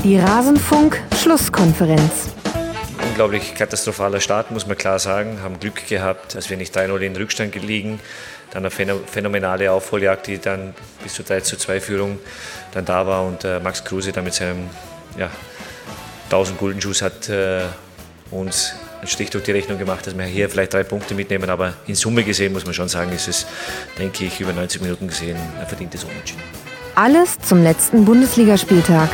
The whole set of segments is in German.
Die Rasenfunk-Schlusskonferenz. Unglaublich katastrophaler Start, muss man klar sagen. Haben Glück gehabt, dass wir nicht 3-0 in Rückstand liegen. Dann eine phänomenale Aufholjagd, die dann bis zur 3:2 Führung dann da war. Und Max Kruse dann mit seinem 1000 Guldenschuss hat uns einen Strich durch die Rechnung gemacht, dass wir hier vielleicht 3 Punkte mitnehmen. Aber in Summe gesehen muss man schon sagen, ist es, denke ich, über 90 Minuten gesehen ein verdientes Unentschieden. Alles zum letzten Bundesligaspieltag.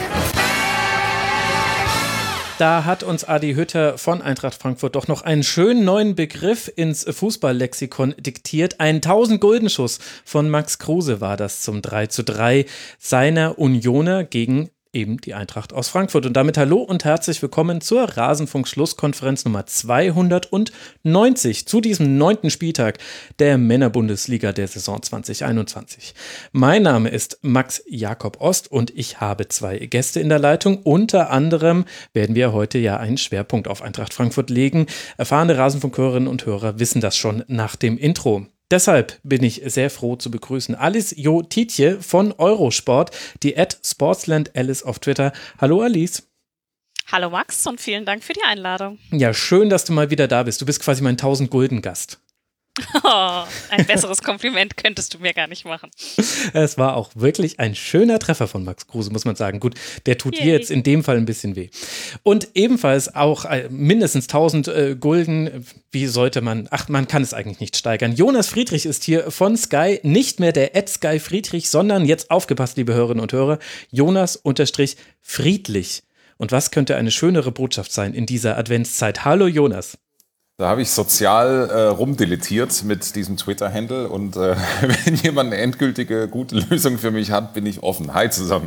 Da hat uns Adi Hütter von Eintracht Frankfurt doch noch einen schönen neuen Begriff ins Fußballlexikon diktiert. Ein 1000-Guldenschuss von Max Kruse war das zum 3:3 seiner Unioner gegen eben die Eintracht aus Frankfurt. Und damit hallo und herzlich willkommen zur Rasenfunk-Schlusskonferenz Nummer 290 zu diesem 9. Spieltag der Männerbundesliga der Saison 2021. Mein Name ist Max Jakob Ost und ich habe 2 Gäste in der Leitung. Unter anderem werden wir heute ja einen Schwerpunkt auf Eintracht Frankfurt legen. Erfahrene Rasenfunkhörerinnen und Hörer wissen das schon nach dem Intro. Deshalb bin ich sehr froh zu begrüßen Alice Jo-Tietje von Eurosport, die @sportslandalice auf Twitter. Hallo Alice. Hallo Max und vielen Dank für die Einladung. Ja, schön, dass du mal wieder da bist. Du bist quasi mein 1000-Gulden-Gast. Oh, ein besseres Kompliment könntest du mir gar nicht machen. Es war auch wirklich ein schöner Treffer von Max Kruse, muss man sagen. Gut, der tut dir jetzt in dem Fall ein bisschen weh. Und ebenfalls auch mindestens 1000 Gulden. Wie sollte man, man kann es eigentlich nicht steigern. Jonas Friedrich ist hier von Sky, nicht mehr der @SkyFriedrich, sondern jetzt aufgepasst, liebe Hörerinnen und Hörer, Jonas_Friedlich. Und was könnte eine schönere Botschaft sein in dieser Adventszeit? Hallo Jonas. Da habe ich sozial rumdilettiert mit diesem Twitter-Handle und wenn jemand eine endgültige, gute Lösung für mich hat, bin ich offen. Hi zusammen.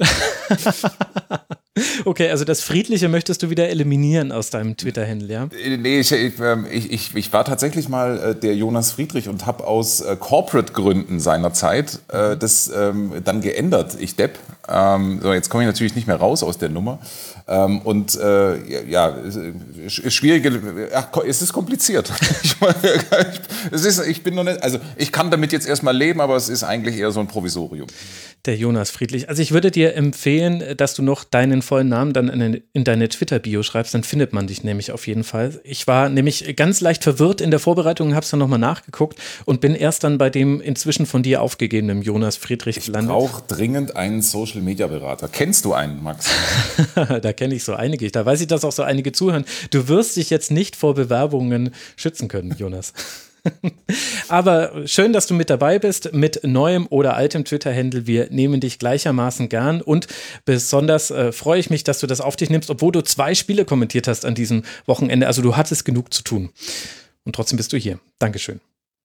Okay, also das Friedliche möchtest du wieder eliminieren aus deinem Twitter-Handle, ja? Nee, ich war tatsächlich mal der Jonas Friedrich und habe aus Corporate-Gründen seinerzeit das dann geändert. Ich Depp. So, jetzt komme ich natürlich nicht mehr raus aus der Nummer. Schwierige, es ist kompliziert. Ich bin noch nicht, also ich kann damit jetzt erstmal leben, aber es ist eigentlich eher so ein Provisorium. Der Jonas Friedlich. Also ich würde dir empfehlen, dass du noch deinen vollen Namen dann in deine Twitter-Bio schreibst, dann findet man dich nämlich auf jeden Fall. Ich war nämlich ganz leicht verwirrt in der Vorbereitung, habe es dann nochmal nachgeguckt und bin erst dann bei dem inzwischen von dir aufgegebenen Jonas Friedrich gelandet. Ich brauche dringend einen Social-Media-Berater. Kennst du einen, Max? Da kenne ich so einige. Da weiß ich, dass auch so einige zuhören. Du wirst dich jetzt nicht vor Bewerbungen schützen können, Jonas. Aber schön, dass du mit dabei bist, mit neuem oder altem Twitter-Handle. Wir nehmen dich gleichermaßen gern und besonders freue ich mich, dass du das auf dich nimmst, obwohl du 2 Spiele kommentiert hast an diesem Wochenende. Also du hattest genug zu tun. Und trotzdem bist du hier. Dankeschön.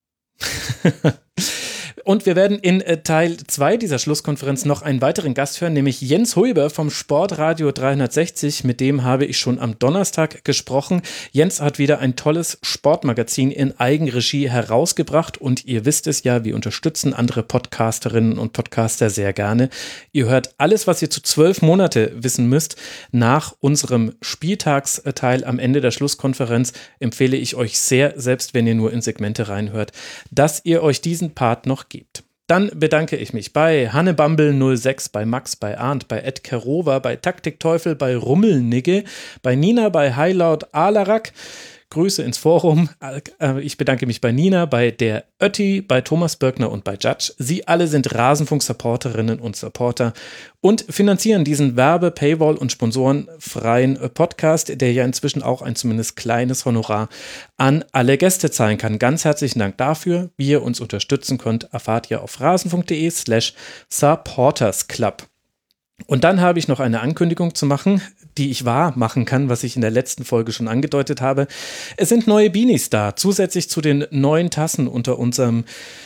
Und wir werden in Teil 2 dieser Schlusskonferenz noch einen weiteren Gast hören, nämlich Jens Huber vom Sportradio 360. Mit dem habe ich schon am Donnerstag gesprochen. Jens hat wieder ein tolles Sportmagazin in Eigenregie herausgebracht und ihr wisst es ja, wir unterstützen andere Podcasterinnen und Podcaster sehr gerne. Ihr hört alles, was ihr zu 12 Monate wissen müsst. Nach unserem Spieltagsteil am Ende der Schlusskonferenz empfehle ich euch sehr, selbst wenn ihr nur in Segmente reinhört, dass ihr euch diesen Part noch gibt. Dann bedanke ich mich bei Hannebumble06, bei Max, bei Arndt, bei Ed Kerova, bei Taktikteufel, bei Rummelnigge, bei Nina, bei Highloud Alarak. Grüße ins Forum. Ich bedanke mich bei Nina, bei der Ötti, bei Thomas Börgner und bei Judge. Sie alle sind Rasenfunk-Supporterinnen und Supporter und finanzieren diesen Paywall- und sponsorenfreien Podcast, der ja inzwischen auch ein zumindest kleines Honorar an alle Gäste zahlen kann. Ganz herzlichen Dank dafür. Wie ihr uns unterstützen könnt, erfahrt ihr auf rasenfunk.de/supportersclub. Und dann habe ich noch eine Ankündigung zu machen, die ich wahr machen kann, was ich in der letzten Folge schon angedeutet habe. Es sind neue Beanies da, zusätzlich zu den neuen Tassen unter unserem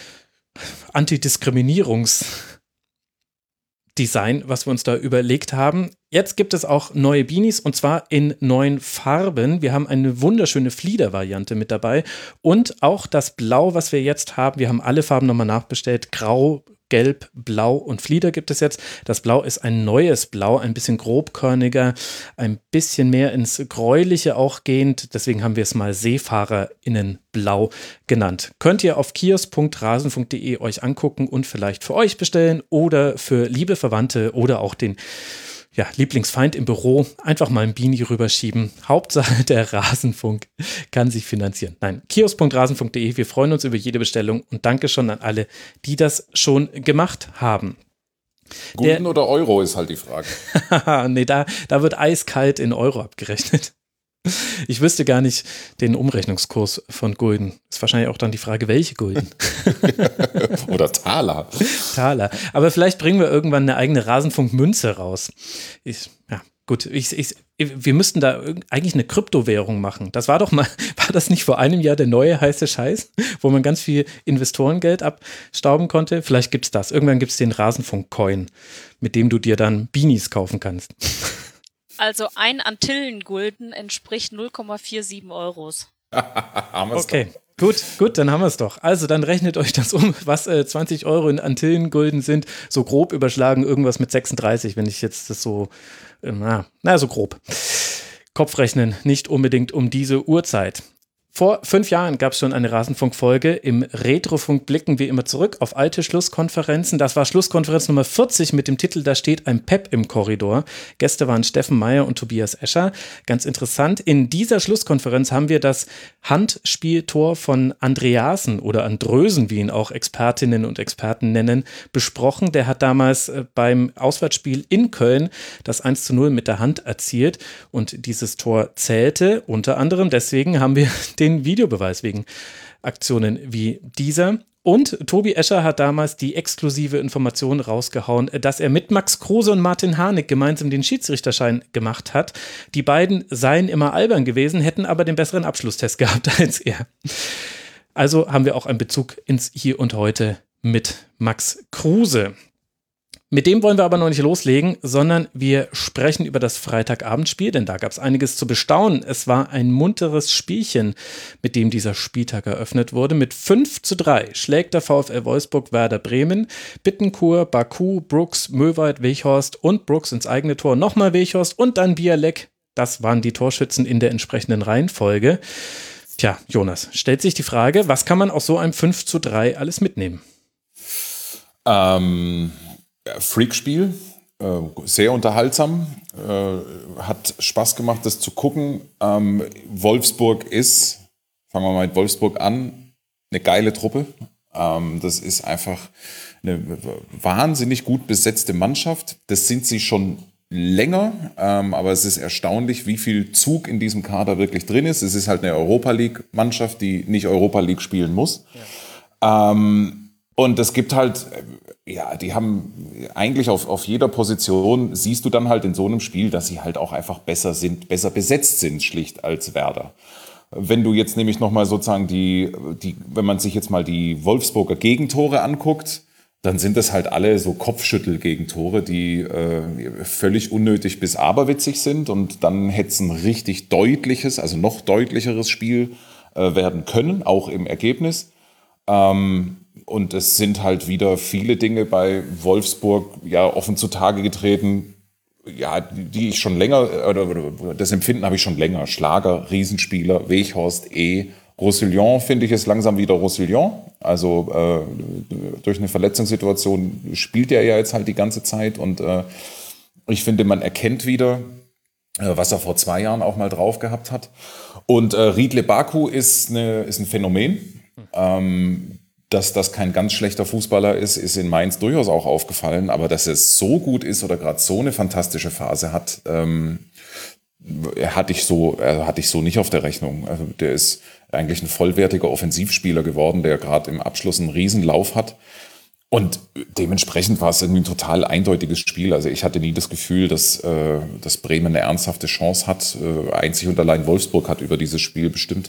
Antidiskriminierungsdesign, was wir uns da überlegt haben. Jetzt gibt es auch neue Beanies und zwar in neuen Farben. Wir haben eine wunderschöne Flieder-Variante mit dabei und auch das Blau, was wir jetzt haben. Wir haben alle Farben nochmal nachbestellt. Grau, Gelb, Blau und Flieder gibt es jetzt. Das Blau ist ein neues Blau, ein bisschen grobkörniger, ein bisschen mehr ins Gräuliche auch gehend. Deswegen haben wir es mal SeefahrerInnenblau genannt. Könnt ihr auf kiosk.rasenfunk.de euch angucken und vielleicht für euch bestellen oder für liebe Verwandte oder auch den ja, Lieblingsfeind im Büro, einfach mal ein Beanie rüberschieben. Hauptsache, der Rasenfunk kann sich finanzieren. Nein, kiosk.rasenfunk.de, wir freuen uns über jede Bestellung und danke schon an alle, die das schon gemacht haben. Gulden oder Euro ist halt die Frage. Nee, da wird eiskalt in Euro abgerechnet. Ich wüsste gar nicht den Umrechnungskurs von Gulden. Ist wahrscheinlich auch dann die Frage, welche Gulden? Oder Taler. Taler. Aber vielleicht bringen wir irgendwann eine eigene Rasenfunk-Münze raus. Wir müssten da eigentlich eine Kryptowährung machen. Das war das nicht vor einem Jahr der neue heiße Scheiß, wo man ganz viel Investorengeld abstauben konnte? Vielleicht gibt's das. Irgendwann gibt's den Rasenfunk-Coin, mit dem du dir dann Beanies kaufen kannst. Also ein Antillengulden entspricht 0,47 Euros. Okay, gut, dann haben wir es doch. Also dann rechnet euch das um, was 20 Euro in Antillengulden sind. So grob überschlagen irgendwas mit 36, wenn ich jetzt das so, so grob. Kopfrechnen, nicht unbedingt um diese Uhrzeit. Vor 5 Jahren gab es schon eine Rasenfunk-Folge. Im Retrofunk blicken wir immer zurück auf alte Schlusskonferenzen. Das war Schlusskonferenz Nummer 40 mit dem Titel Da steht ein Pep im Korridor. Gäste waren Steffen Meyer und Tobias Escher. Ganz interessant, in dieser Schlusskonferenz haben wir das Handspieltor von Andreasen oder Andrösen, wie ihn auch Expertinnen und Experten nennen, besprochen. Der hat damals beim Auswärtsspiel in Köln das 1:0 mit der Hand erzielt und dieses Tor zählte. Unter anderem deswegen haben wir den Videobeweis wegen Aktionen wie dieser. Und Tobi Escher hat damals die exklusive Information rausgehauen, dass er mit Max Kruse und Martin Harnik gemeinsam den Schiedsrichterschein gemacht hat. Die beiden seien immer albern gewesen, hätten aber den besseren Abschlusstest gehabt als er. Also haben wir auch einen Bezug ins Hier und Heute mit Max Kruse. Mit dem wollen wir aber noch nicht loslegen, sondern wir sprechen über das Freitagabendspiel, denn da gab es einiges zu bestaunen. Es war ein munteres Spielchen, mit dem dieser Spieltag eröffnet wurde. Mit 5:3 schlägt der VfL Wolfsburg Werder Bremen. Bittencourt, Baku, Brooks, Möwald, Weghorst und Brooks ins eigene Tor. Nochmal Weghorst und dann Bialek. Das waren die Torschützen in der entsprechenden Reihenfolge. Tja, Jonas, stellt sich die Frage, was kann man aus so einem 5:3 alles mitnehmen? Freakspiel, sehr unterhaltsam, hat Spaß gemacht, das zu gucken. Wolfsburg ist, fangen wir mal mit Wolfsburg an, eine geile Truppe. Das ist einfach eine wahnsinnig gut besetzte Mannschaft. Das sind sie schon länger, aber es ist erstaunlich, wie viel Zug in diesem Kader wirklich drin ist. Es ist halt eine Europa-League-Mannschaft, die nicht Europa-League spielen muss. Ja. Und es gibt halt, die haben eigentlich auf jeder Position, siehst du dann halt in so einem Spiel, dass sie halt auch einfach besser besetzt sind, schlicht als Werder. Wenn du jetzt nämlich nochmal sozusagen wenn man sich jetzt mal die Wolfsburger Gegentore anguckt, dann sind das halt alle so Kopfschüttel-Gegentore, die völlig unnötig bis aberwitzig sind und dann hätte es ein richtig deutliches, also noch deutlicheres Spiel werden können, auch im Ergebnis. Und es sind halt wieder viele Dinge bei Wolfsburg offen zutage getreten, die ich schon länger, oder das Empfinden habe ich schon länger. Schlager, Riesenspieler, Weghorst, Roussillon, finde ich, ist langsam wieder Roussillon. Also durch eine Verletzungssituation spielt er ja jetzt halt die ganze Zeit und ich finde, man erkennt wieder, was er vor 2 Jahren auch mal drauf gehabt hat. Und Riedle Baku ist ein Phänomen. Dass das kein ganz schlechter Fußballer ist in Mainz durchaus auch aufgefallen. Aber dass es so gut ist oder gerade so eine fantastische Phase hat, hatte ich so nicht auf der Rechnung. Also der ist eigentlich ein vollwertiger Offensivspieler geworden, der gerade im Abschluss einen Riesenlauf hat. Und dementsprechend war es irgendwie ein total eindeutiges Spiel. Also ich hatte nie das Gefühl, dass Bremen eine ernsthafte Chance hat. Einzig und allein Wolfsburg hat über dieses Spiel bestimmt.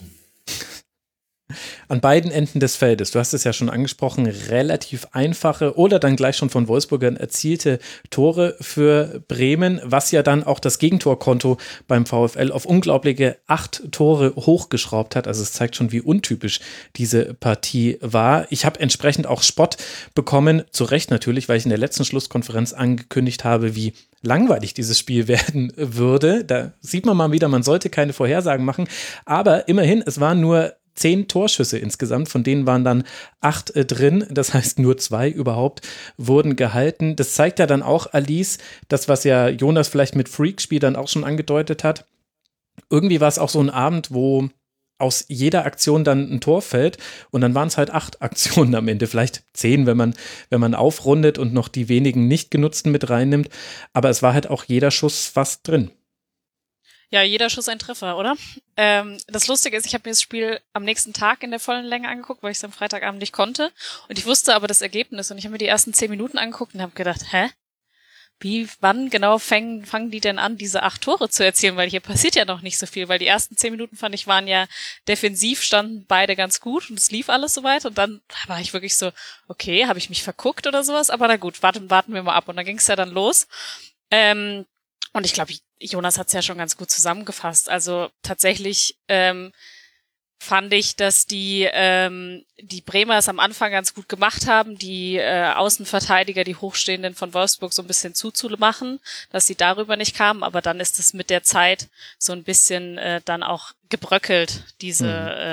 An beiden Enden des Feldes, du hast es ja schon angesprochen, relativ einfache oder dann gleich schon von Wolfsburgern erzielte Tore für Bremen, was ja dann auch das Gegentorkonto beim VfL auf unglaubliche 8 Tore hochgeschraubt hat. Also es zeigt schon, wie untypisch diese Partie war. Ich habe entsprechend auch Spott bekommen, zu Recht natürlich, weil ich in der letzten Schlusskonferenz angekündigt habe, wie langweilig dieses Spiel werden würde. Da sieht man mal wieder, man sollte keine Vorhersagen machen, aber immerhin, es waren nur 10 Torschüsse insgesamt, von denen waren dann 8 drin, das heißt nur 2 überhaupt wurden gehalten. Das zeigt ja dann auch, Alice, das, was ja Jonas vielleicht mit Freakspiel dann auch schon angedeutet hat. Irgendwie war es auch so ein Abend, wo aus jeder Aktion dann ein Tor fällt und dann waren es halt 8 Aktionen am Ende, vielleicht 10, wenn man aufrundet und noch die wenigen nicht genutzten mit reinnimmt, aber es war halt auch jeder Schuss fast drin. Ja, jeder Schuss ein Treffer, oder? Das Lustige ist, ich habe mir das Spiel am nächsten Tag in der vollen Länge angeguckt, weil ich es am Freitagabend nicht konnte und ich wusste aber das Ergebnis und ich habe mir die ersten 10 Minuten angeguckt und habe gedacht, wann genau fangen die denn an, diese 8 Tore zu erzielen? Weil hier passiert ja noch nicht so viel, weil die ersten 10 Minuten, fand ich, waren ja defensiv, standen beide ganz gut und es lief alles soweit und dann war ich wirklich so, okay, habe ich mich verguckt oder sowas? Aber na gut, warten wir mal ab und dann ging es ja dann los. Und ich glaube, Jonas hat es ja schon ganz gut zusammengefasst. Also tatsächlich fand ich, dass die Bremer es am Anfang ganz gut gemacht haben, die Außenverteidiger, die Hochstehenden von Wolfsburg so ein bisschen zuzumachen, dass sie darüber nicht kamen, aber dann ist es mit der Zeit so ein bisschen dann auch gebröckelt, dieses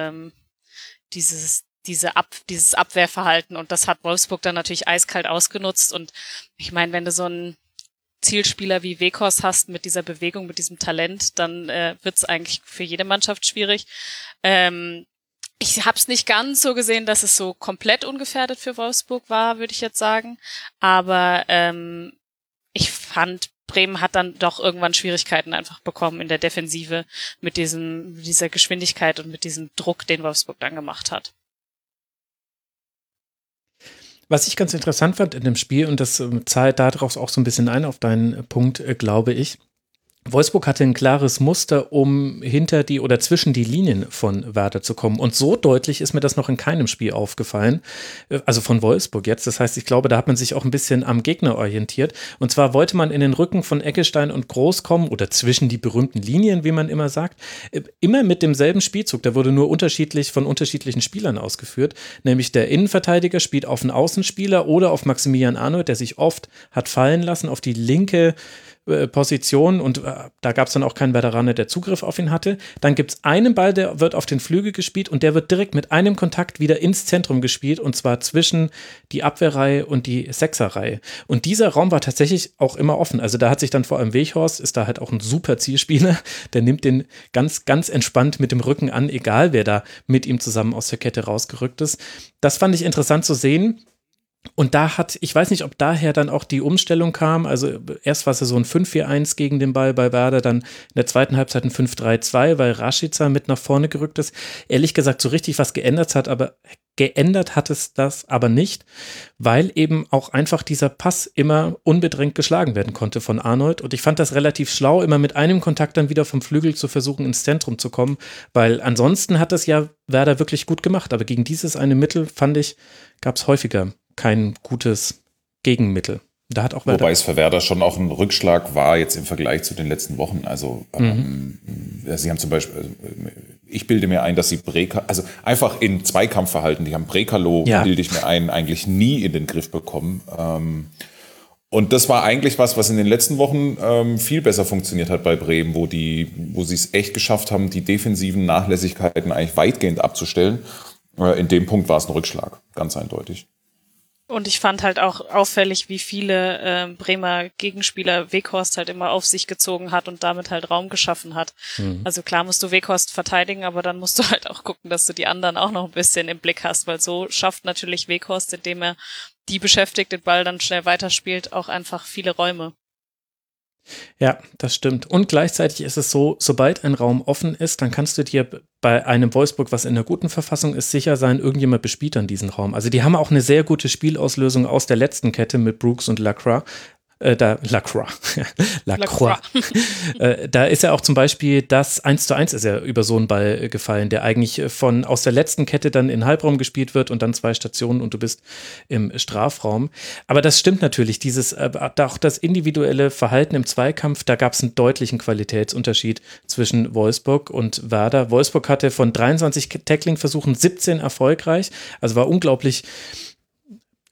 Abwehrverhalten, und das hat Wolfsburg dann natürlich eiskalt ausgenutzt. Und ich meine, wenn du so einen Zielspieler wie Weghorst hast mit dieser Bewegung, mit diesem Talent, dann wird's eigentlich für jede Mannschaft schwierig. Ich habe es nicht ganz so gesehen, dass es so komplett ungefährdet für Wolfsburg war, würde ich jetzt sagen. Aber ich fand, Bremen hat dann doch irgendwann Schwierigkeiten einfach bekommen in der Defensive mit dieser Geschwindigkeit und mit diesem Druck, den Wolfsburg dann gemacht hat. Was ich ganz interessant fand in dem Spiel, und das zahlt daraus auch so ein bisschen ein auf deinen Punkt, glaube ich, Wolfsburg hatte ein klares Muster, um hinter die oder zwischen die Linien von Werder zu kommen. Und so deutlich ist mir das noch in keinem Spiel aufgefallen, also von Wolfsburg jetzt. Das heißt, ich glaube, da hat man sich auch ein bisschen am Gegner orientiert. Und zwar wollte man in den Rücken von Eggestein und Groß kommen oder zwischen die berühmten Linien, wie man immer sagt, immer mit demselben Spielzug. Der wurde nur von unterschiedlichen Spielern ausgeführt. Nämlich der Innenverteidiger spielt auf einen Außenspieler oder auf Maximilian Arnold, der sich oft hat fallen lassen auf die linke Position, und da gab es dann auch keinen Veteraner, der Zugriff auf ihn hatte. Dann gibt es einen Ball, der wird auf den Flügel gespielt und der wird direkt mit einem Kontakt wieder ins Zentrum gespielt, und zwar zwischen die Abwehrreihe und die Sechserreihe. Und dieser Raum war tatsächlich auch immer offen. Also da hat sich dann vor allem Weghorst, ist da halt auch ein super Zielspieler, der nimmt den ganz, ganz entspannt mit dem Rücken an, egal wer da mit ihm zusammen aus der Kette rausgerückt ist. Das fand ich interessant zu sehen. Und ich weiß nicht, ob daher dann auch die Umstellung kam, also erst war es so ein 5-4-1 gegen den Ball bei Werder, dann in der zweiten Halbzeit ein 5-3-2, weil Rashica mit nach vorne gerückt ist. Ehrlich gesagt, so richtig was geändert hat es das aber nicht, weil eben auch einfach dieser Pass immer unbedrängt geschlagen werden konnte von Arnold. Und ich fand das relativ schlau, immer mit einem Kontakt dann wieder vom Flügel zu versuchen, ins Zentrum zu kommen, weil ansonsten hat das ja Werder wirklich gut gemacht. Aber gegen dieses eine Mittel, fand ich, gab es häufiger kein gutes Gegenmittel. Da hat auch Wobei es für Werder schon auch ein Rückschlag war jetzt im Vergleich zu den letzten Wochen. Also sie haben zum Beispiel, ich bilde mir ein, dass sie also einfach in Zweikampfverhalten, die haben Brekalo, bilde ich mir ein, eigentlich nie in den Griff bekommen. Und das war eigentlich was in den letzten Wochen viel besser funktioniert hat bei Bremen, wo sie es echt geschafft haben, die defensiven Nachlässigkeiten eigentlich weitgehend abzustellen. In dem Punkt war es ein Rückschlag, ganz eindeutig. Und ich fand halt auch auffällig, wie viele Bremer Gegenspieler Weghorst halt immer auf sich gezogen hat und damit halt Raum geschaffen hat. Also klar musst du Weghorst verteidigen, aber dann musst du halt auch gucken, dass du die anderen auch noch ein bisschen im Blick hast, weil so schafft natürlich Weghorst, indem er die beschäftigt, den Ball dann schnell weiterspielt, auch einfach viele Räume. Ja, das stimmt. Und gleichzeitig ist es so, sobald ein Raum offen ist, dann kannst du dir bei einem Wolfsburg, was in einer guten Verfassung ist, sicher sein, irgendjemand bespielt dann diesen Raum. Also die haben auch eine sehr gute Spielauslösung aus der letzten Kette mit Brooks und Lacroix. Lacroix. Da ist ja auch zum Beispiel das 1:1 ist ja über so einen Ball gefallen, der eigentlich aus der letzten Kette dann in Halbraum gespielt wird und dann 2 Stationen und du bist im Strafraum. Aber das stimmt natürlich, auch das individuelle Verhalten im Zweikampf, da gab es einen deutlichen Qualitätsunterschied zwischen Wolfsburg und Werder. Wolfsburg hatte von 23 Tackling-Versuchen 17 erfolgreich, also war unglaublich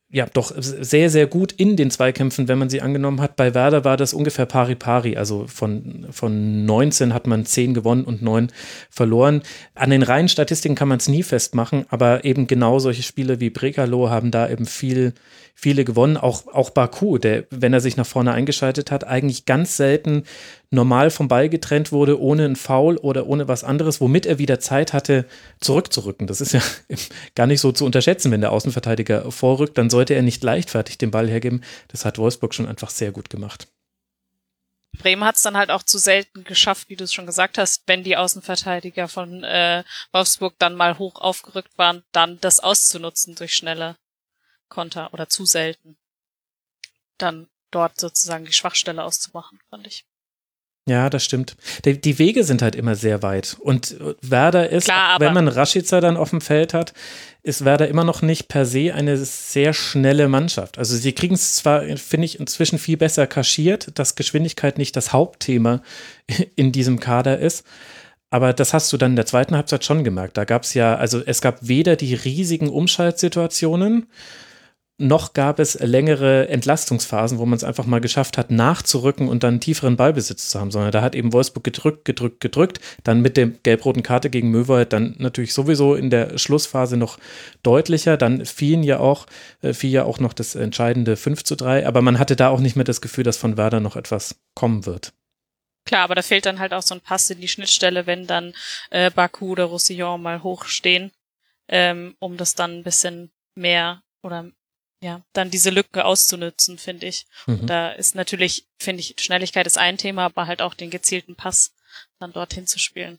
ja doch sehr, sehr gut in den Zweikämpfen, wenn man sie angenommen hat. Bei Werder war das ungefähr pari-pari, also von 19 hat man 10 gewonnen und 9 verloren. An den reinen Statistiken kann man es nie festmachen, aber eben genau solche Spiele wie Brekalo haben da eben viele gewonnen. Auch Baku, der, wenn er sich nach vorne eingeschaltet hat, eigentlich ganz selten normal vom Ball getrennt wurde, ohne einen Foul oder ohne was anderes, womit er wieder Zeit hatte, zurückzurücken. Das ist ja gar nicht so zu unterschätzen, wenn der Außenverteidiger vorrückt, dann sollte er nicht leichtfertig den Ball hergeben. Das hat Wolfsburg schon einfach sehr gut gemacht. Bremen hat es dann halt auch zu selten geschafft, wie du es schon gesagt hast, wenn die Außenverteidiger von Wolfsburg dann mal hoch aufgerückt waren, dann das auszunutzen durch schnelle Konter oder zu selten. Dann dort sozusagen die Schwachstelle auszumachen, fand ich. Ja, das stimmt. Die Wege sind halt immer sehr weit. Und Werder ist, klar, wenn man Rashica dann auf dem Feld hat, ist Werder immer noch nicht per se eine sehr schnelle Mannschaft. Also sie kriegen es zwar, finde ich, inzwischen viel besser kaschiert, dass Geschwindigkeit nicht das Hauptthema in diesem Kader ist. Aber das hast du dann in der zweiten Halbzeit schon gemerkt. Da gab es ja, also es gab weder die riesigen Umschaltsituationen, noch gab es längere Entlastungsphasen, wo man es einfach mal geschafft hat, nachzurücken und dann einen tieferen Ballbesitz zu haben, sondern da hat eben Wolfsburg gedrückt, dann mit der gelb-roten Karte gegen Möwald dann natürlich sowieso in der Schlussphase noch deutlicher, dann fiel ja auch noch das entscheidende 5:3, aber man hatte da auch nicht mehr das Gefühl, dass von Werder noch etwas kommen wird. Klar, aber da fehlt dann halt auch so ein Pass in die Schnittstelle, wenn dann Baku oder Roussillon mal hochstehen, um das dann ein bisschen mehr oder ja, dann diese Lücke auszunutzen, finde ich. Und da ist natürlich, finde ich, Schnelligkeit ist ein Thema, aber halt auch den gezielten Pass dann dorthin zu spielen.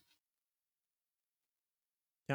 Ja.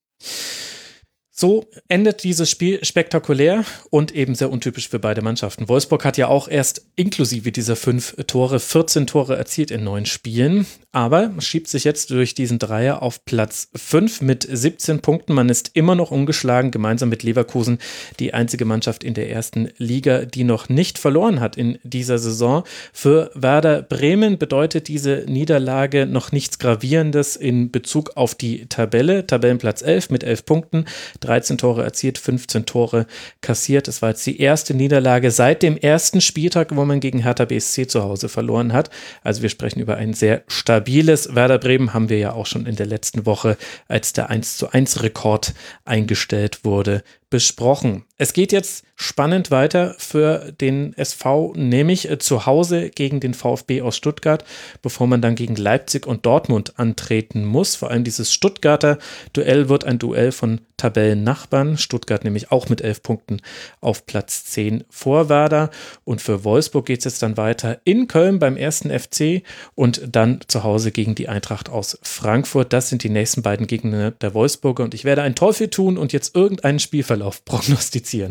So endet dieses Spiel spektakulär und eben sehr untypisch für beide Mannschaften. Wolfsburg hat ja auch erst inklusive dieser 5 Tore 14 Tore erzielt in 9 Spielen, aber schiebt sich jetzt durch diesen Dreier auf Platz 5 mit 17 Punkten. Man ist immer noch ungeschlagen, gemeinsam mit Leverkusen die einzige Mannschaft in der ersten Liga, die noch nicht verloren hat in dieser Saison. Für Werder Bremen bedeutet diese Niederlage noch nichts Gravierendes in Bezug auf die Tabelle. Tabellenplatz 11 mit 11 Punkten. 13 Tore erzielt, 15 Tore kassiert. Es war jetzt die erste Niederlage seit dem ersten Spieltag, wo man gegen Hertha BSC zu Hause verloren hat. Also wir sprechen über ein sehr stabiles Werder Bremen, haben wir ja auch schon in der letzten Woche, als der 1:1 Rekord eingestellt wurde, besprochen. Es geht jetzt spannend weiter für den SV, nämlich zu Hause gegen den VfB aus Stuttgart, bevor man dann gegen Leipzig und Dortmund antreten muss. Vor allem dieses Stuttgarter Duell wird ein Duell von Tabellennachbarn. Stuttgart nämlich auch mit 11 Punkten auf Platz 10 vor Werder. Und für Wolfsburg geht es jetzt dann weiter in Köln beim 1. FC und dann zu Hause gegen die Eintracht aus Frankfurt. Das sind die nächsten beiden Gegner der Wolfsburger und ich werde einen Teufel tun und jetzt irgendeinen Spielverlauf prognostizieren.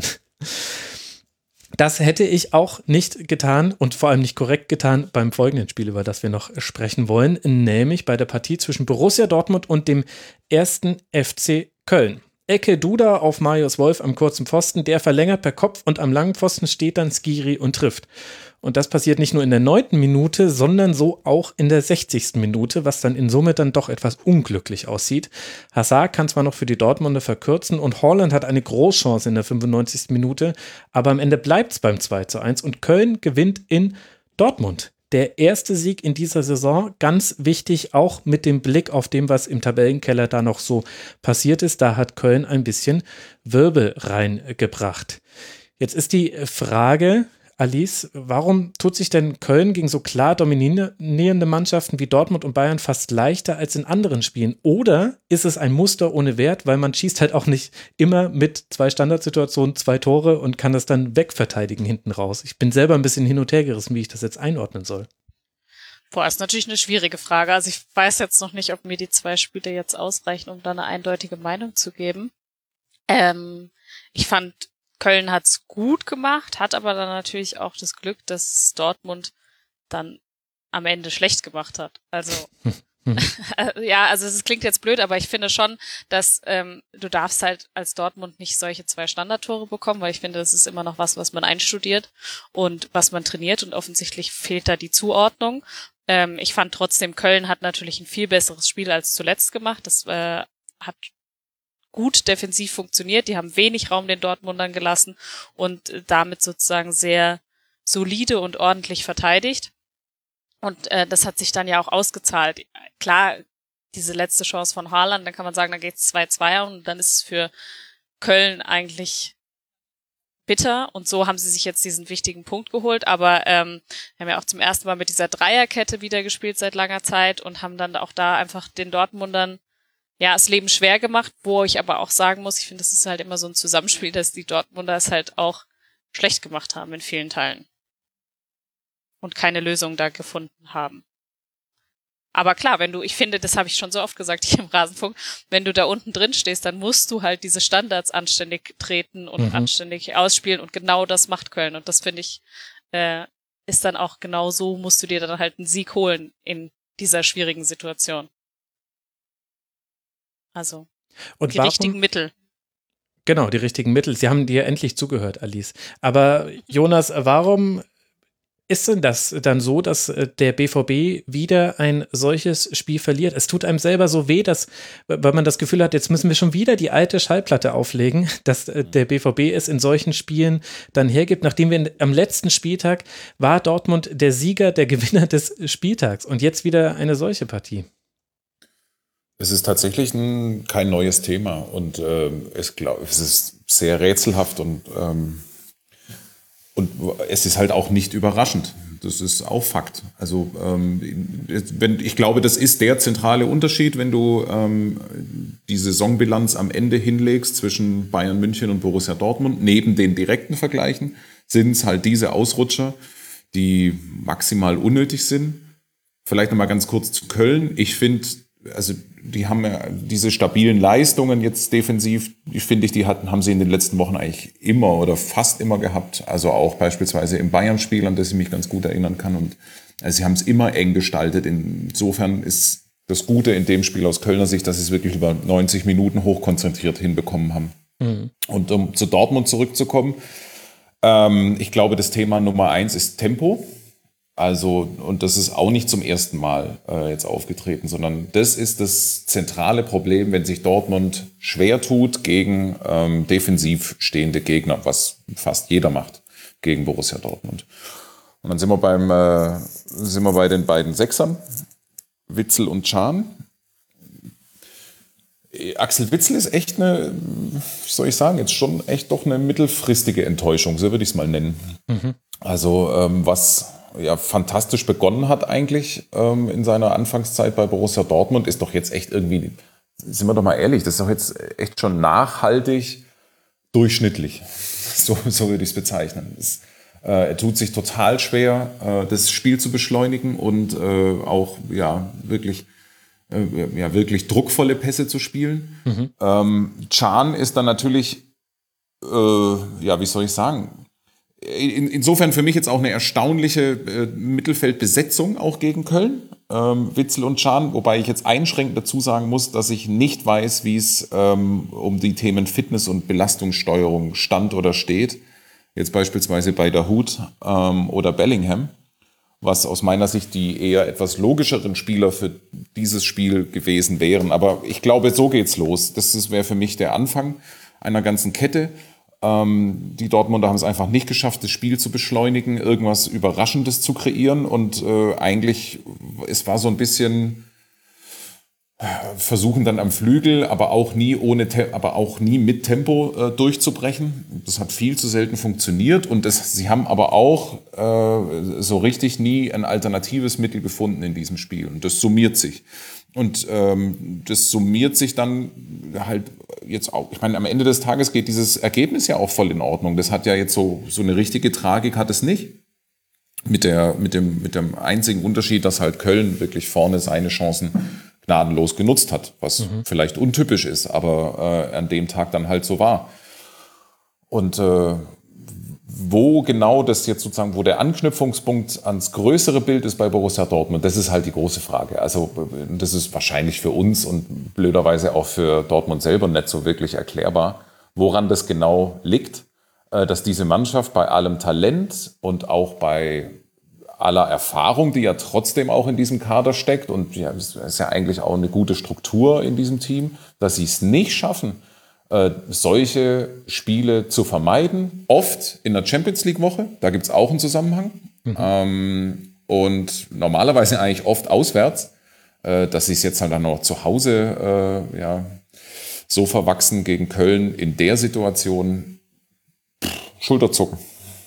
Das hätte ich auch nicht getan und vor allem nicht korrekt getan beim folgenden Spiel, über das wir noch sprechen wollen, nämlich bei der Partie zwischen Borussia Dortmund und dem 1. FC Köln. Ecke Duda auf Marius Wolf am kurzen Pfosten, der verlängert per Kopf und am langen Pfosten steht dann Skiri und trifft. Und das passiert nicht nur in der 9. Minute, sondern so auch in der 60. Minute, was dann in Summe dann doch etwas unglücklich aussieht. Hazard kann zwar noch für die Dortmunder verkürzen und Haaland hat eine Großchance in der 95. Minute, aber am Ende bleibt es beim 2:1 und Köln gewinnt in Dortmund. Der erste Sieg in dieser Saison, ganz wichtig, auch mit dem Blick auf dem, was im Tabellenkeller da noch so passiert ist. Da hat Köln ein bisschen Wirbel reingebracht. Jetzt ist die Frage, Alice, warum tut sich denn Köln gegen so klar dominierende Mannschaften wie Dortmund und Bayern fast leichter als in anderen Spielen? Oder ist es ein Muster ohne Wert, weil man schießt halt auch nicht immer mit 2 Standardsituationen 2 Tore und kann das dann wegverteidigen hinten raus? Ich bin selber ein bisschen hin und her gerissen, wie ich das jetzt einordnen soll. Boah, ist natürlich eine schwierige Frage. Also ich weiß jetzt noch nicht, ob mir die 2 Spiele jetzt ausreichen, um da eine eindeutige Meinung zu geben. Ich fand, Köln hat's gut gemacht, hat aber dann natürlich auch das Glück, dass Dortmund dann am Ende schlecht gemacht hat. Also ja, also es klingt jetzt blöd, aber ich finde schon, dass du darfst halt als Dortmund nicht solche 2 Standardtore bekommen, weil ich finde, das ist immer noch was man einstudiert und was man trainiert und offensichtlich fehlt da die Zuordnung. Ich fand trotzdem, Köln hat natürlich ein viel besseres Spiel als zuletzt gemacht. Das hat gut defensiv funktioniert. Die haben wenig Raum den Dortmundern gelassen und damit sozusagen sehr solide und ordentlich verteidigt. Und das hat sich dann ja auch ausgezahlt. Klar, diese letzte Chance von Haaland, dann kann man sagen, dann geht's 2-2 und dann ist es für Köln eigentlich bitter. Und so haben sie sich jetzt diesen wichtigen Punkt geholt. Aber wir haben ja auch zum ersten Mal mit dieser Dreierkette wieder gespielt seit langer Zeit und haben dann auch da einfach den Dortmundern das Leben schwer gemacht, wo ich aber auch sagen muss, ich finde, das ist halt immer so ein Zusammenspiel, dass die Dortmunder es halt auch schlecht gemacht haben in vielen Teilen und keine Lösung da gefunden haben. Aber klar, ich finde, das habe ich schon so oft gesagt hier im Rasenfunk, wenn du da unten drin stehst, dann musst du halt diese Standards anständig treten und anständig ausspielen und genau das macht Köln. Und das finde ich, ist dann auch genau so, musst du dir dann halt einen Sieg holen in dieser schwierigen Situation. Also, und die richtigen Mittel. Genau, die richtigen Mittel. Sie haben dir endlich zugehört, Alice. Aber Jonas, warum ist denn das dann so, dass der BVB wieder ein solches Spiel verliert? Es tut einem selber so weh, weil man das Gefühl hat, jetzt müssen wir schon wieder die alte Schallplatte auflegen, dass der BVB es in solchen Spielen dann hergibt. Nachdem am letzten Spieltag war Dortmund der Sieger, der Gewinner des Spieltags und jetzt wieder eine solche Partie. Es ist tatsächlich kein neues Thema und es ist sehr rätselhaft und es ist halt auch nicht überraschend. Das ist auch Fakt. Also ich glaube, das ist der zentrale Unterschied, wenn du die Saisonbilanz am Ende hinlegst zwischen Bayern München und Borussia Dortmund. Neben den direkten Vergleichen sind es halt diese Ausrutscher, die maximal unnötig sind. Vielleicht nochmal ganz kurz zu Köln. Ich finde, also die haben ja diese stabilen Leistungen jetzt defensiv, haben sie in den letzten Wochen eigentlich immer oder fast immer gehabt. Also auch beispielsweise im Bayern-Spiel, an das ich mich ganz gut erinnern kann. Und also sie haben es immer eng gestaltet. Insofern ist das Gute in dem Spiel aus Kölner Sicht, dass sie es wirklich über 90 Minuten hochkonzentriert hinbekommen haben. Mhm. Und um zu Dortmund zurückzukommen, ich glaube, das Thema Nummer 1 ist Tempo. Also, und das ist auch nicht zum ersten Mal jetzt aufgetreten, sondern das ist das zentrale Problem, wenn sich Dortmund schwer tut gegen defensiv stehende Gegner, was fast jeder macht gegen Borussia Dortmund. Und dann sind wir bei den beiden Sechsern, Witsel und Can. Axel Witsel ist echt jetzt schon echt doch eine mittelfristige Enttäuschung, so würde ich es mal nennen. Mhm. Also, was fantastisch begonnen hat eigentlich in seiner Anfangszeit bei Borussia Dortmund, ist doch jetzt echt irgendwie, sind wir doch mal ehrlich, das ist doch jetzt echt schon nachhaltig durchschnittlich. So würde ich es bezeichnen. Er tut sich total schwer, das Spiel zu beschleunigen und auch wirklich druckvolle Pässe zu spielen. Mhm. Can ist dann natürlich, wie soll ich sagen, insofern für mich jetzt auch eine erstaunliche Mittelfeldbesetzung auch gegen Köln, Witsel und Can, wobei ich jetzt einschränkend dazu sagen muss, dass ich nicht weiß, wie es um die Themen Fitness- und Belastungssteuerung stand oder steht. Jetzt beispielsweise bei Dahoud oder Bellingham, was aus meiner Sicht die eher etwas logischeren Spieler für dieses Spiel gewesen wären. Aber ich glaube, so geht's los. Das wäre für mich der Anfang einer ganzen Kette. Die Dortmunder haben es einfach nicht geschafft, das Spiel zu beschleunigen, irgendwas Überraschendes zu kreieren und es war so ein bisschen versuchen dann am Flügel, aber auch nie mit Tempo durchzubrechen. Das hat viel zu selten funktioniert und sie haben aber auch so richtig nie ein alternatives Mittel gefunden in diesem Spiel und das summiert sich. Und das summiert sich dann halt jetzt auch, ich meine, am Ende des Tages geht dieses Ergebnis ja auch voll in Ordnung. Das hat ja jetzt so eine richtige Tragik hat es nicht. Mit dem einzigen Unterschied, dass halt Köln wirklich vorne seine Chancen gnadenlos genutzt hat, was vielleicht untypisch ist, aber an dem Tag dann halt so war. Und wo genau das jetzt sozusagen, wo der Anknüpfungspunkt ans größere Bild ist bei Borussia Dortmund, das ist halt die große Frage. Also das ist wahrscheinlich für uns und blöderweise auch für Dortmund selber nicht so wirklich erklärbar, woran das genau liegt, dass diese Mannschaft bei allem Talent und auch bei aller Erfahrung, die ja trotzdem auch in diesem Kader steckt und ja, es ist ja eigentlich auch eine gute Struktur in diesem Team, dass sie es nicht schaffen, solche Spiele zu vermeiden. Oft in der Champions-League-Woche, da gibt es auch einen Zusammenhang. Und normalerweise eigentlich oft auswärts, dass sie es jetzt halt dann noch zu Hause so verwachsen gegen Köln in der Situation. Schulterzucken.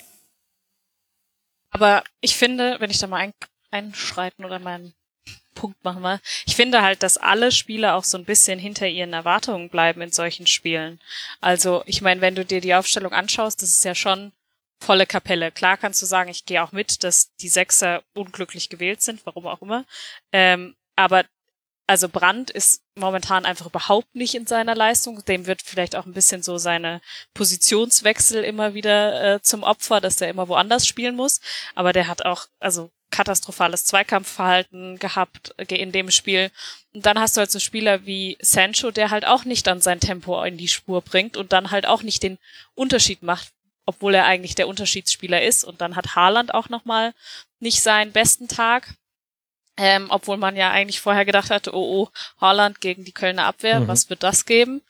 Aber ich finde, wenn ich da mal einschreiten oder meinen Punkt machen will, ich finde halt, dass alle Spieler auch so ein bisschen hinter ihren Erwartungen bleiben in solchen Spielen. Also, ich meine, wenn du dir die Aufstellung anschaust, das ist ja schon volle Kapelle. Klar kannst du sagen, ich gehe auch mit, dass die Sechser unglücklich gewählt sind, warum auch immer. Aber also Brandt ist momentan einfach überhaupt nicht in seiner Leistung. Dem wird vielleicht auch ein bisschen so seine Positionswechsel immer wieder zum Opfer, dass der immer woanders spielen muss. Aber der hat auch katastrophales Zweikampfverhalten gehabt in dem Spiel. Und dann hast du halt so Spieler wie Sancho, der halt auch nicht dann sein Tempo in die Spur bringt und dann halt auch nicht den Unterschied macht, obwohl er eigentlich der Unterschiedsspieler ist. Und dann hat Haaland auch nochmal nicht seinen besten Tag. Obwohl man ja eigentlich vorher gedacht hatte, Haaland gegen die Kölner Abwehr, was wird das geben?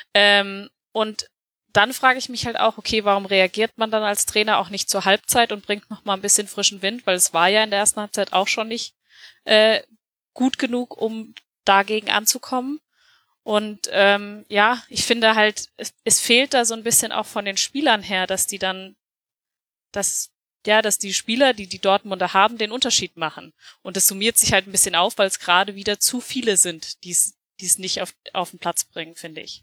Und dann frage ich mich halt auch, okay, warum reagiert man dann als Trainer auch nicht zur Halbzeit und bringt noch mal ein bisschen frischen Wind, weil es war ja in der ersten Halbzeit auch schon nicht gut genug, um dagegen anzukommen. Und ich finde halt, es fehlt da so ein bisschen auch von den Spielern her, dass die dann dass die Spieler, die Dortmunder haben, den Unterschied machen. Und es summiert sich halt ein bisschen auf, weil es gerade wieder zu viele sind, die es nicht auf den Platz bringen, finde ich.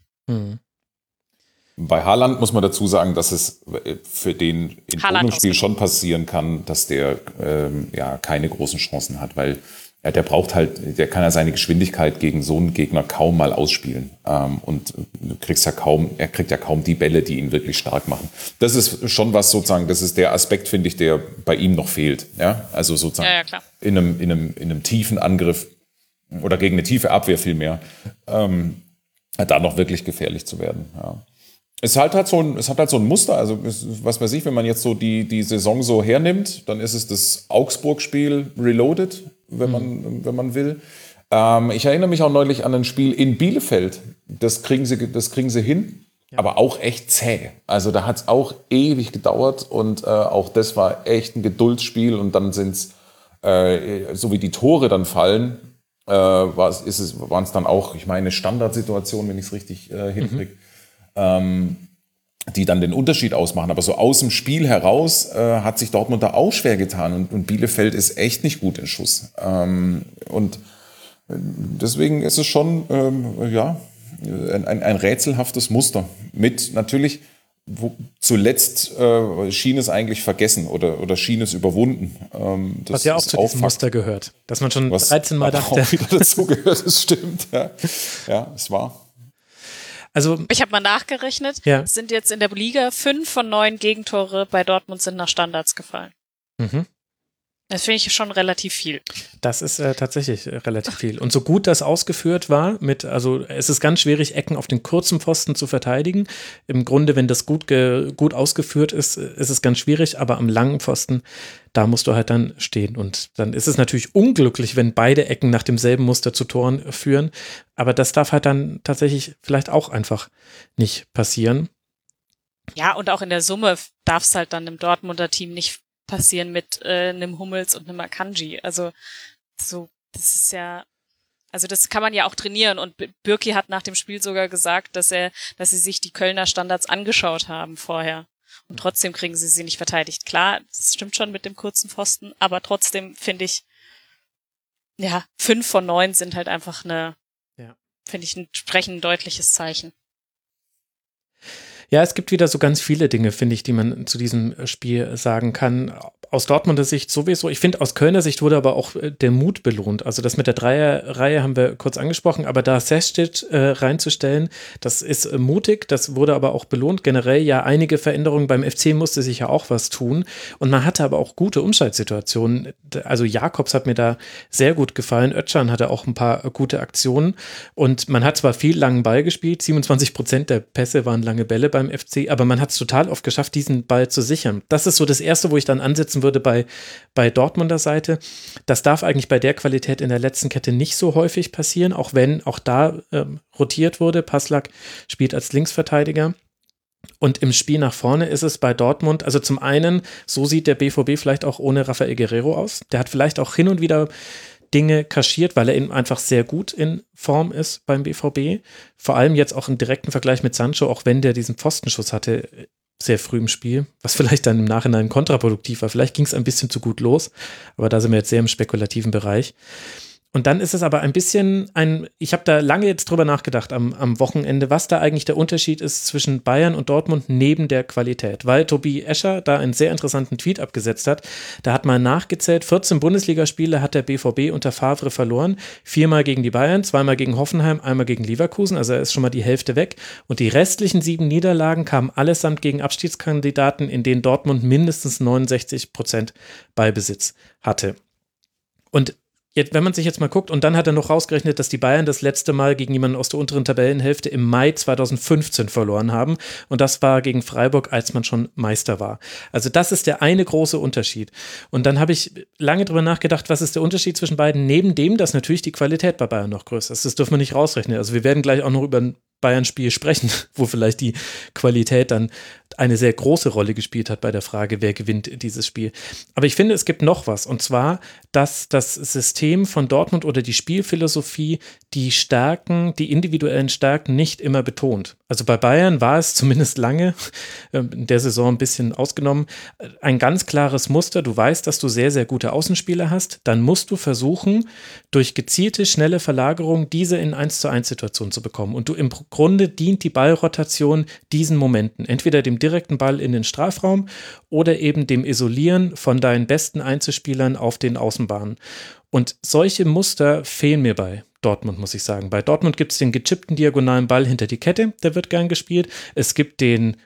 Bei Haaland muss man dazu sagen, dass es für den in so einem Spiel schon passieren kann, dass der keine großen Chancen hat, weil der braucht halt, der kann ja seine Geschwindigkeit gegen so einen Gegner kaum mal ausspielen. Und er kriegt ja kaum die Bälle, die ihn wirklich stark machen. Das ist schon was sozusagen, das ist der Aspekt, finde ich, der bei ihm noch fehlt. Ja? Also sozusagen klar. in einem tiefen Angriff oder gegen eine tiefe Abwehr vielmehr, da noch wirklich gefährlich zu werden. Ja. Es hat halt so ein Muster, also was weiß ich, wenn man jetzt so die Saison so hernimmt, dann ist es das Augsburg-Spiel reloaded, wenn man will. Ich erinnere mich auch neulich an ein Spiel in Bielefeld, das kriegen sie hin, aber auch echt zäh. Also da hat es auch ewig gedauert und auch das war echt ein Geduldsspiel und dann sind es, so wie die Tore dann fallen, waren es dann auch, ich meine, Standardsituationen, wenn ich es richtig hinkriege, die dann den Unterschied ausmachen. Aber so aus dem Spiel heraus hat sich Dortmund da auch schwer getan und Bielefeld ist echt nicht gut in Schuss. Und deswegen ist es schon ein rätselhaftes Muster. Mit natürlich, zuletzt schien es eigentlich vergessen oder schien es überwunden. Was ja auch zu diesem Muster gehört. Dass man schon 13 Mal dachte. Auch wieder dazu gehört, das stimmt. Ja, es war. Also, ich habe mal nachgerechnet, es sind jetzt in der Liga 5 von 9 Gegentore bei Dortmund sind nach Standards gefallen. Das finde ich schon relativ viel. Das ist tatsächlich relativ viel. Und so gut das ausgeführt war, es ist ganz schwierig, Ecken auf den kurzen Pfosten zu verteidigen. Im Grunde, wenn das gut ausgeführt ist, ist es ganz schwierig, aber am langen Pfosten, da musst du halt dann stehen. Und dann ist es natürlich unglücklich, wenn beide Ecken nach demselben Muster zu Toren führen. Aber das darf halt dann tatsächlich vielleicht auch einfach nicht passieren. Ja, und auch in der Summe darf es halt dann im Dortmunder Team nicht passieren mit einem Hummels und einem Akanji. Also so, das ist ja, also das kann man ja auch trainieren und Bürki hat nach dem Spiel sogar gesagt, dass sie sich die Kölner Standards angeschaut haben vorher und trotzdem kriegen sie nicht verteidigt. Klar, das stimmt schon mit dem kurzen Pfosten, aber trotzdem finde ich, 5 von 9 sind halt einfach finde ich, ein entsprechend deutliches Zeichen. Ja, es gibt wieder so ganz viele Dinge, finde ich, die man zu diesem Spiel sagen kann. Aus Dortmunder Sicht sowieso. Ich finde, aus Kölner Sicht wurde aber auch der Mut belohnt. Also das mit der Dreierreihe haben wir kurz angesprochen, aber da Sestic reinzustellen, das ist mutig, das wurde aber auch belohnt. Generell ja einige Veränderungen, beim FC musste sich ja auch was tun und man hatte aber auch gute Umschaltsituationen. Also Jakobs hat mir da sehr gut gefallen, Özcan hatte auch ein paar gute Aktionen und man hat zwar viel langen Ball gespielt, 27% der Pässe waren lange Bälle beim FC, aber man hat es total oft geschafft, diesen Ball zu sichern. Das ist so das Erste, wo ich dann ansetzen würde bei Dortmunder Seite. Das darf eigentlich bei der Qualität in der letzten Kette nicht so häufig passieren, auch wenn auch da rotiert wurde. Passlack spielt als Linksverteidiger. Und im Spiel nach vorne ist es bei Dortmund, also zum einen, so sieht der BVB vielleicht auch ohne Rafael Guerrero aus. Der hat vielleicht auch hin und wieder Dinge kaschiert, weil er eben einfach sehr gut in Form ist beim BVB. Vor allem jetzt auch im direkten Vergleich mit Sancho, auch wenn der diesen Pfostenschuss hatte, sehr früh im Spiel, was vielleicht dann im Nachhinein kontraproduktiv war. Vielleicht ging es ein bisschen zu gut los, aber da sind wir jetzt sehr im spekulativen Bereich. Und dann ist es aber ein bisschen ich habe da lange jetzt drüber nachgedacht am Wochenende, was da eigentlich der Unterschied ist zwischen Bayern und Dortmund neben der Qualität, weil Tobi Escher da einen sehr interessanten Tweet abgesetzt hat. Da hat mal nachgezählt, 14 Bundesligaspiele hat der BVB unter Favre verloren, 4-mal gegen die Bayern, 2-mal gegen Hoffenheim, 1-mal gegen Leverkusen, also er ist schon mal die Hälfte weg. Und die restlichen 7 Niederlagen kamen allesamt gegen Abstiegskandidaten, in denen Dortmund mindestens 69% Ballbesitz hatte. Und jetzt, wenn man sich jetzt mal guckt, und dann hat er noch rausgerechnet, dass die Bayern das letzte Mal gegen jemanden aus der unteren Tabellenhälfte im Mai 2015 verloren haben. Und das war gegen Freiburg, als man schon Meister war. Also das ist der eine große Unterschied. Und dann habe ich lange drüber nachgedacht, was ist der Unterschied zwischen beiden, neben dem, dass natürlich die Qualität bei Bayern noch größer ist. Das dürfen wir nicht rausrechnen. Also wir werden gleich auch noch über ein Bayern-Spiel sprechen, wo vielleicht die Qualität dann eine sehr große Rolle gespielt hat bei der Frage, wer gewinnt dieses Spiel. Aber ich finde, es gibt noch was, und zwar, dass das System von Dortmund oder die Spielphilosophie die Stärken, die individuellen Stärken nicht immer betont. Also bei Bayern war es zumindest lange, in der Saison ein bisschen ausgenommen, ein ganz klares Muster. Du weißt, dass du sehr, sehr gute Außenspieler hast, dann musst du versuchen, durch gezielte, schnelle Verlagerung diese in 1:1-Situationen zu bekommen. Und im Grunde dient die Ballrotation diesen Momenten, entweder dem direkten Ball in den Strafraum oder eben dem Isolieren von deinen besten Einzelspielern auf den Außenbahnen. Und solche Muster fehlen mir bei Dortmund, muss ich sagen. Bei Dortmund gibt es den gechippten diagonalen Ball hinter die Kette, der wird gern gespielt. Es gibt den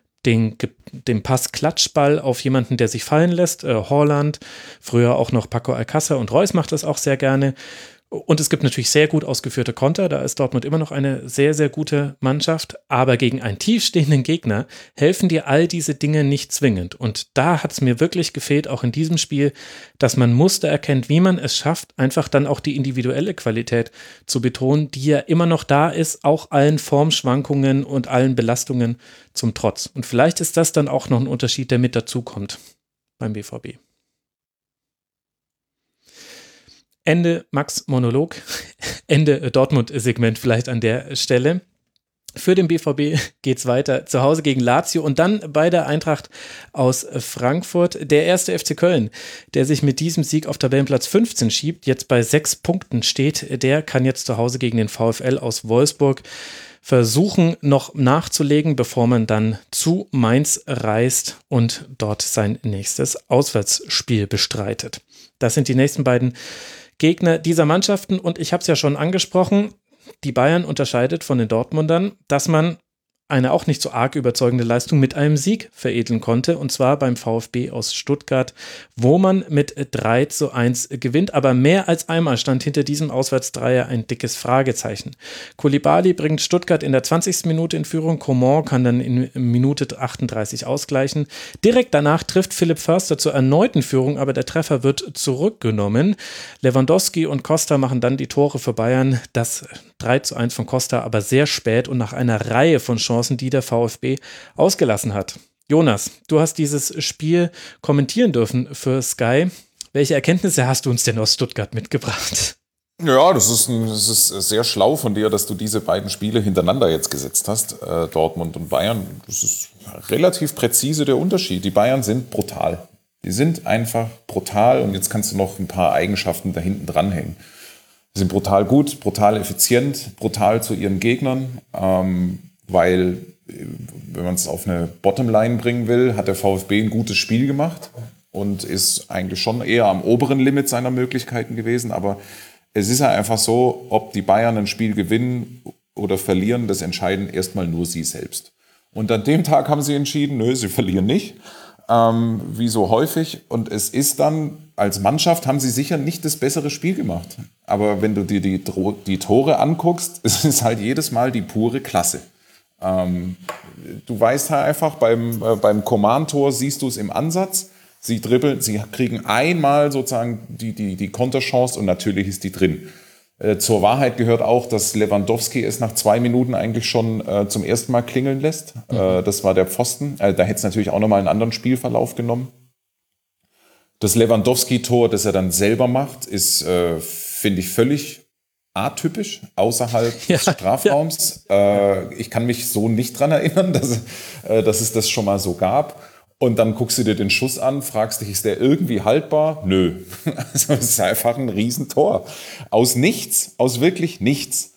Pass-Klatschball auf jemanden, der sich fallen lässt. Haaland, früher auch noch Paco Alcácer und Reus macht das auch sehr gerne. Und es gibt natürlich sehr gut ausgeführte Konter, da ist Dortmund immer noch eine sehr, sehr gute Mannschaft, aber gegen einen tiefstehenden Gegner helfen dir all diese Dinge nicht zwingend. Und da hat es mir wirklich gefehlt, auch in diesem Spiel, dass man Muster erkennt, wie man es schafft, einfach dann auch die individuelle Qualität zu betonen, die ja immer noch da ist, auch allen Formschwankungen und allen Belastungen zum Trotz. Und vielleicht ist das dann auch noch ein Unterschied, der mit dazukommt beim BVB. Ende Max Monolog, Ende Dortmund-Segment vielleicht an der Stelle. Für den BVB geht's weiter zu Hause gegen Lazio und dann bei der Eintracht aus Frankfurt. Der erste FC Köln, der sich mit diesem Sieg auf Tabellenplatz 15 schiebt, jetzt bei 6 Punkten steht, der kann jetzt zu Hause gegen den VfL aus Wolfsburg versuchen, noch nachzulegen, bevor man dann zu Mainz reist und dort sein nächstes Auswärtsspiel bestreitet. Das sind die nächsten beiden Gegner dieser Mannschaften und ich habe es ja schon angesprochen, die Bayern unterscheidet von den Dortmundern, dass man eine auch nicht so arg überzeugende Leistung mit einem Sieg veredeln konnte, und zwar beim VfB aus Stuttgart, wo man mit 3:1 gewinnt, aber mehr als einmal stand hinter diesem Auswärtsdreier ein dickes Fragezeichen. Koulibaly bringt Stuttgart in der 20. Minute in Führung, Coman kann dann in Minute 38 ausgleichen. Direkt danach trifft Philipp Förster zur erneuten Führung, aber der Treffer wird zurückgenommen. Lewandowski und Costa machen dann die Tore für Bayern, das 3:1 von Costa, aber sehr spät und nach einer Reihe von Chancen, die der VfB ausgelassen hat. Jonas, du hast dieses Spiel kommentieren dürfen für Sky. Welche Erkenntnisse hast du uns denn aus Stuttgart mitgebracht? Ja, das ist sehr schlau von dir, dass du diese beiden Spiele hintereinander jetzt gesetzt hast, Dortmund und Bayern. Das ist relativ präzise der Unterschied. Die Bayern sind brutal. Die sind einfach brutal und jetzt kannst du noch ein paar Eigenschaften da hinten dranhängen. Sie sind brutal gut, brutal effizient, brutal zu ihren Gegnern, weil, wenn man es auf eine Bottomline bringen will, hat der VfB ein gutes Spiel gemacht und ist eigentlich schon eher am oberen Limit seiner Möglichkeiten gewesen, aber es ist ja einfach so, ob die Bayern ein Spiel gewinnen oder verlieren, das entscheiden erstmal nur sie selbst. Und an dem Tag haben sie entschieden, nö, sie verlieren nicht, wie so häufig. Und es ist dann, als Mannschaft haben sie sicher nicht das bessere Spiel gemacht. Aber wenn du dir die Tore anguckst, es ist halt jedes Mal die pure Klasse. Du weißt halt einfach, beim Coman-Tor siehst du es im Ansatz. Sie dribbeln, sie kriegen einmal sozusagen die Konterchance und natürlich ist die drin. Zur Wahrheit gehört auch, dass Lewandowski es nach 2 Minuten eigentlich schon zum ersten Mal klingeln lässt. Das war der Pfosten. Da hätte es natürlich auch nochmal einen anderen Spielverlauf genommen. Das Lewandowski-Tor, das er dann selber macht, ist, finde ich, völlig atypisch außerhalb des Strafraums. Ich kann mich so nicht dran erinnern, dass es das schon mal so gab. Und dann guckst du dir den Schuss an, fragst dich, ist der irgendwie haltbar? Nö. Also es ist einfach ein Riesentor. Aus nichts, aus wirklich nichts.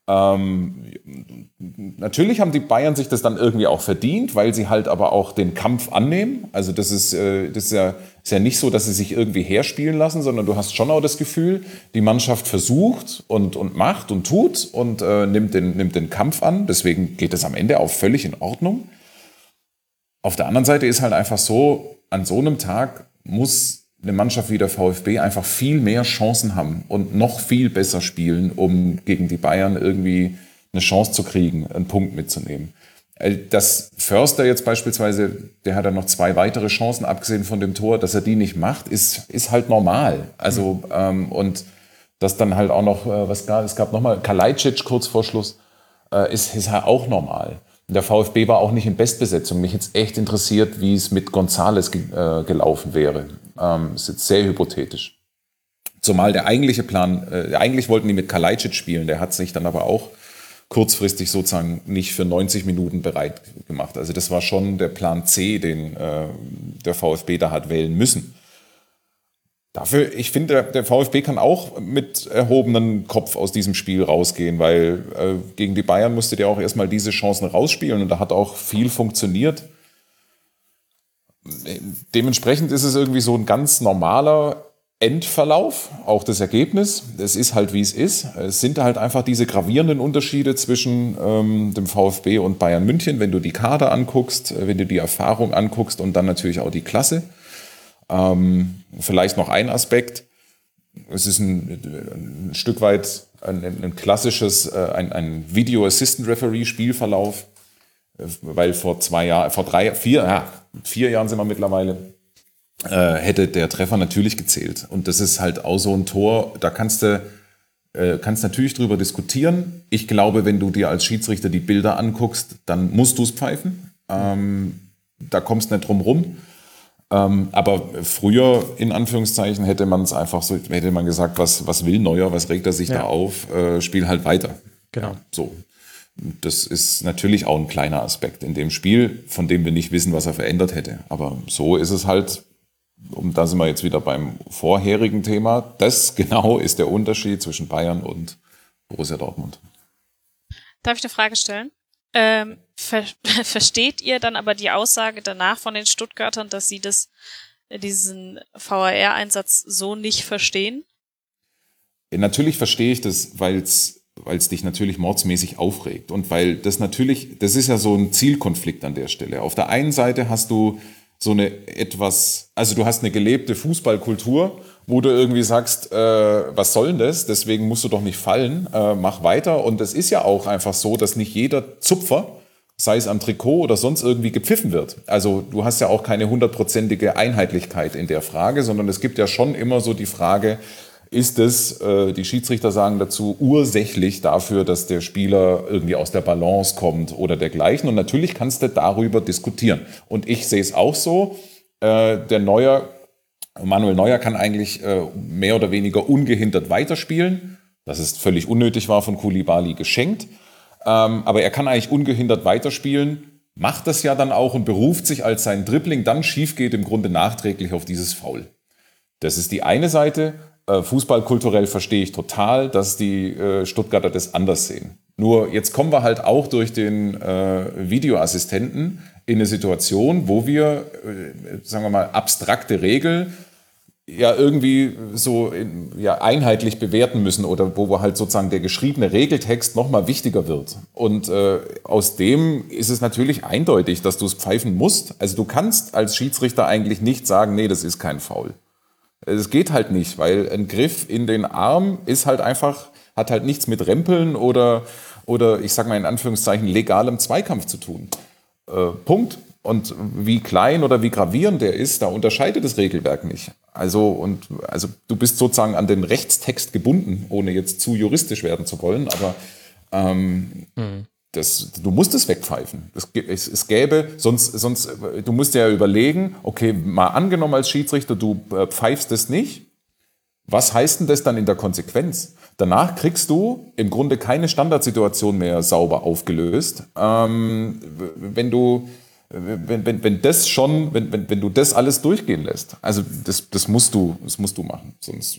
Natürlich haben die Bayern sich das dann irgendwie auch verdient, weil sie halt aber auch den Kampf annehmen. Also das ist ja nicht so, dass sie sich irgendwie herspielen lassen, sondern du hast schon auch das Gefühl, die Mannschaft versucht und macht und tut und nimmt den Kampf an. Deswegen geht es am Ende auch völlig in Ordnung. Auf der anderen Seite ist halt einfach so, an so einem Tag muss eine Mannschaft wie der VfB einfach viel mehr Chancen haben und noch viel besser spielen, um gegen die Bayern irgendwie eine Chance zu kriegen, einen Punkt mitzunehmen. Dass Förster jetzt beispielsweise, der hat ja noch 2 weitere Chancen, abgesehen von dem Tor, dass er die nicht macht, ist halt normal. Also, und dass dann halt auch noch, es gab nochmal Kalajdzic kurz vor Schluss, ist halt auch normal. Der VfB war auch nicht in Bestbesetzung. Mich jetzt echt interessiert, wie es mit González gelaufen wäre. Ist jetzt sehr hypothetisch. Zumal der eigentliche Plan, eigentlich wollten die mit Kalajdzic spielen, der hat sich dann aber auch kurzfristig sozusagen nicht für 90 Minuten bereit gemacht. Also das war schon der Plan C, den der VfB da hat wählen müssen. Dafür, ich finde, der VfB kann auch mit erhobenem Kopf aus diesem Spiel rausgehen, weil gegen die Bayern musste der auch erstmal diese Chancen rausspielen und da hat auch viel funktioniert. Dementsprechend ist es irgendwie so ein ganz normaler Endverlauf, auch das Ergebnis. Es ist halt, wie es ist. Es sind halt einfach diese gravierenden Unterschiede zwischen dem VfB und Bayern München, wenn du die Kader anguckst, wenn du die Erfahrung anguckst und dann natürlich auch die Klasse. Vielleicht noch ein Aspekt. Es ist ein Stück weit ein klassisches, ein Video Assistant Referee Spielverlauf, weil vor 4 Jahren sind wir mittlerweile, hätte der Treffer natürlich gezählt. Und das ist halt auch so ein Tor, da kannst natürlich drüber diskutieren. Ich glaube, wenn du dir als Schiedsrichter die Bilder anguckst, dann musst du es pfeifen. Da kommst du nicht drum rum. Aber früher, in Anführungszeichen, hätte man gesagt, was will Neuer, was regt er sich da auf, spiel halt weiter. Genau. Ja, so. Das ist natürlich auch ein kleiner Aspekt in dem Spiel, von dem wir nicht wissen, was er verändert hätte. Aber so ist es halt, da sind wir jetzt wieder beim vorherigen Thema, das genau ist der Unterschied zwischen Bayern und Borussia Dortmund. Darf ich eine Frage stellen? Versteht ihr dann aber die Aussage danach von den Stuttgartern, dass sie diesen VAR-Einsatz so nicht verstehen? Natürlich verstehe ich das, weil es dich natürlich mordsmäßig aufregt und weil das ist ja so ein Zielkonflikt an der Stelle. Auf der einen Seite hast du du hast eine gelebte Fußballkultur, wo du irgendwie sagst, was soll denn das? Deswegen musst du doch nicht fallen, mach weiter. Und es ist ja auch einfach so, dass nicht jeder Zupfer, sei es am Trikot oder sonst irgendwie, gepfiffen wird. Also du hast ja auch keine 100%ige Einheitlichkeit in der Frage, sondern es gibt ja schon immer so die Frage, ist es, die Schiedsrichter sagen dazu, ursächlich dafür, dass der Spieler irgendwie aus der Balance kommt oder dergleichen. Und natürlich kannst du darüber diskutieren. Und ich sehe es auch so, Manuel Neuer kann eigentlich mehr oder weniger ungehindert weiterspielen. Das ist völlig unnötig war von Koulibaly geschenkt. Aber er kann eigentlich ungehindert weiterspielen, macht das ja dann auch und beruft sich, als sein Dribbling dann schief geht, im Grunde nachträglich auf dieses Foul. Das ist die eine Seite. Fußballkulturell verstehe ich total, dass die Stuttgarter das anders sehen. Nur jetzt kommen wir halt auch durch den Videoassistenten in eine Situation, wo wir, sagen wir mal, abstrakte Regeln ja irgendwie so einheitlich bewerten müssen oder wo halt sozusagen der geschriebene Regeltext nochmal wichtiger wird. Und aus dem ist es natürlich eindeutig, dass du es pfeifen musst. Also du kannst als Schiedsrichter eigentlich nicht sagen, nee, das ist kein Foul. Es geht halt nicht, weil ein Griff in den Arm ist halt einfach, hat halt nichts mit Rempeln oder oder ich sage mal in Anführungszeichen legalem Zweikampf zu tun. Punkt. Und wie klein oder wie gravierend der ist, da unterscheidet das Regelwerk nicht. Also du bist sozusagen an den Rechtstext gebunden, ohne jetzt zu juristisch werden zu wollen, aber du musst es wegpfeifen. Es gäbe, sonst du musst dir ja überlegen, okay, mal angenommen als Schiedsrichter, du pfeifst es nicht, was heißt denn das dann in der Konsequenz? Danach kriegst du im Grunde keine Standardsituation mehr sauber aufgelöst, wenn du das alles durchgehen lässt. Also das musst du machen, sonst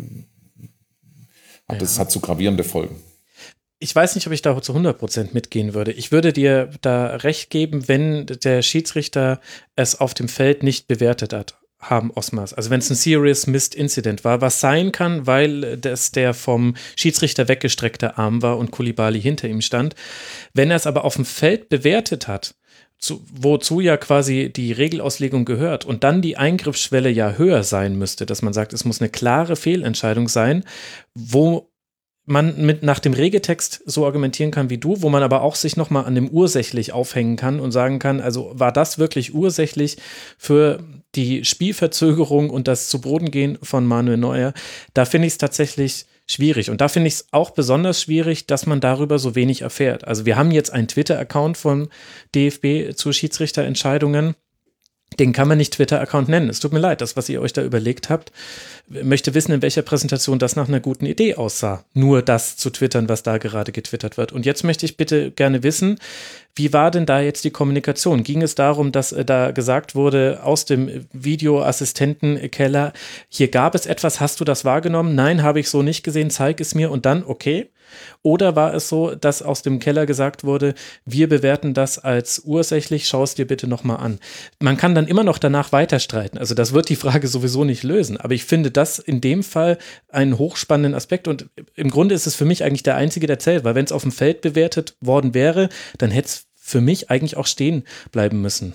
das hat zu gravierende Folgen. Ich weiß nicht, ob ich da zu 100% mitgehen würde. Ich würde dir da recht geben, wenn der Schiedsrichter es auf dem Feld nicht bewertet hat, haben Osmars. Also wenn es ein Serious Missed Incident war, was sein kann, weil das der vom Schiedsrichter weggestreckte Arm war und Koulibaly hinter ihm stand. Wenn er es aber auf dem Feld bewertet hat, wozu ja quasi die Regelauslegung gehört und dann die Eingriffsschwelle ja höher sein müsste, dass man sagt, es muss eine klare Fehlentscheidung sein, wo man nach dem Regeltext so argumentieren kann wie du, wo man aber auch sich nochmal an dem ursächlich aufhängen kann und sagen kann, also war das wirklich ursächlich für die Spielverzögerung und das Zu-Boden-Gehen von Manuel Neuer? Da finde ich es tatsächlich schwierig. Und da finde ich es auch besonders schwierig, dass man darüber so wenig erfährt. Also wir haben jetzt einen Twitter-Account von DFB zu Schiedsrichterentscheidungen. Den kann man nicht Twitter-Account nennen. Es tut mir leid, das, was ihr euch da überlegt habt. Möchte wissen, in welcher Präsentation das nach einer guten Idee aussah. Nur das zu twittern, was da gerade getwittert wird. Und jetzt möchte ich bitte gerne wissen, wie war denn da jetzt die Kommunikation? Ging es darum, dass da gesagt wurde aus dem Videoassistentenkeller, hier gab es etwas, hast du das wahrgenommen? Nein, habe ich so nicht gesehen, zeig es mir und dann, okay. Oder war es so, dass aus dem Keller gesagt wurde, wir bewerten das als ursächlich, schau es dir bitte nochmal an. Man kann dann immer noch danach weiter streiten. Also das wird die Frage sowieso nicht lösen. Aber ich finde das in dem Fall einen hochspannenden Aspekt und im Grunde ist es für mich eigentlich der einzige, der zählt, weil wenn es auf dem Feld bewertet worden wäre, dann hätte es für mich eigentlich auch stehen bleiben müssen.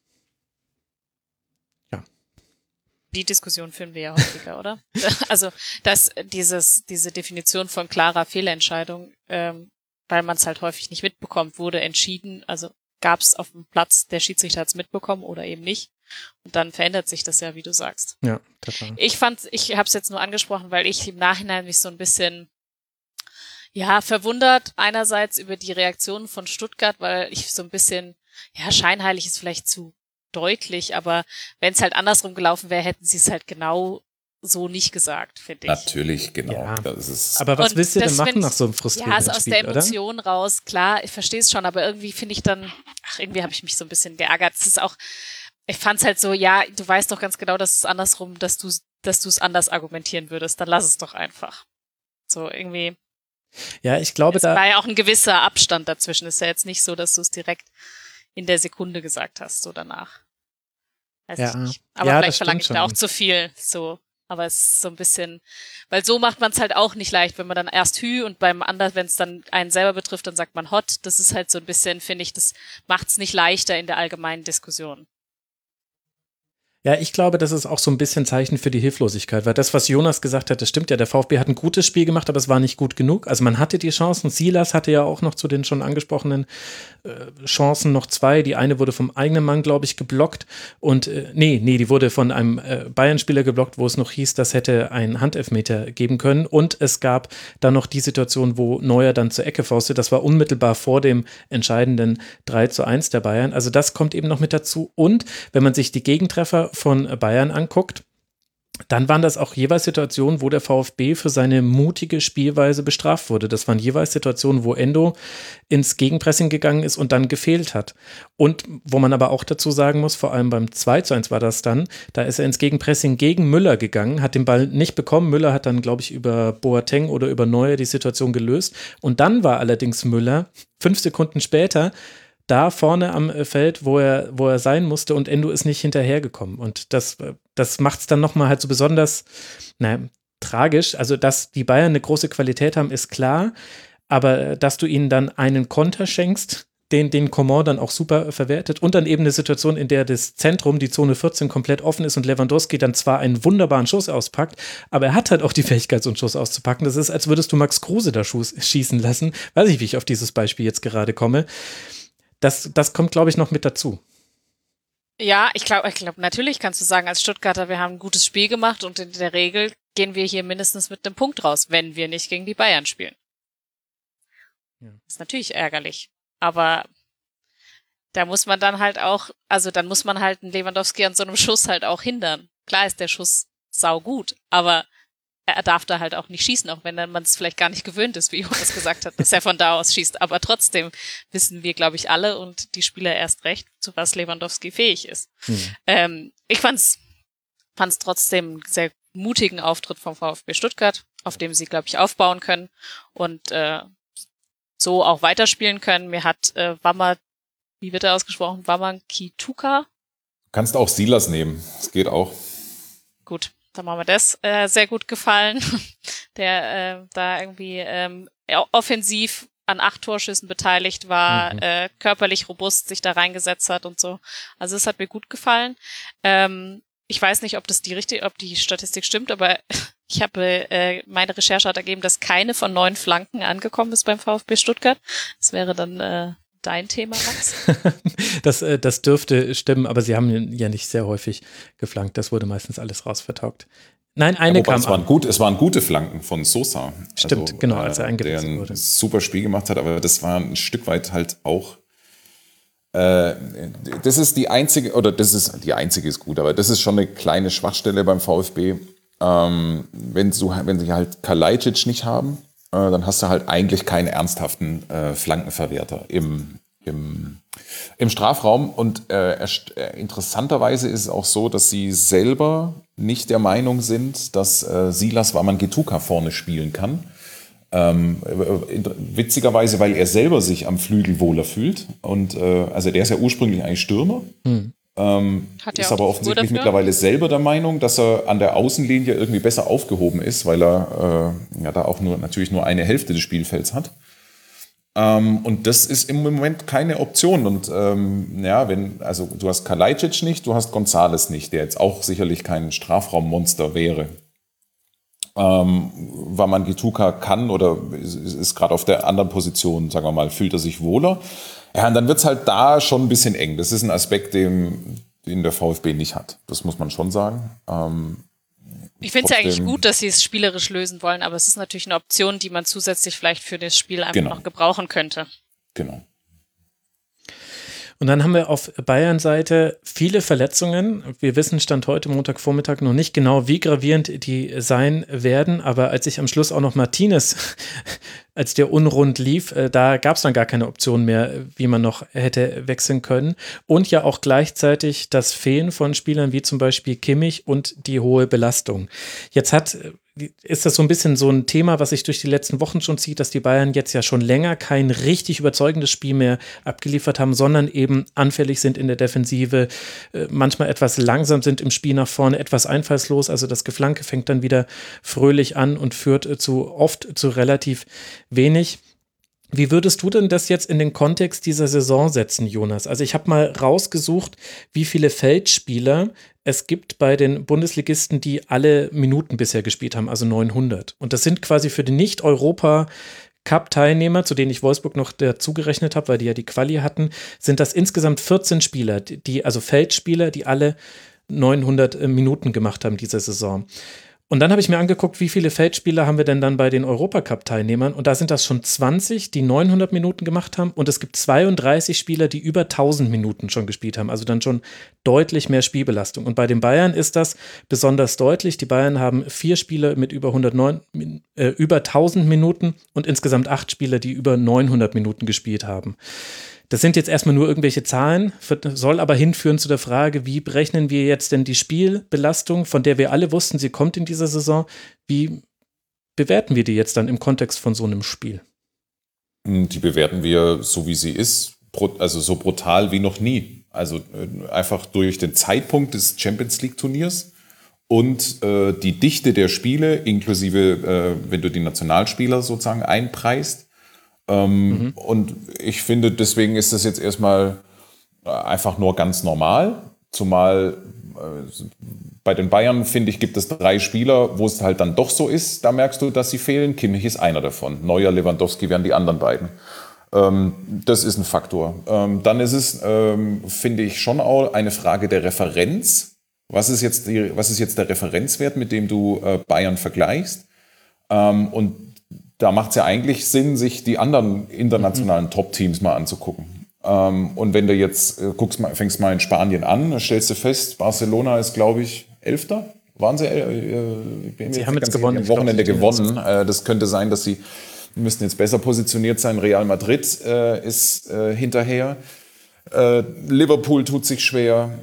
Ja. Die Diskussion führen wir ja häufiger, oder? Also, dass diese Definition von klarer Fehlentscheidung, weil man es halt häufig nicht mitbekommt, wurde entschieden, also gab es auf dem Platz, der Schiedsrichter hat es mitbekommen oder eben nicht. Und dann verändert sich das ja, wie du sagst. Ja, total. Ich habe es jetzt nur angesprochen, weil ich im Nachhinein mich so ein bisschen verwundert einerseits über die Reaktionen von Stuttgart, weil ich so ein bisschen, scheinheilig ist vielleicht zu deutlich, aber wenn es halt andersrum gelaufen wäre, hätten sie es halt genau so nicht gesagt, finde ich. Natürlich, genau. Ja. Das ist Aber was willst du denn machen nach so einem frustrierenden frustrierenden Spiel, aus der Emotion raus, klar, ich verstehe es schon, aber irgendwie finde ich dann, irgendwie habe ich mich so ein bisschen geärgert. Es ist auch, ich fand es halt so, du weißt doch ganz genau, dass es andersrum, dass du es anders argumentieren würdest, dann lass es doch einfach. So irgendwie. Ja, ich glaube, es war ja auch ein gewisser Abstand dazwischen. Es ist ja jetzt nicht so, dass du es direkt in der Sekunde gesagt hast, so danach. Weiß ich nicht. Aber vielleicht verlange ich da auch zu viel, so. Aber es ist so ein bisschen, weil so macht man es halt auch nicht leicht, wenn man dann erst Hü und beim anderen, wenn es dann einen selber betrifft, dann sagt man Hot. Das ist halt so ein bisschen, finde ich, das macht es nicht leichter in der allgemeinen Diskussion. Ja, ich glaube, das ist auch so ein bisschen Zeichen für die Hilflosigkeit, weil das, was Jonas gesagt hat, das stimmt ja, der VfB hat ein gutes Spiel gemacht, aber es war nicht gut genug. Also man hatte die Chancen, Silas hatte ja auch noch zu den schon angesprochenen Chancen noch 2. Die eine wurde vom eigenen Mann, glaube ich, geblockt und die wurde von einem Bayern-Spieler geblockt, wo es noch hieß, das hätte einen Handelfmeter geben können und es gab dann noch die Situation, wo Neuer dann zur Ecke faustet. Das war unmittelbar vor dem entscheidenden 3:1 der Bayern. Also das kommt eben noch mit dazu und wenn man sich die Gegentreffer von Bayern anguckt, dann waren das auch jeweils Situationen, wo der VfB für seine mutige Spielweise bestraft wurde. Das waren jeweils Situationen, wo Endo ins Gegenpressing gegangen ist und dann gefehlt hat. Und wo man aber auch dazu sagen muss, vor allem beim 2:1 war das dann, da ist er ins Gegenpressing gegen Müller gegangen, hat den Ball nicht bekommen. Müller hat dann, glaube ich, über Boateng oder über Neuer die Situation gelöst. Und dann war allerdings Müller 5 Sekunden später da vorne am Feld, wo er sein musste und Endo ist nicht hinterhergekommen. Und das macht es dann nochmal halt so besonders tragisch. Also, dass die Bayern eine große Qualität haben, ist klar, aber dass du ihnen dann einen Konter schenkst, den Coman dann auch super verwertet und dann eben eine Situation, in der das Zentrum, die Zone 14, komplett offen ist und Lewandowski dann zwar einen wunderbaren Schuss auspackt, aber er hat halt auch die Fähigkeit, so einen Schuss auszupacken. Das ist, als würdest du Max Kruse da schießen lassen. Weiß ich, wie ich auf dieses Beispiel jetzt gerade komme. Das kommt, glaube ich, noch mit dazu. Ja, ich glaube, natürlich kannst du sagen, als Stuttgarter, wir haben ein gutes Spiel gemacht und in der Regel gehen wir hier mindestens mit einem Punkt raus, wenn wir nicht gegen die Bayern spielen. Ja. Das ist natürlich ärgerlich. Aber da muss man dann halt auch, also dann muss man halt einen Lewandowski an so einem Schuss halt auch hindern. Klar ist der Schuss saugut, aber er darf da halt auch nicht schießen, auch wenn man es vielleicht gar nicht gewöhnt ist, wie Jonas gesagt hat, dass er von da aus schießt. Aber trotzdem wissen wir, glaube ich, alle und die Spieler erst recht, zu was Lewandowski fähig ist. Ich fand's trotzdem einen sehr mutigen Auftritt vom VfB Stuttgart, auf dem sie, glaube ich, aufbauen können und so auch weiterspielen können. Mir hat wie wird er ausgesprochen? Wamangituka? Kannst auch Silas nehmen, das geht auch. Gut, dann machen wir das. Sehr gut gefallen, der da irgendwie offensiv an 8 Torschüssen beteiligt war, körperlich robust sich da reingesetzt hat und so. Also es hat mir gut gefallen. Ich weiß nicht, ob die Statistik stimmt, aber ich habe meine Recherche hat ergeben, dass keine von 9 Flanken angekommen ist beim VfB Stuttgart. Das wäre dann dein Thema, Max. Das dürfte stimmen, aber sie haben ja nicht sehr häufig geflankt. Das wurde meistens alles rausvertaugt. Nein, eine kam es waren gute Flanken von Sosa. Stimmt, also, genau, als er eingewechselt wurde. Der ein super Spiel gemacht hat, aber das war ein Stück weit halt auch das ist die einzige ist gut, aber das ist schon eine kleine Schwachstelle beim VfB. Wenn sie halt Kalajdzic nicht haben, dann hast du halt eigentlich keinen ernsthaften Flankenverwerter im Strafraum. Und interessanterweise ist es auch so, dass sie selber nicht der Meinung sind, dass Silas Wamangituka vorne spielen kann. Witzigerweise, weil er selber sich am Flügel wohler fühlt. Und also der ist ja ursprünglich eigentlich Stürmer. Ist aber offensichtlich mittlerweile selber der Meinung, dass er an der Außenlinie irgendwie besser aufgehoben ist, weil er da auch natürlich nur eine Hälfte des Spielfelds hat. Und das ist im Moment keine Option. Und du hast Kalajdzic nicht, du hast González nicht, der jetzt auch sicherlich kein Strafraummonster wäre. Wamangituka kann oder ist gerade auf der anderen Position, sagen wir mal, fühlt er sich wohler. Ja, und dann wird es halt da schon ein bisschen eng. Das ist ein Aspekt, den der VfB nicht hat. Das muss man schon sagen. Ich finde es ja eigentlich gut, dass sie es spielerisch lösen wollen, aber es ist natürlich eine Option, die man zusätzlich vielleicht für das Spiel einfach noch gebrauchen könnte. Genau. Und dann haben wir auf Bayern-Seite viele Verletzungen. Wir wissen Stand heute Montagvormittag noch nicht genau, wie gravierend die sein werden. Aber als ich am Schluss auch noch Martinez, als der unrund lief, da gab es dann gar keine Option mehr, wie man noch hätte wechseln können. Und ja auch gleichzeitig das Fehlen von Spielern wie zum Beispiel Kimmich und die hohe Belastung. Jetzt ist das so ein bisschen so ein Thema, was sich durch die letzten Wochen schon zieht, dass die Bayern jetzt ja schon länger kein richtig überzeugendes Spiel mehr abgeliefert haben, sondern eben anfällig sind in der Defensive, manchmal etwas langsam sind im Spiel nach vorne, etwas einfallslos, also das Geflanke fängt dann wieder fröhlich an und führt oft zu relativ wenig. Wie würdest du denn das jetzt in den Kontext dieser Saison setzen, Jonas? Also ich habe mal rausgesucht, wie viele Feldspieler es gibt bei den Bundesligisten, die alle Minuten bisher gespielt haben, also 900. Und das sind quasi für die Nicht-Europa-Cup-Teilnehmer, zu denen ich Wolfsburg noch dazu gerechnet habe, weil die ja die Quali hatten, sind das insgesamt 14 Spieler, also Feldspieler, die alle 900 Minuten gemacht haben diese Saison. Und dann habe ich mir angeguckt, wie viele Feldspieler haben wir denn dann bei den Europacup-Teilnehmern. Und da sind das schon 20, die 900 Minuten gemacht haben. Und es gibt 32 Spieler, die über 1000 Minuten schon gespielt haben. Also dann schon deutlich mehr Spielbelastung. Und bei den Bayern ist das besonders deutlich. Die Bayern haben 4 Spieler mit über 1000 Minuten und insgesamt 8 Spieler, die über 900 Minuten gespielt haben. Das sind jetzt erstmal nur irgendwelche Zahlen, soll aber hinführen zu der Frage, wie berechnen wir jetzt denn die Spielbelastung, von der wir alle wussten, sie kommt in dieser Saison. Wie bewerten wir die jetzt dann im Kontext von so einem Spiel? Die bewerten wir so, wie sie ist, also so brutal wie noch nie. Also einfach durch den Zeitpunkt des Champions-League-Turniers und die Dichte der Spiele, inklusive, wenn du die Nationalspieler sozusagen einpreist. Und ich finde, deswegen ist das jetzt erstmal einfach nur ganz normal. Zumal bei den Bayern, finde ich, gibt es 3 Spieler, wo es halt dann doch so ist. Da merkst du, dass sie fehlen. Kimmich ist einer davon. Neuer, Lewandowski wären die anderen beiden. Das ist ein Faktor. Dann ist es, finde ich, schon auch eine Frage der Referenz. Was ist jetzt der Referenzwert, mit dem du Bayern vergleichst? Und da macht es ja eigentlich Sinn, sich die anderen internationalen Top-Teams mal anzugucken. Und wenn du jetzt fängst mal in Spanien an, stellst du fest, Barcelona ist, glaube ich, 11. Waren sie? Sie haben jetzt gewonnen. Am Wochenende gewonnen. Das könnte sein, dass sie müssten jetzt besser positioniert sein. Real Madrid ist hinterher. Liverpool tut sich schwer.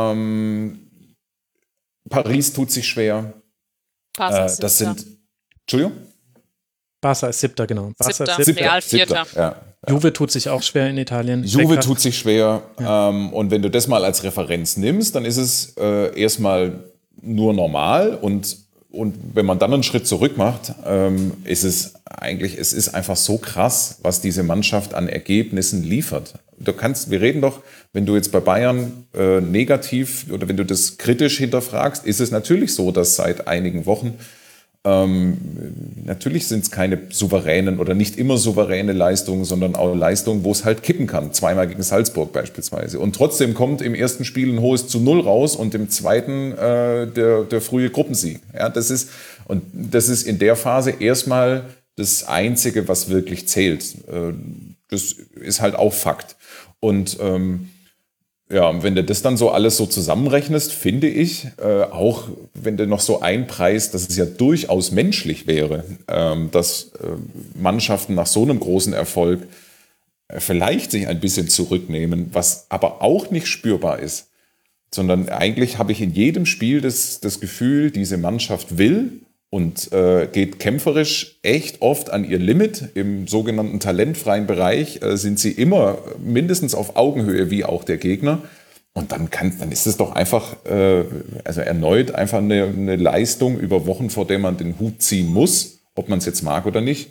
Paris tut sich schwer. Das sind. Entschuldigung? Barca ist 7. genau. Barca ist 7. Real 4. Ja. Juve tut sich auch schwer in Italien. Juve tut sich schwer. Ja. Und wenn du das mal als Referenz nimmst, dann ist es erstmal nur normal. Und wenn man dann einen Schritt zurück macht, ist es ist einfach so krass, was diese Mannschaft an Ergebnissen liefert. Wir reden doch, wenn du jetzt bei Bayern negativ oder wenn du das kritisch hinterfragst, ist es natürlich so, dass seit einigen Wochen natürlich sind es keine souveränen oder nicht immer souveräne Leistungen, sondern auch Leistungen, wo es halt kippen kann. Zweimal gegen Salzburg beispielsweise. Und trotzdem kommt im ersten Spiel ein hohes zu 0 raus und im zweiten der frühe Gruppensieg. Ja, das ist in der Phase erstmal das Einzige, was wirklich zählt. Das ist halt auch Fakt. Und wenn du das dann so alles so zusammenrechnest, finde ich, auch wenn du noch so einpreist, dass es ja durchaus menschlich wäre, dass Mannschaften nach so einem großen Erfolg vielleicht sich ein bisschen zurücknehmen, was aber auch nicht spürbar ist, sondern eigentlich habe ich in jedem Spiel das Gefühl, diese Mannschaft will und geht kämpferisch echt oft an ihr Limit. Im sogenannten talentfreien Bereich sind sie immer mindestens auf Augenhöhe wie auch der Gegner. Und dann ist es doch einfach, erneut einfach eine Leistung über Wochen, vor der man den Hut ziehen muss, ob man es jetzt mag oder nicht.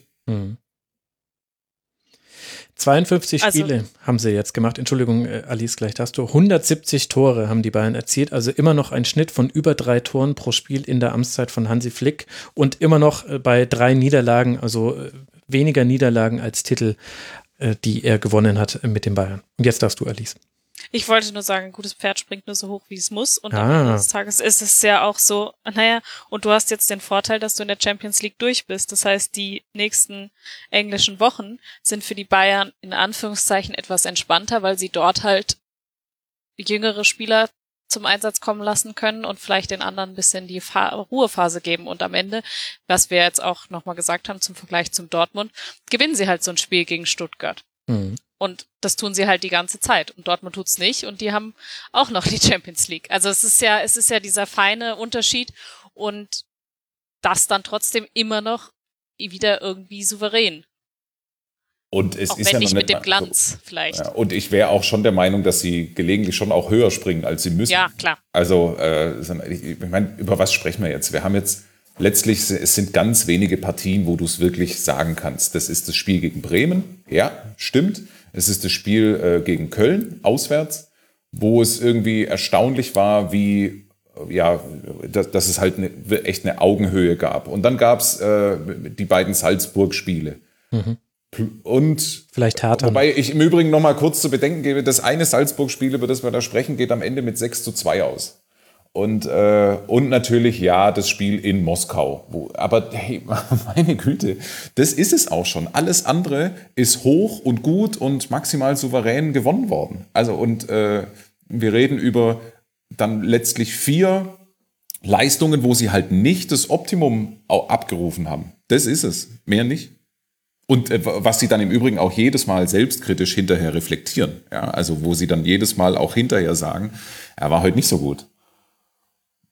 52 Spiele haben sie jetzt gemacht. Entschuldigung, Alice, gleich hast du. 170 Tore haben die Bayern erzielt, also immer noch ein Schnitt von über 3 Toren pro Spiel in der Amtszeit von Hansi Flick und immer noch bei 3 Niederlagen, also weniger Niederlagen als Titel, die er gewonnen hat mit den Bayern. Und jetzt darfst du, Alice. Ich wollte nur sagen, ein gutes Pferd springt nur so hoch, wie es muss. Und am Ende des Tages ist es ja auch so, und du hast jetzt den Vorteil, dass du in der Champions League durch bist. Das heißt, die nächsten englischen Wochen sind für die Bayern in Anführungszeichen etwas entspannter, weil sie dort halt jüngere Spieler zum Einsatz kommen lassen können und vielleicht den anderen ein bisschen die Ruhephase geben. Und am Ende, was wir jetzt auch nochmal gesagt haben zum Vergleich zum Dortmund, gewinnen sie halt so ein Spiel gegen Stuttgart. Und das tun sie halt die ganze Zeit. Und Dortmund tut's nicht. Und die haben auch noch die Champions League. Also es ist ja dieser feine Unterschied. Und das dann trotzdem immer noch wieder irgendwie souverän. Und es auch ist wenn ja nicht noch mit dem Glanz vielleicht. Ja, und ich wäre auch schon der Meinung, dass sie gelegentlich schon auch höher springen, als sie müssen. Ja, klar. Also, ich meine, über was sprechen wir jetzt? Wir haben jetzt letztlich, es sind ganz wenige Partien, wo du es wirklich sagen kannst. Das ist das Spiel gegen Bremen, ja, stimmt. Es ist das Spiel gegen Köln, auswärts, wo es irgendwie erstaunlich war, dass es halt echt eine Augenhöhe gab. Und dann gab es die beiden Salzburg-Spiele. Und vielleicht härter. Wobei ich im Übrigen noch mal kurz zu bedenken gebe, das eine Salzburg-Spiel, über das wir da sprechen, geht am Ende mit 6:2 aus. Und natürlich, ja, das Spiel in Moskau. Aber hey, meine Güte, das ist es auch schon. Alles andere ist hoch und gut und maximal souverän gewonnen worden. Also und wir reden über dann letztlich 4 Leistungen, wo sie halt nicht das Optimum abgerufen haben. Das ist es, mehr nicht. Und was sie dann im Übrigen auch jedes Mal selbstkritisch hinterher reflektieren. Ja, also wo sie dann jedes Mal auch hinterher sagen, er war heute nicht so gut.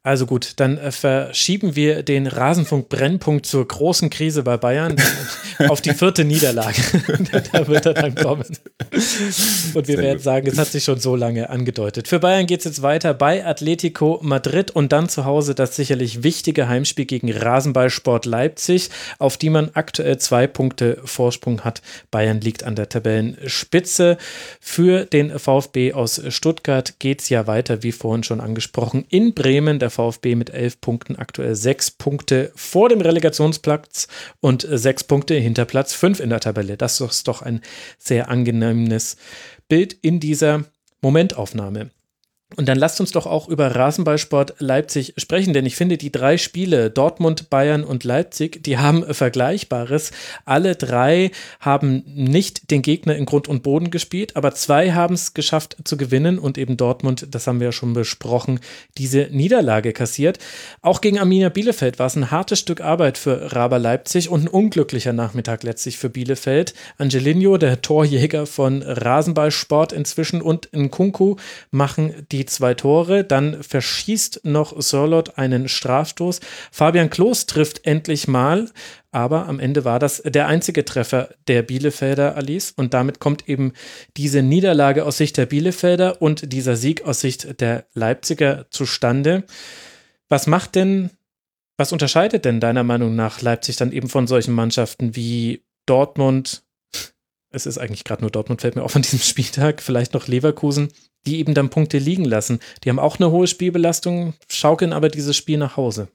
Also gut, dann verschieben wir den Rasenfunk-Brennpunkt zur großen Krise bei Bayern auf die 4. Niederlage. Da wird er dann kommen. Und wir werden sagen, es hat sich schon so lange angedeutet. Für Bayern geht es jetzt weiter bei Atletico Madrid und dann zu Hause das sicherlich wichtige Heimspiel gegen Rasenballsport Leipzig, auf die man aktuell 2 Punkte Vorsprung hat. Bayern liegt an der Tabellenspitze. Für den VfB aus Stuttgart geht es ja weiter, wie vorhin schon angesprochen, in Bremen. Der VfB mit 11 Punkten, aktuell 6 Punkte vor dem Relegationsplatz und 6 Punkte hinter Platz 5 in der Tabelle. Das ist doch ein sehr angenehmes Bild in dieser Momentaufnahme. Und dann lasst uns doch auch über Rasenballsport Leipzig sprechen, denn ich finde, die 3 Spiele, Dortmund, Bayern und Leipzig, die haben Vergleichbares. Alle 3 haben nicht den Gegner in Grund und Boden gespielt, aber 2 haben es geschafft zu gewinnen und eben Dortmund, das haben wir ja schon besprochen, diese Niederlage kassiert. Auch gegen Arminia Bielefeld war es ein hartes Stück Arbeit für Raber Leipzig und ein unglücklicher Nachmittag letztlich für Bielefeld. Angelino, der Torjäger von Rasenballsport inzwischen, und Nkunku machen die 2 Tore, dann verschießt noch Sörloth einen Strafstoß. Fabian Klos trifft endlich mal, aber am Ende war das der einzige Treffer der Bielefelder, Alice, und damit kommt eben diese Niederlage aus Sicht der Bielefelder und dieser Sieg aus Sicht der Leipziger zustande. Was unterscheidet denn deiner Meinung nach Leipzig dann eben von solchen Mannschaften wie Dortmund? Es ist eigentlich gerade nur Dortmund, fällt mir auf an diesem Spieltag, vielleicht noch Leverkusen, die eben dann Punkte liegen lassen. Die haben auch eine hohe Spielbelastung, schaukeln aber dieses Spiel nach Hause.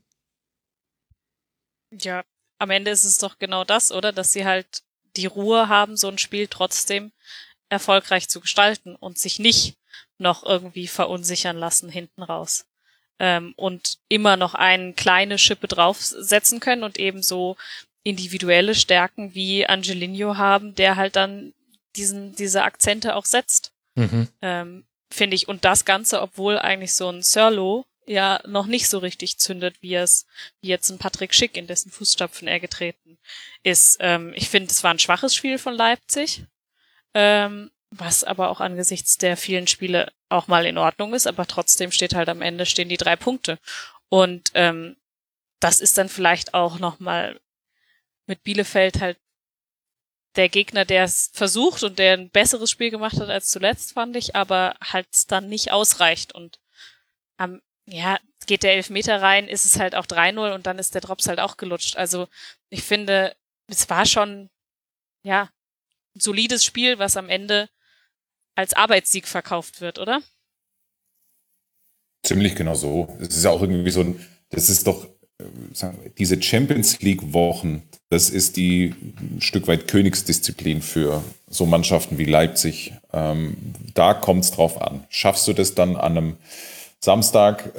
Ja, am Ende ist es doch genau das, oder? Dass sie halt die Ruhe haben, so ein Spiel trotzdem erfolgreich zu gestalten und sich nicht noch irgendwie verunsichern lassen hinten raus. Und immer noch eine kleine Schippe draufsetzen können und eben so individuelle Stärken wie Angelino haben, der halt dann diese Akzente auch setzt. Finde ich. Und das Ganze, obwohl eigentlich so ein Sörloth ja noch nicht so richtig zündet, wie jetzt ein Patrick Schick, in dessen Fußstapfen er getreten ist. Ich finde, es war ein schwaches Spiel von Leipzig, was aber auch angesichts der vielen Spiele auch mal in Ordnung ist, aber trotzdem stehen die 3 Punkte. Und das ist dann vielleicht auch nochmal mit Bielefeld halt der Gegner, der es versucht und der ein besseres Spiel gemacht hat als zuletzt, fand ich, aber halt dann nicht ausreicht. Und geht der Elfmeter rein, ist es halt auch 3-0 und dann ist der Drops halt auch gelutscht. Also ich finde, es war schon ein solides Spiel, was am Ende als Arbeitssieg verkauft wird, oder? Ziemlich genau so. Es ist ja auch irgendwie so das ist doch diese Champions League-Wochen, das ist die ein Stück weit Königsdisziplin für so Mannschaften wie Leipzig. Da kommt es drauf an. Schaffst du das dann an einem Samstag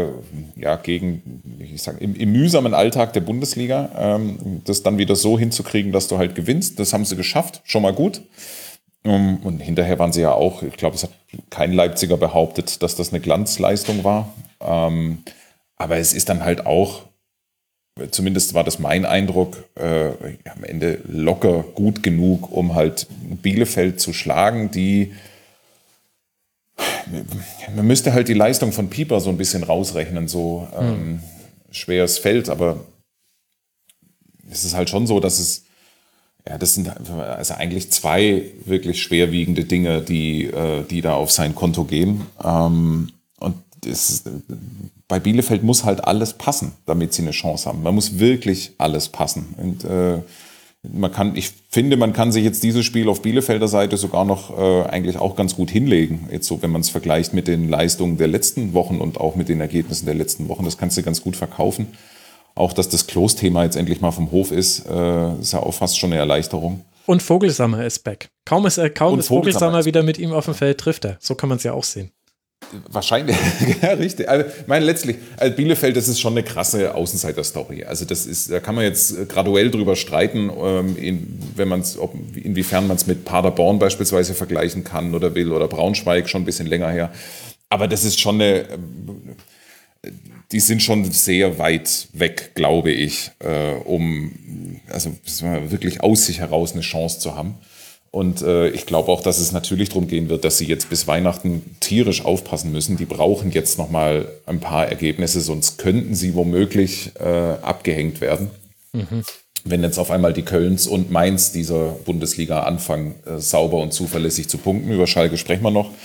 im mühsamen Alltag der Bundesliga, das dann wieder so hinzukriegen, dass du halt gewinnst? Das haben sie geschafft, schon mal gut. Und hinterher waren sie ja auch, ich glaube, es hat kein Leipziger behauptet, dass das eine Glanzleistung war. Aber es ist dann halt auch, zumindest war das mein Eindruck, am Ende locker gut genug, um halt Bielefeld zu schlagen, man müsste halt die Leistung von Pieper so ein bisschen rausrechnen, so schweres Feld, aber es ist halt schon so, dass das sind also eigentlich 2 wirklich schwerwiegende Dinge, die da auf sein Konto gehen. Und bei Bielefeld muss halt alles passen, damit sie eine Chance haben. Man muss wirklich alles passen. Und ich finde, man kann sich jetzt dieses Spiel auf Bielefelder Seite sogar noch eigentlich auch ganz gut hinlegen. Jetzt so, wenn man es vergleicht mit den Leistungen der letzten Wochen und auch mit den Ergebnissen der letzten Wochen, das kannst du ganz gut verkaufen. Auch, dass das Klos-Thema jetzt endlich mal vom Hof ist ja auch fast schon eine Erleichterung. Und Vogelsammer ist back. Kaum ist Vogelsammer wieder mit ihm auf dem Feld, trifft er. So kann man es ja auch sehen. Wahrscheinlich, ja, richtig. Also, letztlich, Bielefeld, das ist schon eine krasse Außenseiter-Story. Also da kann man jetzt graduell drüber streiten, inwiefern man es mit Paderborn beispielsweise vergleichen kann oder will, oder Braunschweig, schon ein bisschen länger her. Aber das ist schon die sind schon sehr weit weg, glaube ich, um wirklich aus sich heraus eine Chance zu haben. Und ich glaube auch, dass es natürlich darum gehen wird, dass sie jetzt bis Weihnachten tierisch aufpassen müssen. Die brauchen jetzt nochmal ein paar Ergebnisse, sonst könnten sie womöglich abgehängt werden. Wenn jetzt auf einmal die Kölns und Mainz dieser Bundesliga anfangen, sauber und zuverlässig zu punkten. Über Schalke sprechen wir noch.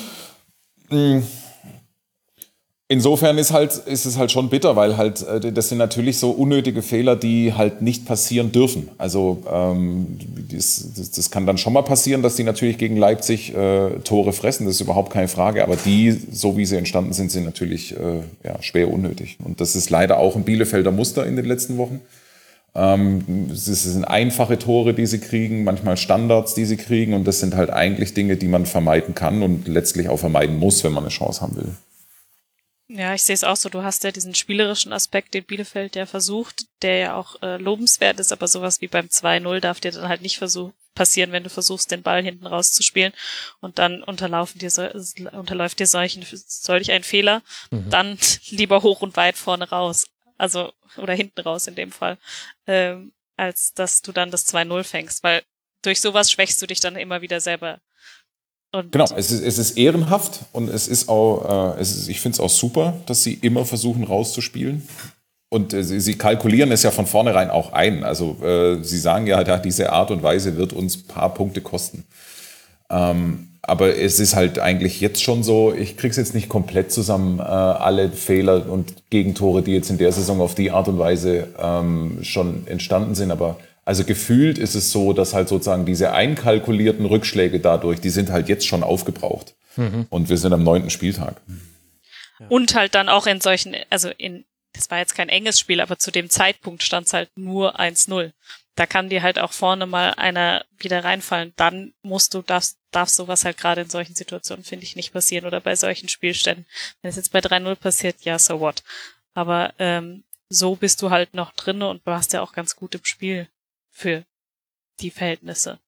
Insofern ist es halt schon bitter, weil halt das sind natürlich so unnötige Fehler, die halt nicht passieren dürfen. Also das kann dann schon mal passieren, dass die natürlich gegen Leipzig Tore fressen, das ist überhaupt keine Frage. Aber die, so wie sie entstanden sind, sind natürlich schwer unnötig. Und das ist leider auch ein Bielefelder Muster in den letzten Wochen. Es sind einfache Tore, die sie kriegen, manchmal Standards, die sie kriegen. Und das sind halt eigentlich Dinge, die man vermeiden kann und letztlich auch vermeiden muss, wenn man eine Chance haben will. Ja, ich sehe es auch so. Du hast ja diesen spielerischen Aspekt, den Bielefeld ja versucht, der ja auch lobenswert ist, aber sowas wie beim 2-0 darf dir dann halt nicht passieren, wenn du versuchst, den Ball hinten rauszuspielen und dann unterläuft dir solch ein Fehler, dann lieber hoch und weit vorne raus, also oder hinten raus in dem Fall, als dass du dann das 2-0 fängst, weil durch sowas schwächst du dich dann immer wieder selber. Und genau, es ist ehrenhaft und es ist auch, ich finde es auch super, dass sie immer versuchen rauszuspielen. Und sie kalkulieren es ja von vornherein auch ein. Also sie sagen ja, diese Art und Weise wird uns ein paar Punkte kosten. Aber es ist halt eigentlich jetzt schon so, ich krieg's jetzt nicht komplett zusammen, alle Fehler und Gegentore, die jetzt in der Saison auf die Art und Weise schon entstanden sind, aber also gefühlt ist es so, dass halt sozusagen diese einkalkulierten Rückschläge dadurch, die sind halt jetzt schon aufgebraucht. Und wir sind am 9. Spieltag. Und halt dann auch in solchen, das war jetzt kein enges Spiel, aber zu dem Zeitpunkt stand es halt nur 1-0. Da kann dir halt auch vorne mal einer wieder reinfallen. Dann darf sowas halt gerade in solchen Situationen, finde ich, nicht passieren oder bei solchen Spielständen. Wenn es jetzt bei 3-0 passiert, ja, so what. Aber so bist du halt noch drin und warst ja auch ganz gut im Spiel für die Verhältnisse.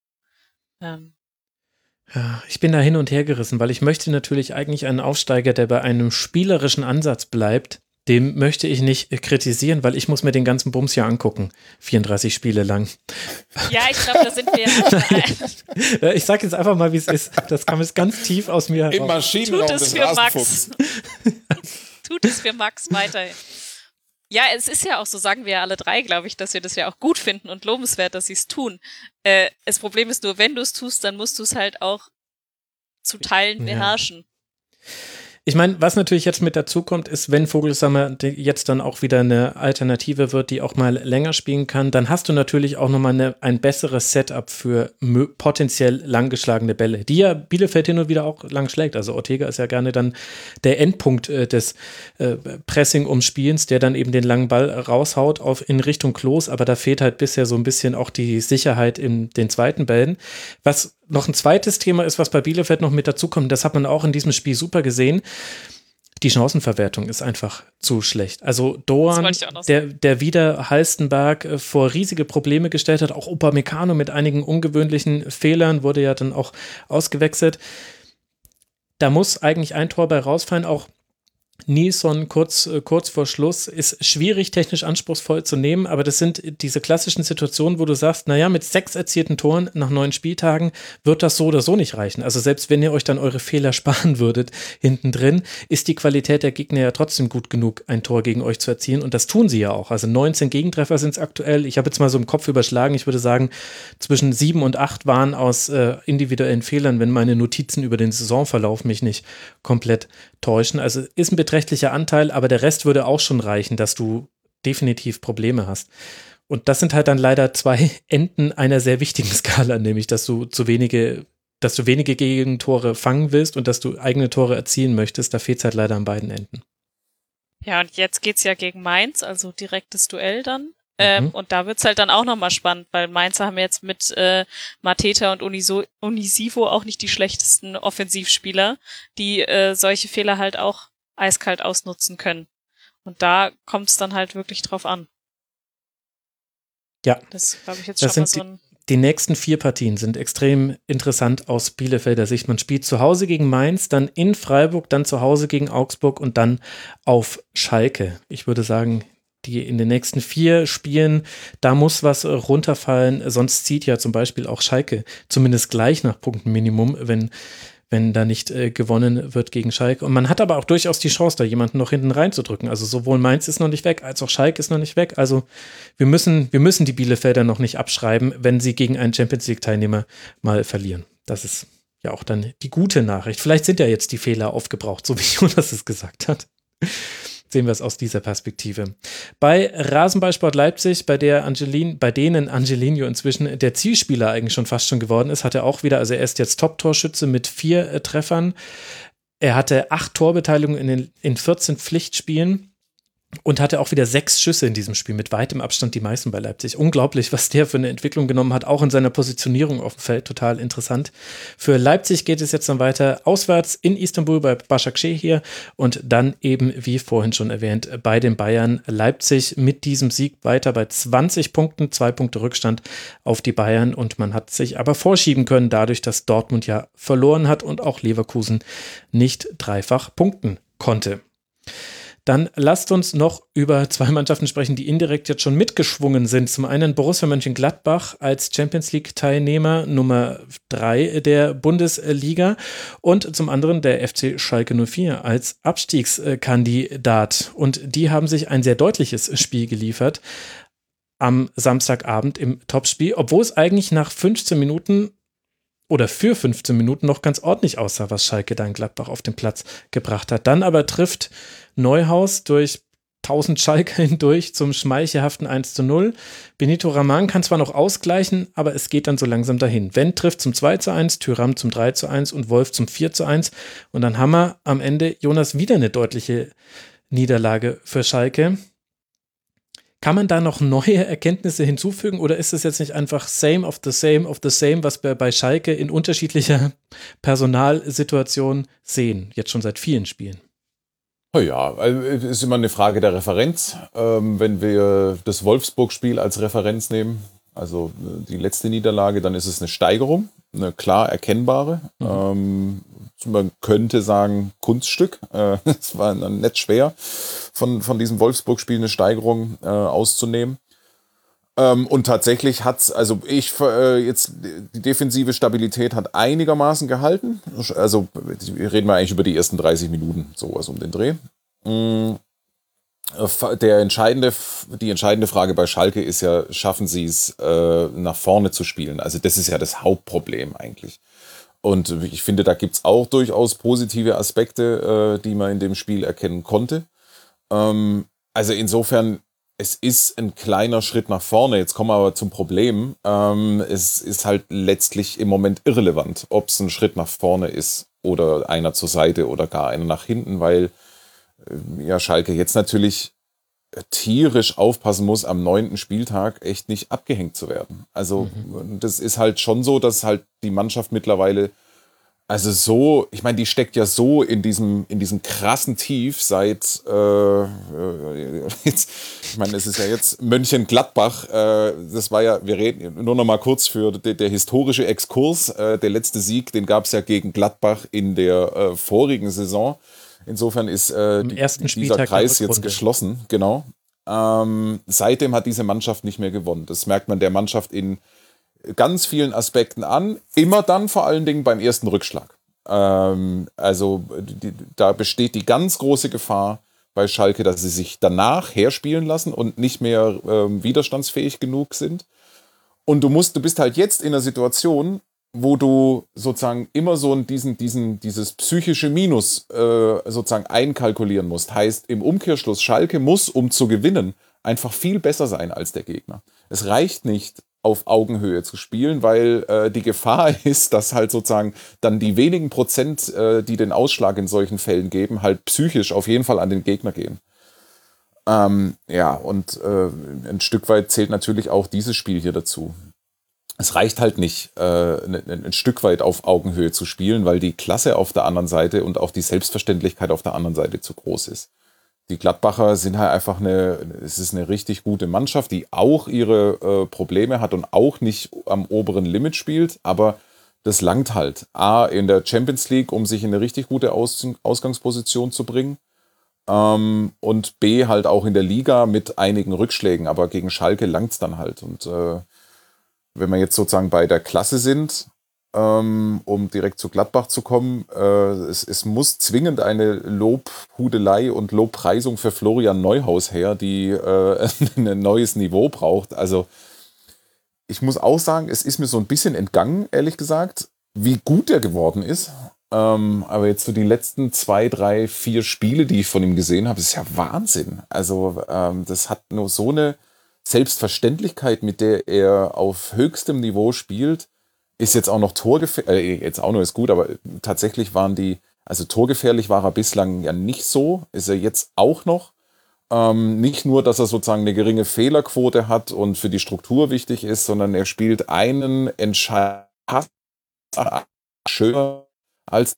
Ja, ich bin da hin und her gerissen, weil ich möchte natürlich eigentlich einen Aufsteiger, der bei einem spielerischen Ansatz bleibt, dem möchte ich nicht kritisieren, weil ich muss mir den ganzen Bums ja angucken. 34 Spiele lang. Ja, ich glaube, da sind wir. Ich sage jetzt einfach mal, wie es ist. Das kam jetzt ganz tief aus mir heraus. Im Maschinenraum des Rasenfunks. Tut es für Max weiterhin. Ja, es ist ja auch so, sagen wir ja alle drei, glaube ich, dass wir das ja auch gut finden und lobenswert, dass sie es tun. Das Problem ist nur, wenn du es tust, dann musst du es halt auch zu Teilen beherrschen. Ich meine, was natürlich jetzt mit dazu kommt, ist, wenn Vogelsammer jetzt dann auch wieder eine Alternative wird, die auch mal länger spielen kann, dann hast du natürlich auch nochmal ein besseres Setup für potenziell langgeschlagene Bälle, die ja Bielefeld hin und wieder auch lang schlägt. Also Ortega ist ja gerne dann der Endpunkt des Pressing-Umspielens, der dann eben den langen Ball raushaut in Richtung Klos, aber da fehlt halt bisher so ein bisschen auch die Sicherheit in den zweiten Bällen. Was noch ein zweites Thema ist, was bei Bielefeld noch mit dazukommt, das hat man auch in diesem Spiel super gesehen. Die Chancenverwertung ist einfach zu schlecht. Also Doan, der wieder Halstenberg vor riesige Probleme gestellt hat, auch Upamecano mit einigen ungewöhnlichen Fehlern, wurde ja dann auch ausgewechselt. Da muss eigentlich ein Tor bei rausfallen, auch Nilsson kurz vor Schluss ist schwierig, technisch anspruchsvoll zu nehmen, aber das sind diese klassischen Situationen, wo du sagst, naja, mit 6 erzielten Toren nach 9 Spieltagen wird das so oder so nicht reichen. Also selbst wenn ihr euch dann eure Fehler sparen würdet hinten drin, ist die Qualität der Gegner ja trotzdem gut genug, ein Tor gegen euch zu erzielen und das tun sie ja auch. Also 19 Gegentreffer sind es aktuell. Ich habe jetzt mal so im Kopf überschlagen, ich würde sagen, zwischen 7 und 8 waren aus individuellen Fehlern, wenn meine Notizen über den Saisonverlauf mich nicht komplett täuschen. Also ist ein beträchtlicher Anteil, aber der Rest würde auch schon reichen, dass du definitiv Probleme hast. Und das sind halt dann leider 2 Enden einer sehr wichtigen Skala, nämlich, dass du wenige Gegentore fangen willst und dass du eigene Tore erzielen möchtest. Da fehlt es halt leider an beiden Enden. Ja, und jetzt geht's ja gegen Mainz, also direktes Duell dann. Und da wird's halt dann auch nochmal spannend, weil Mainzer haben jetzt mit Mateta und Unisivo auch nicht die schlechtesten Offensivspieler, die solche Fehler halt auch eiskalt ausnutzen können. Und da kommt's dann halt wirklich drauf an. Ja, das glaube ich jetzt das schon sind mal so die nächsten 4 Partien sind extrem interessant aus Bielefelder Sicht. Man spielt zu Hause gegen Mainz, dann in Freiburg, dann zu Hause gegen Augsburg und dann auf Schalke. Ich würde sagen, die in den nächsten 4 Spielen, da muss was runterfallen, sonst zieht ja zum Beispiel auch Schalke zumindest gleich nach Punktenminimum, wenn da nicht gewonnen wird gegen Schalke. Und man hat aber auch durchaus die Chance, da jemanden noch hinten reinzudrücken. Also sowohl Mainz ist noch nicht weg, als auch Schalke ist noch nicht weg. Also wir müssen die Bielefelder noch nicht abschreiben, wenn sie gegen einen Champions-League-Teilnehmer mal verlieren. Das ist ja auch dann die gute Nachricht. Vielleicht sind ja jetzt die Fehler aufgebraucht, so wie Jonas es gesagt hat. Sehen wir es aus dieser Perspektive. Bei Rasenballsport Leipzig, bei denen Angelino inzwischen der Zielspieler eigentlich schon fast schon geworden ist, hat er auch wieder, also er ist jetzt Top-Torschütze mit 4 Treffern. Er hatte 8 Torbeteiligungen in 14 Pflichtspielen und hatte auch wieder 6 Schüsse in diesem Spiel, mit weitem Abstand die meisten bei Leipzig. Unglaublich, was der für eine Entwicklung genommen hat, auch in seiner Positionierung auf dem Feld, total interessant. Für Leipzig geht es jetzt dann weiter auswärts in Istanbul bei Başakşehir und dann eben, wie vorhin schon erwähnt, bei den Bayern. Leipzig mit diesem Sieg weiter bei 20 Punkten, 2 Punkte Rückstand auf die Bayern, und man hat sich aber vorschieben können, dadurch, dass Dortmund ja verloren hat und auch Leverkusen nicht dreifach punkten konnte. Dann lasst uns noch über 2 Mannschaften sprechen, die indirekt jetzt schon mitgeschwungen sind. Zum einen Borussia Mönchengladbach als Champions-League-Teilnehmer Nummer 3 der Bundesliga und zum anderen der FC Schalke 04 als Abstiegskandidat. Und die haben sich ein sehr deutliches Spiel geliefert am Samstagabend im Topspiel, obwohl es eigentlich nach 15 Minuten oder für 15 Minuten noch ganz ordentlich aussah, was Schalke da in Gladbach auf den Platz gebracht hat. Dann aber trifft Neuhaus durch 1000 Schalke hindurch zum schmeichelhaften 1:0. Benito Raman kann zwar noch ausgleichen, aber es geht dann so langsam dahin. Wendt trifft zum 2:1, Thuram zum 3:1 und Wolf zum 4:1. Und dann haben wir am Ende, Jonas, wieder eine deutliche Niederlage für Schalke. Kann man da noch neue Erkenntnisse hinzufügen oder ist es jetzt nicht einfach same of the same, was wir bei Schalke in unterschiedlicher Personalsituation sehen, jetzt schon seit vielen Spielen? Ja, also es ist immer eine Frage der Referenz. Wenn wir das Wolfsburg-Spiel als Referenz nehmen, also die letzte Niederlage, dann ist es eine Steigerung, eine klar erkennbare. Man könnte sagen Kunststück. Es war dann nicht schwer, von diesem Wolfsburg-Spiel eine Steigerung auszunehmen. Und tatsächlich hat's, also jetzt die defensive Stabilität hat einigermaßen gehalten. Also reden wir eigentlich über die ersten 30 Minuten, sowas um den Dreh. Die entscheidende Frage bei Schalke ist ja, schaffen sie es, nach vorne zu spielen? Also das ist ja das Hauptproblem eigentlich. Und ich finde, da gibt's auch durchaus positive Aspekte, die man in dem Spiel erkennen konnte. Also insofern, es ist ein kleiner Schritt nach vorne. Jetzt kommen wir aber zum Problem. Es ist halt letztlich im Moment irrelevant, ob es ein Schritt nach vorne ist oder einer zur Seite oder gar einer nach hinten, weil ja Schalke jetzt natürlich tierisch aufpassen muss, am 9. Spieltag echt nicht abgehängt zu werden. Also das ist halt schon so, dass halt die Mannschaft mittlerweile, also so, ich meine, die steckt ja so in diesem krassen Tief seit, jetzt, ich meine, es ist ja jetzt Mönchengladbach, das war ja, wir reden nur noch mal kurz für der historische Exkurs, der letzte Sieg, den gab es ja gegen Gladbach in der vorigen Saison. Insofern ist dieser Kreis jetzt geschlossen, genau. Seitdem hat diese Mannschaft nicht mehr gewonnen. Das merkt man der Mannschaft in ganz vielen Aspekten an, immer dann vor allen Dingen beim ersten Rückschlag. Also da besteht die ganz große Gefahr bei Schalke, dass sie sich danach herspielen lassen und nicht mehr widerstandsfähig genug sind. Und du bist halt jetzt in einer Situation, wo du sozusagen immer so dieses psychische Minus sozusagen einkalkulieren musst. Heißt, im Umkehrschluss, Schalke muss, um zu gewinnen, einfach viel besser sein als der Gegner. Es reicht nicht, auf Augenhöhe zu spielen, weil die Gefahr ist, dass halt sozusagen dann die wenigen Prozent, die den Ausschlag in solchen Fällen geben, halt psychisch auf jeden Fall an den Gegner gehen. Ja, und ein Stück weit zählt natürlich auch dieses Spiel hier dazu. Es reicht halt nicht, ein Stück weit auf Augenhöhe zu spielen, weil die Klasse auf der anderen Seite und auch die Selbstverständlichkeit auf der anderen Seite zu groß ist. Die Gladbacher sind halt einfach es ist eine richtig gute Mannschaft, die auch ihre Probleme hat und auch nicht am oberen Limit spielt, aber das langt halt. A, in der Champions League, um sich in eine richtig gute Ausgangsposition zu bringen. und B, halt auch in der Liga mit einigen Rückschlägen. Aber gegen Schalke langt es dann halt. Und wenn wir jetzt sozusagen bei der Klasse sind, um direkt zu Gladbach zu kommen, es muss zwingend eine Lobhudelei und Lobpreisung für Florian Neuhaus her, die ein neues Niveau braucht. Also ich muss auch sagen, es ist mir so ein bisschen entgangen, ehrlich gesagt, wie gut er geworden ist. Aber jetzt so die letzten 2, 3, 4 Spiele, die ich von ihm gesehen habe, ist ja Wahnsinn. Also das hat nur so eine Selbstverständlichkeit, mit der er auf höchstem Niveau spielt. Ist jetzt auch noch torgefährlich, jetzt auch nur ist gut, aber tatsächlich also torgefährlich war er bislang ja nicht so, ist er jetzt auch noch. Nicht nur, dass er sozusagen eine geringe Fehlerquote hat und für die Struktur wichtig ist, sondern er spielt einen entscheidenden Pass schöner als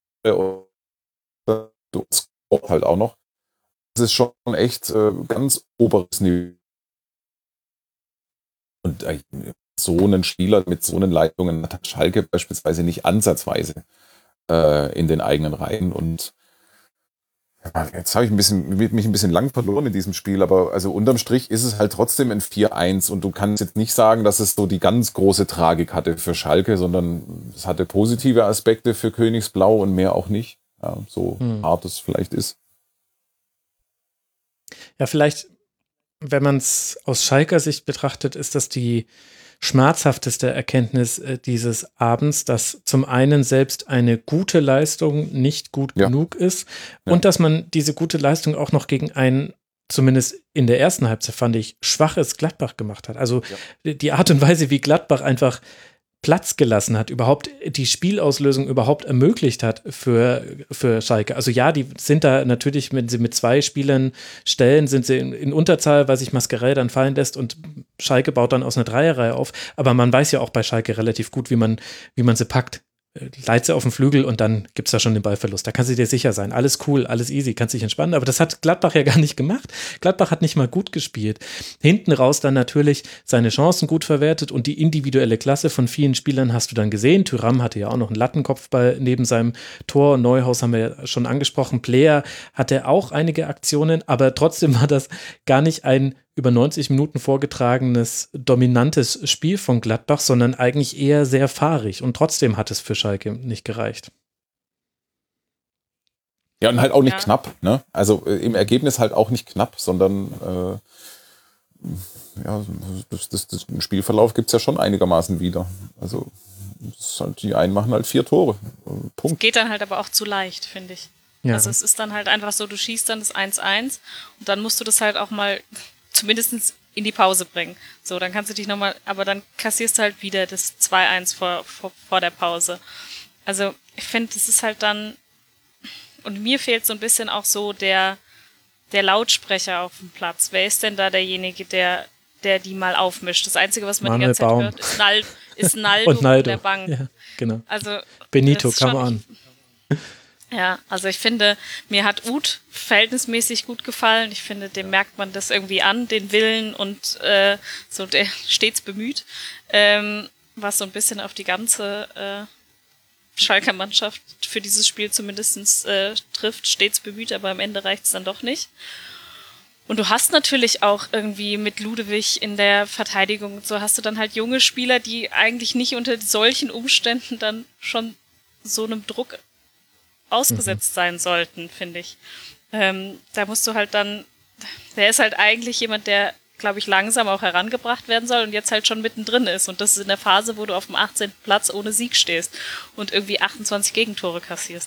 halt auch noch. Das ist schon echt ganz oberes Niveau. Und so einen Spieler mit so einen Leistungen hat Schalke beispielsweise nicht ansatzweise in den eigenen Reihen. Und ja, jetzt habe ich mich ein bisschen lang verloren in diesem Spiel, aber also unterm Strich ist es halt trotzdem ein 4-1 und du kannst jetzt nicht sagen, dass es so die ganz große Tragik hatte für Schalke, sondern es hatte positive Aspekte für Königsblau und mehr auch nicht. Ja, so hart es vielleicht ist. Ja, vielleicht, wenn man es aus Schalker Sicht betrachtet, ist das die schmerzhafteste Erkenntnis dieses Abends, dass zum einen selbst eine gute Leistung nicht gut genug ist und dass man diese gute Leistung auch noch gegen ein, zumindest in der ersten Halbzeit fand ich, schwaches Gladbach gemacht hat. Also die Art und Weise, wie Gladbach einfach Platz gelassen hat, überhaupt die Spielauslösung überhaupt ermöglicht hat für Schalke. Also ja, die sind da natürlich, wenn sie mit 2 Spielern stellen, sind sie in Unterzahl, weil sich Mascarell dann fallen lässt und Schalke baut dann aus einer Dreierreihe auf. Aber man weiß ja auch bei Schalke relativ gut, wie man sie packt. Leitet sie auf den Flügel und dann gibt es da schon den Ballverlust. Da kannst du dir sicher sein. Alles cool, alles easy, kannst dich entspannen. Aber das hat Gladbach ja gar nicht gemacht. Gladbach hat nicht mal gut gespielt. Hinten raus dann natürlich seine Chancen gut verwertet und die individuelle Klasse von vielen Spielern hast du dann gesehen. Thuram hatte ja auch noch einen Lattenkopfball neben seinem Tor. Neuhaus haben wir ja schon angesprochen. Player hatte auch einige Aktionen, aber trotzdem war das gar nicht ein über 90 Minuten vorgetragenes, dominantes Spiel von Gladbach, sondern eigentlich eher sehr fahrig. Und trotzdem hat es für Schalke nicht gereicht. Ja, und halt auch nicht knapp, ne? Also im Ergebnis halt auch nicht knapp, sondern den Spielverlauf gibt es ja schon einigermaßen wieder. Also halt, die einen machen halt 4 Tore. Punkt. Geht dann halt aber auch zu leicht, finde ich. Ja. Also es ist dann halt einfach so, du schießt dann das 1-1 und dann musst du das halt auch mal zumindest in die Pause bringen. So, dann kannst du dich nochmal, aber dann kassierst du halt wieder das 2-1 vor der Pause. Also ich finde, das ist halt dann, und mir fehlt so ein bisschen auch so der Lautsprecher auf dem Platz. Wer ist denn da derjenige, der die mal aufmischt? Das Einzige, was man Manuel die ganze Zeit hört, ist Naldo und der Bank. Ja, genau. Also, Benito, come on. Ja, also ich finde, mir hat Uth verhältnismäßig gut gefallen. Ich finde, dem merkt man das irgendwie an, den Willen und so der stets bemüht, was so ein bisschen auf die ganze Schalker Mannschaft für dieses Spiel zumindest trifft, stets bemüht, aber am Ende reicht es dann doch nicht. Und du hast natürlich auch irgendwie mit Ludewig in der Verteidigung und so hast du dann halt junge Spieler, die eigentlich nicht unter solchen Umständen dann schon so einem Druck ausgesetzt sein sollten, finde ich. Da musst du halt dann, der ist halt eigentlich jemand, der, glaube ich, langsam auch herangebracht werden soll und jetzt halt schon mittendrin ist. Und das ist in der Phase, wo du auf dem 18. Platz ohne Sieg stehst und irgendwie 28 Gegentore kassierst.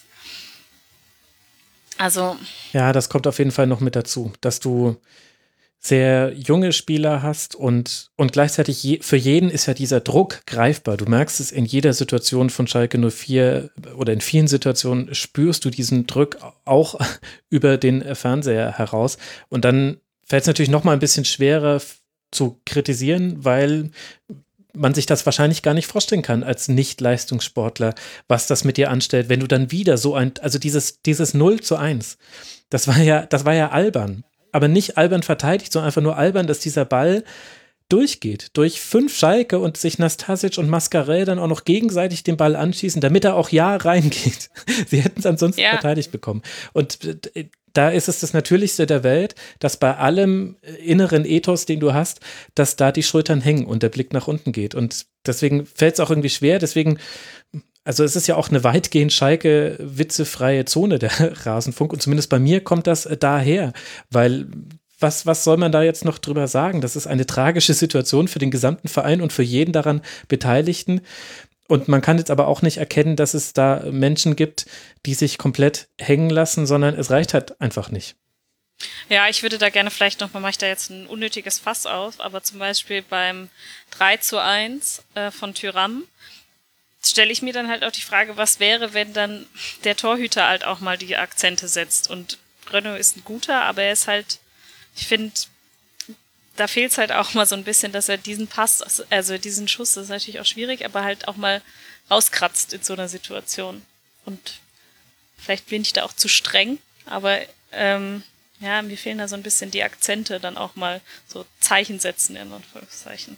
Also. Ja, das kommt auf jeden Fall noch mit dazu, dass du sehr junge Spieler hast und gleichzeitig für jeden ist ja dieser Druck greifbar. Du merkst es in jeder Situation von Schalke 04 oder in vielen Situationen spürst du diesen Druck auch über den Fernseher heraus. Und dann fällt es natürlich noch mal ein bisschen schwerer zu kritisieren, weil man sich das wahrscheinlich gar nicht vorstellen kann als Nicht-Leistungssportler, was das mit dir anstellt, wenn du dann wieder so also dieses 0-1, das war ja albern. Aber nicht albern verteidigt, sondern einfach nur albern, dass dieser Ball durchgeht. Durch 5 Schalke und sich Nastasic und Mascarell dann auch noch gegenseitig den Ball anschießen, damit er auch reingeht. Sie hätten es ansonsten verteidigt bekommen. Und da ist es das Natürlichste der Welt, dass bei allem inneren Ethos, den du hast, dass da die Schultern hängen und der Blick nach unten geht. Und deswegen fällt es auch irgendwie schwer. Deswegen, also es ist ja auch eine weitgehend Schalke witzefreie Zone, der Rasenfunk. Und zumindest bei mir kommt das daher, weil was soll man da jetzt noch drüber sagen? Das ist eine tragische Situation für den gesamten Verein und für jeden daran Beteiligten. Und man kann jetzt aber auch nicht erkennen, dass es da Menschen gibt, die sich komplett hängen lassen, sondern es reicht halt einfach nicht. Ja, ich würde da gerne vielleicht nochmal, mache ich da jetzt ein unnötiges Fass auf, aber zum Beispiel beim 3:1 von Thuram stelle ich mir dann halt auch die Frage, was wäre, wenn dann der Torhüter halt auch mal die Akzente setzt. Und Renaud ist ein guter, aber er ist halt, ich finde, da fehlt es halt auch mal so ein bisschen, dass er diesen Pass, also diesen Schuss, das ist natürlich auch schwierig, aber halt auch mal rauskratzt in so einer Situation. Und vielleicht bin ich da auch zu streng, aber ja, mir fehlen da so ein bisschen die Akzente, dann auch mal so Zeichen setzen, in Anführungszeichen.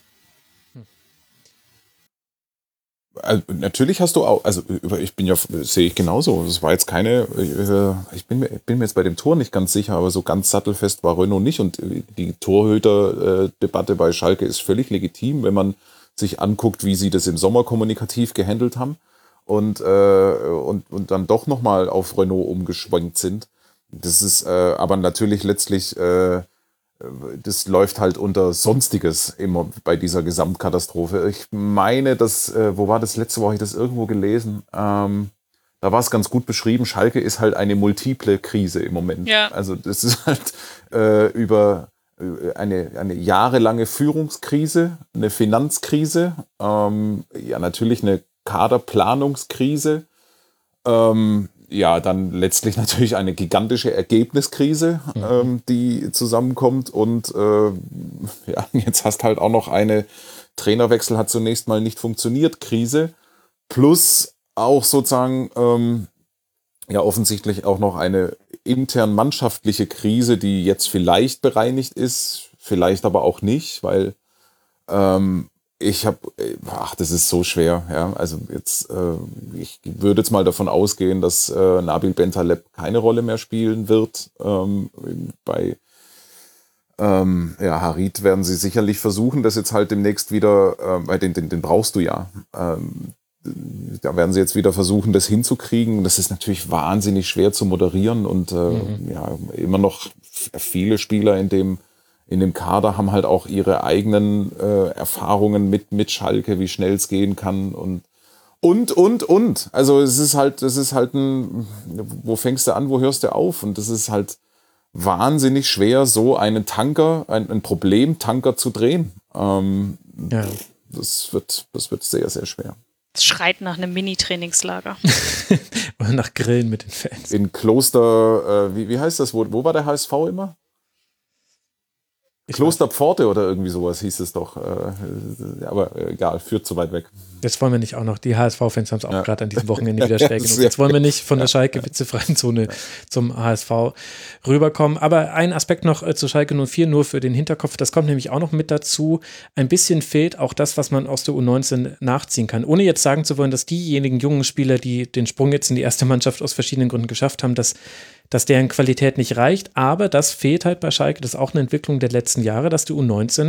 Also, natürlich hast du auch, also sehe ich genauso. Es war jetzt keine, ich bin mir jetzt bei dem Tor nicht ganz sicher, aber so ganz sattelfest war Renaud nicht. Und die Torhüter-Debatte bei Schalke ist völlig legitim, wenn man sich anguckt, wie sie das im Sommer kommunikativ gehandelt haben und dann doch nochmal auf Renaud umgeschwenkt sind. Das ist aber natürlich letztlich, das läuft halt unter Sonstiges immer bei dieser Gesamtkatastrophe. Ich meine, wo war das letzte Woche, habe ich das irgendwo gelesen, da war es ganz gut beschrieben, Schalke ist halt eine multiple Krise im Moment. Ja. Also das ist halt über eine jahrelange Führungskrise, eine Finanzkrise, ja natürlich eine Kaderplanungskrise, ja, dann letztlich natürlich eine gigantische Ergebniskrise, die zusammenkommt und ja, jetzt hast halt auch noch eine Trainerwechsel hat zunächst mal nicht funktioniert, Krise, plus auch sozusagen ja offensichtlich auch noch eine intern mannschaftliche Krise, die jetzt vielleicht bereinigt ist, vielleicht aber auch nicht, weil das ist so schwer, ja, also jetzt, ich würde jetzt mal davon ausgehen, dass Nabil Bentaleb keine Rolle mehr spielen wird. Bei Harit werden sie sicherlich versuchen, das jetzt halt demnächst wieder, weil den brauchst du ja. Da werden sie jetzt wieder versuchen, das hinzukriegen. Das ist natürlich wahnsinnig schwer zu moderieren und ja, immer noch viele Spieler in dem Kader haben halt auch ihre eigenen Erfahrungen mit Schalke, wie schnell es gehen kann und. Also es ist halt wo fängst du an, wo hörst du auf? Und das ist halt wahnsinnig schwer, so einen Problemtanker zu drehen. Ja. Das wird sehr, sehr schwer. Es schreit nach einem Mini-Trainingslager. Oder nach Grillen mit den Fans. In Kloster, wie heißt das? Wo war der HSV immer? Klosterpforte oder irgendwie sowas hieß es doch. Aber egal, führt zu weit weg. Jetzt wollen wir nicht auch noch, die HSV-Fans haben es auch gerade an diesem Wochenende wieder schwer genug. Jetzt wollen wir nicht von der Schalke-witzefreien Zone zum HSV rüberkommen. Aber ein Aspekt noch zu Schalke 04, nur für den Hinterkopf, das kommt nämlich auch noch mit dazu. Ein bisschen fehlt auch das, was man aus der U19 nachziehen kann. Ohne jetzt sagen zu wollen, dass diejenigen jungen Spieler, die den Sprung jetzt in die erste Mannschaft aus verschiedenen Gründen geschafft haben, dass deren Qualität nicht reicht, aber das fehlt halt bei Schalke, das ist auch eine Entwicklung der letzten Jahre, dass die U19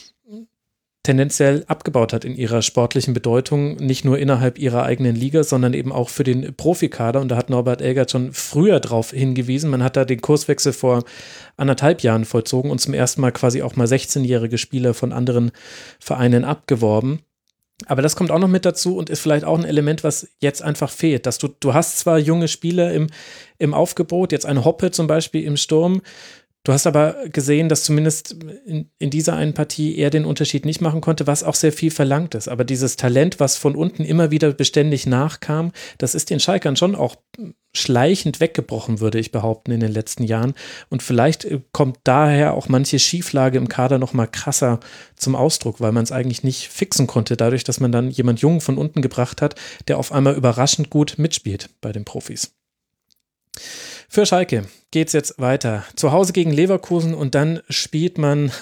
tendenziell abgebaut hat in ihrer sportlichen Bedeutung, nicht nur innerhalb ihrer eigenen Liga, sondern eben auch für den Profikader, und da hat Norbert Elgert schon früher drauf hingewiesen, man hat da den Kurswechsel vor 1,5 Jahren vollzogen und zum ersten Mal quasi auch mal 16-jährige Spieler von anderen Vereinen abgeworben. Aber das kommt auch noch mit dazu und ist vielleicht auch ein Element, was jetzt einfach fehlt, dass du hast zwar junge Spieler im Aufgebot, jetzt eine Hoppe zum Beispiel im Sturm, du hast aber gesehen, dass zumindest in dieser einen Partie er den Unterschied nicht machen konnte, was auch sehr viel verlangt ist. Aber dieses Talent, was von unten immer wieder beständig nachkam, das ist den Schalkern schon auch schleichend weggebrochen, würde ich behaupten, in den letzten Jahren. Und vielleicht kommt daher auch manche Schieflage im Kader noch mal krasser zum Ausdruck, weil man es eigentlich nicht fixen konnte, dadurch, dass man dann jemand Jungen von unten gebracht hat, der auf einmal überraschend gut mitspielt bei den Profis. Für Schalke geht es jetzt weiter. Zu Hause gegen Leverkusen und dann spielt man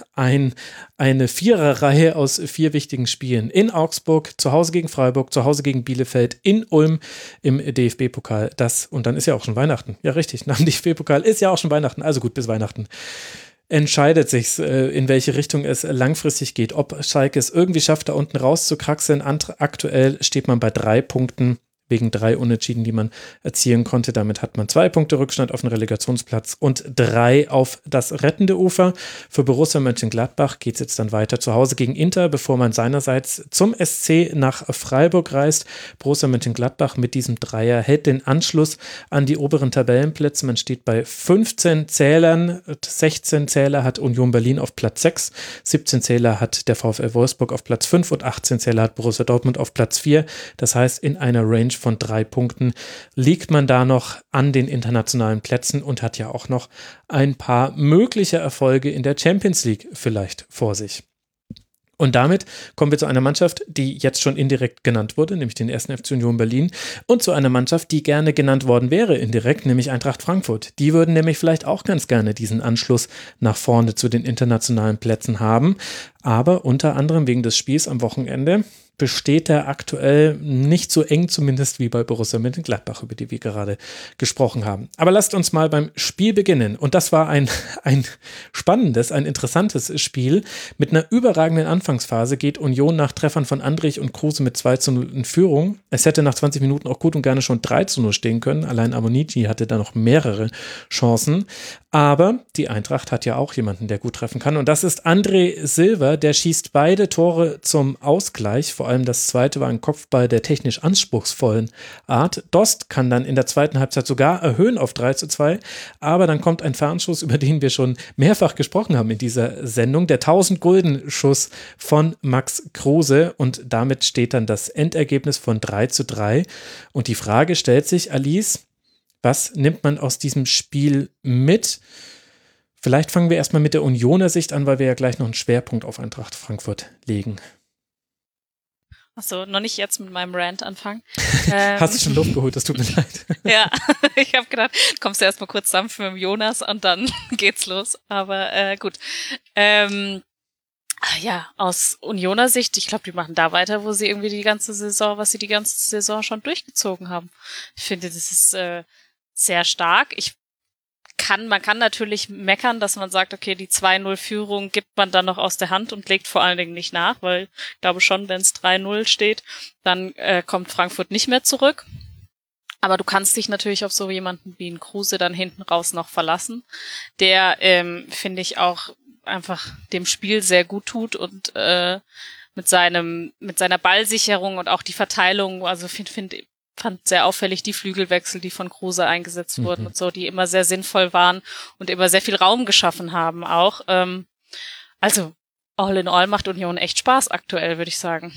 eine Viererreihe aus 4 wichtigen Spielen. In Augsburg, zu Hause gegen Freiburg, zu Hause gegen Bielefeld, in Ulm im DFB-Pokal. Und dann ist ja auch schon Weihnachten. Ja, richtig, nach dem DFB-Pokal ist ja auch schon Weihnachten. Also gut, bis Weihnachten entscheidet sich, in welche Richtung es langfristig geht. Ob Schalke es irgendwie schafft, da unten rauszukraxeln. Aktuell steht man bei 3 Punkten. Wegen 3 Unentschieden, die man erzielen konnte. Damit hat man 2 Punkte Rückstand auf den Relegationsplatz und 3 auf das rettende Ufer. Für Borussia Mönchengladbach geht es jetzt dann weiter zu Hause gegen Inter, bevor man seinerseits zum SC nach Freiburg reist. Borussia Mönchengladbach mit diesem Dreier hält den Anschluss an die oberen Tabellenplätze. Man steht bei 15 Zählern, 16 Zähler hat Union Berlin auf Platz 6, 17 Zähler hat der VfL Wolfsburg auf Platz 5 und 18 Zähler hat Borussia Dortmund auf Platz 4. Das heißt, in einer Range von 3 Punkten liegt man da noch an den internationalen Plätzen und hat ja auch noch ein paar mögliche Erfolge in der Champions League vielleicht vor sich. Und damit kommen wir zu einer Mannschaft, die jetzt schon indirekt genannt wurde, nämlich den 1. FC Union Berlin, und zu einer Mannschaft, die gerne genannt worden wäre indirekt, nämlich Eintracht Frankfurt. Die würden nämlich vielleicht auch ganz gerne diesen Anschluss nach vorne zu den internationalen Plätzen haben, aber unter anderem wegen des Spiels am Wochenende besteht er aktuell nicht so eng, zumindest wie bei Borussia Mönchengladbach, über die wir gerade gesprochen haben. Aber lasst uns mal beim Spiel beginnen. Und das war ein spannendes, ein interessantes Spiel. Mit einer überragenden Anfangsphase geht Union nach Treffern von Andrich und Kruse mit 2:0 in Führung. Es hätte nach 20 Minuten auch gut und gerne schon 3:0 stehen können. Allein Amonici hatte da noch mehrere Chancen. Aber die Eintracht hat ja auch jemanden, der gut treffen kann. Und das ist André Silva, der schießt beide Tore zum Ausgleich. Vor allem das zweite war ein Kopfball der technisch anspruchsvollen Art. Dost kann dann in der zweiten Halbzeit sogar erhöhen auf 3:2. Aber dann kommt ein Fernschuss, über den wir schon mehrfach gesprochen haben in dieser Sendung. Der 1000-Gulden-Schuss von Max Kruse. Und damit steht dann das Endergebnis von 3:3. Und die Frage stellt sich, Alice, was nimmt man aus diesem Spiel mit? Vielleicht fangen wir erstmal mit der Unioner Sicht an, weil wir ja gleich noch einen Schwerpunkt auf Eintracht Frankfurt legen. Achso, noch nicht jetzt mit meinem Rant anfangen. Hast du schon Luft geholt, das tut mir leid. Ja, ich habe gedacht, kommst du erstmal kurz sanft mit dem Jonas und dann geht's los. Aber gut. Ja, aus Unioner Sicht, ich glaube, die machen da weiter, wo sie irgendwie die ganze Saison schon durchgezogen haben. Ich finde, das ist sehr stark. Man kann natürlich meckern, dass man sagt, okay, die 2:0-Führung gibt man dann noch aus der Hand und legt vor allen Dingen nicht nach, weil ich glaube schon, wenn es 3:0 steht, dann kommt Frankfurt nicht mehr zurück. Aber du kannst dich natürlich auf so jemanden wie einen Kruse dann hinten raus noch verlassen, der, finde ich, auch einfach dem Spiel sehr gut tut und mit seiner Ballsicherung und auch die Verteilung, also fand sehr auffällig die Flügelwechsel, die von Kruse eingesetzt wurden und so, die immer sehr sinnvoll waren und immer sehr viel Raum geschaffen haben auch. Also all in all macht Union echt Spaß aktuell, würde ich sagen.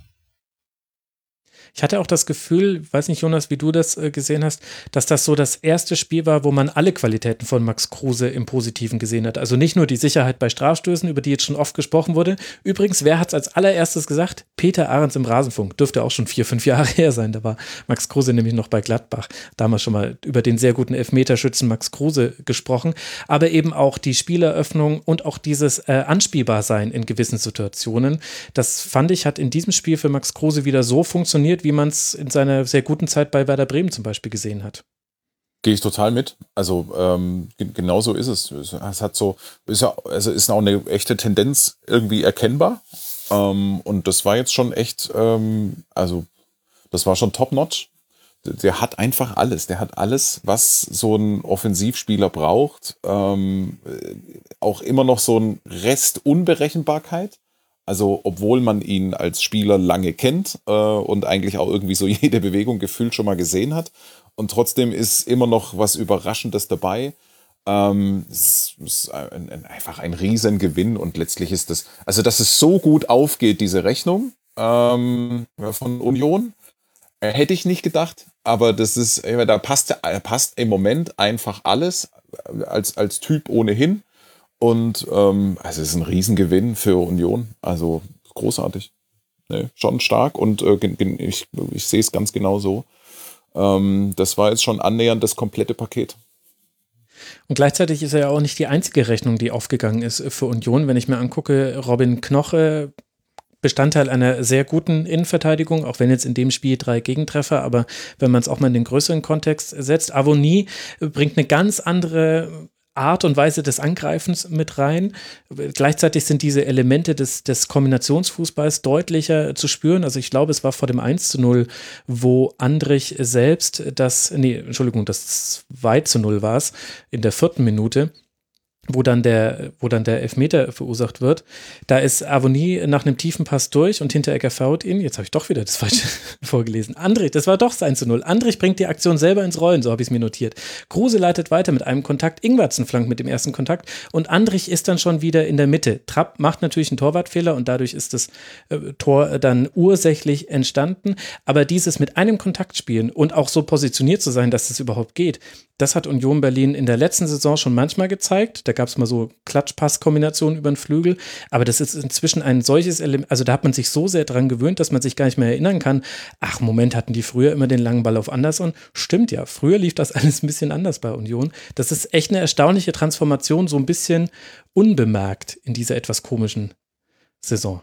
Ich hatte auch das Gefühl, weiß nicht, Jonas, wie du das gesehen hast, dass das so das erste Spiel war, wo man alle Qualitäten von Max Kruse im Positiven gesehen hat. Also nicht nur die Sicherheit bei Strafstößen, über die jetzt schon oft gesprochen wurde. Übrigens, wer hat es als allererstes gesagt? Peter Ahrens im Rasenfunk. Dürfte auch schon 4-5 Jahre her sein. Da war Max Kruse nämlich noch bei Gladbach. Damals schon mal über den sehr guten Elfmeterschützen Max Kruse gesprochen. Aber eben auch die Spieleröffnung und auch dieses Anspielbarsein in gewissen Situationen. Das fand ich, hat in diesem Spiel für Max Kruse wieder so funktioniert, wie man es in seiner sehr guten Zeit bei Werder Bremen zum Beispiel gesehen hat. Gehe ich total mit. Also genau so ist es. Es hat so, ist auch eine echte Tendenz irgendwie erkennbar. Und das war jetzt schon echt, das war schon top-notch. Der hat einfach alles. Der hat alles, was so ein Offensivspieler braucht. Auch immer noch so ein Rest Unberechenbarkeit. Also obwohl man ihn als Spieler lange kennt und eigentlich auch irgendwie so jede Bewegung gefühlt schon mal gesehen hat. Und trotzdem ist immer noch was Überraschendes dabei. Es ist einfach ein Riesengewinn und letztlich ist das, also dass es so gut aufgeht, diese Rechnung von Union, hätte ich nicht gedacht. Aber das ist, da passt im Moment einfach alles als Typ ohnehin. Und also es ist ein Riesengewinn für Union, also großartig, ne, schon stark und ich sehe es ganz genau so. Das war jetzt schon annähernd das komplette Paket. Und gleichzeitig ist er ja auch nicht die einzige Rechnung, die aufgegangen ist für Union. Wenn ich mir angucke, Robin Knoche, Bestandteil einer sehr guten Innenverteidigung, auch wenn jetzt in dem Spiel 3 Gegentreffer, aber wenn man es auch mal in den größeren Kontext setzt, Avonie bringt eine ganz andere Art und Weise des Angreifens mit rein. Gleichzeitig sind diese Elemente des Kombinationsfußballs deutlicher zu spüren. Also ich glaube, es war vor dem 1:0, wo Andrich selbst das 2:0 war es, in der 4. Minute, wo dann der Elfmeter verursacht wird. Da ist Avonie nach einem tiefen Pass durch und Hinteregger foult ihn. Jetzt habe ich doch wieder das Falsche vorgelesen. Andrich, das war doch das 1:0. Andrich bringt die Aktion selber ins Rollen, so habe ich es mir notiert. Kruse leitet weiter mit einem Kontakt, Ingwertsen flankt mit dem ersten Kontakt und Andrich ist dann schon wieder in der Mitte. Trapp macht natürlich einen Torwartfehler und dadurch ist das Tor dann ursächlich entstanden. Aber dieses mit einem Kontakt spielen und auch so positioniert zu sein, dass es überhaupt geht, das hat Union Berlin in der letzten Saison schon manchmal gezeigt. Da gab es mal so Klatsch-Pass-Kombinationen über den Flügel. Aber das ist inzwischen ein solches Element, also da hat man sich so sehr dran gewöhnt, dass man sich gar nicht mehr erinnern kann. Ach, Moment, hatten die früher immer den langen Ball auf Anderson? Stimmt ja, früher lief das alles ein bisschen anders bei Union. Das ist echt eine erstaunliche Transformation, so ein bisschen unbemerkt in dieser etwas komischen Saison.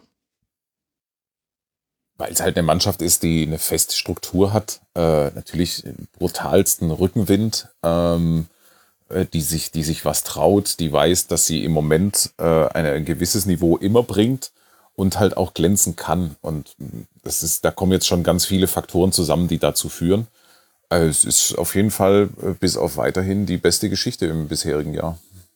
Weil es halt eine Mannschaft ist, die eine feste Struktur hat, natürlich brutalsten Rückenwind, die sich was traut, die weiß, dass sie im Moment ein gewisses Niveau immer bringt und halt auch glänzen kann. Und da kommen jetzt schon ganz viele Faktoren zusammen, die dazu führen. Also es ist auf jeden Fall bis auf weiterhin die beste Geschichte im bisherigen Jahr.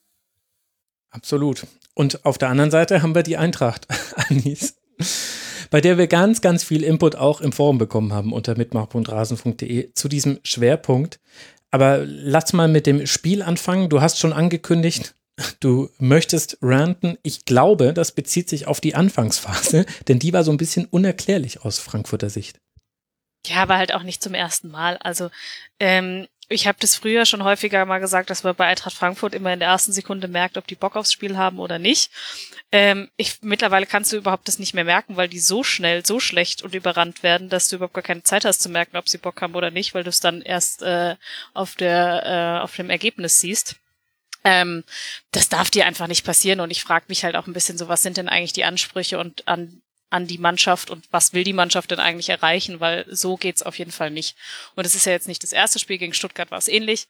Absolut. Und auf der anderen Seite haben wir die Eintracht, Anis, bei der wir ganz, ganz viel Input auch im Forum bekommen haben unter mitmach.rasen.de zu diesem Schwerpunkt. Aber lass mal mit dem Spiel anfangen. Du hast schon angekündigt, du möchtest ranten. Ich glaube, das bezieht sich auf die Anfangsphase, denn die war so ein bisschen unerklärlich aus Frankfurter Sicht. Ja, aber halt auch nicht zum ersten Mal. Also ich habe das früher schon häufiger mal gesagt, dass man bei Eintracht Frankfurt immer in der ersten Sekunde merkt, ob die Bock aufs Spiel haben oder nicht. Mittlerweile kannst du überhaupt das nicht mehr merken, weil die so schnell, so schlecht und überrannt werden, dass du überhaupt gar keine Zeit hast zu merken, ob sie Bock haben oder nicht, weil du es dann erst auf dem Ergebnis siehst. Das darf dir einfach nicht passieren und ich frage mich halt auch ein bisschen so, was sind denn eigentlich die Ansprüche und an die Mannschaft und was will die Mannschaft denn eigentlich erreichen, weil so geht's auf jeden Fall nicht. Und es ist ja jetzt nicht das erste Spiel, gegen Stuttgart war es ähnlich.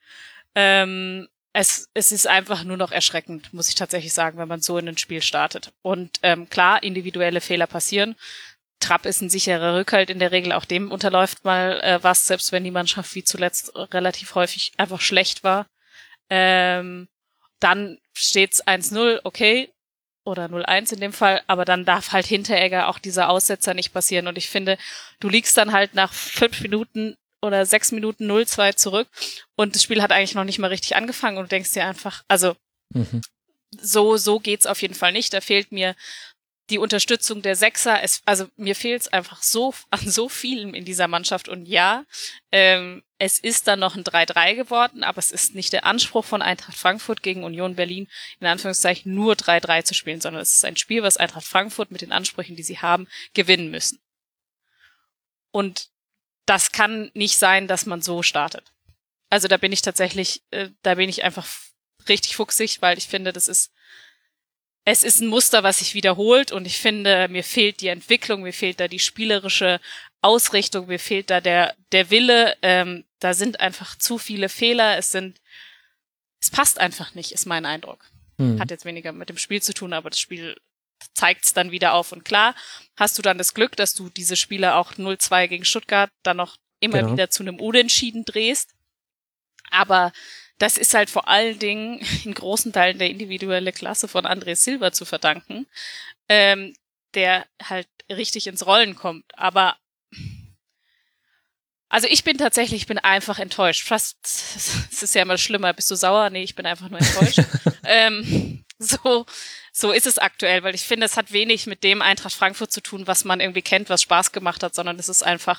Es ist einfach nur noch erschreckend, muss ich tatsächlich sagen, wenn man so in ein Spiel startet. Und klar, individuelle Fehler passieren. Trapp ist ein sicherer Rückhalt, in der Regel auch dem unterläuft mal was, selbst wenn die Mannschaft wie zuletzt relativ häufig einfach schlecht war. Dann steht's 1:0, okay, oder 0:1 in dem Fall, aber dann darf halt Hinteregger auch dieser Aussetzer nicht passieren. Und ich finde, du liegst dann halt nach 5 Minuten oder 6 Minuten 0:2 zurück und das Spiel hat eigentlich noch nicht mal richtig angefangen und du denkst dir einfach, also so geht's auf jeden Fall nicht. Da fehlt mir die Unterstützung der Sechser. Also mir fehlt es einfach so an so vielem in dieser Mannschaft. Und ja, es ist dann noch ein 3:3 geworden, aber es ist nicht der Anspruch von Eintracht Frankfurt gegen Union Berlin, in Anführungszeichen nur 3:3 zu spielen, sondern es ist ein Spiel, was Eintracht Frankfurt mit den Ansprüchen, die sie haben, gewinnen müssen. Und das kann nicht sein, dass man so startet. Also da bin ich einfach richtig fuchsig, weil ich finde, es ist ein Muster, was sich wiederholt und ich finde, mir fehlt die Entwicklung, mir fehlt da die spielerische Ausrichtung, mir fehlt da der Wille, da sind einfach zu viele Fehler, es passt einfach nicht, ist mein Eindruck. Hat jetzt weniger mit dem Spiel zu tun, aber das Spiel zeigt es dann wieder auf und klar, hast du dann das Glück, dass du diese Spiele auch 0:2 gegen Stuttgart dann noch immer wieder zu einem Unentschieden drehst, aber das ist halt vor allen Dingen in großen Teilen der individuelle Klasse von André Silva zu verdanken, der halt richtig ins Rollen kommt. Aber also ich bin einfach enttäuscht. Fast, es ist ja immer schlimmer. Bist du sauer? Nee, ich bin einfach nur enttäuscht. So ist es aktuell, weil ich finde, es hat wenig mit dem Eintracht Frankfurt zu tun, was man irgendwie kennt, was Spaß gemacht hat, sondern es ist einfach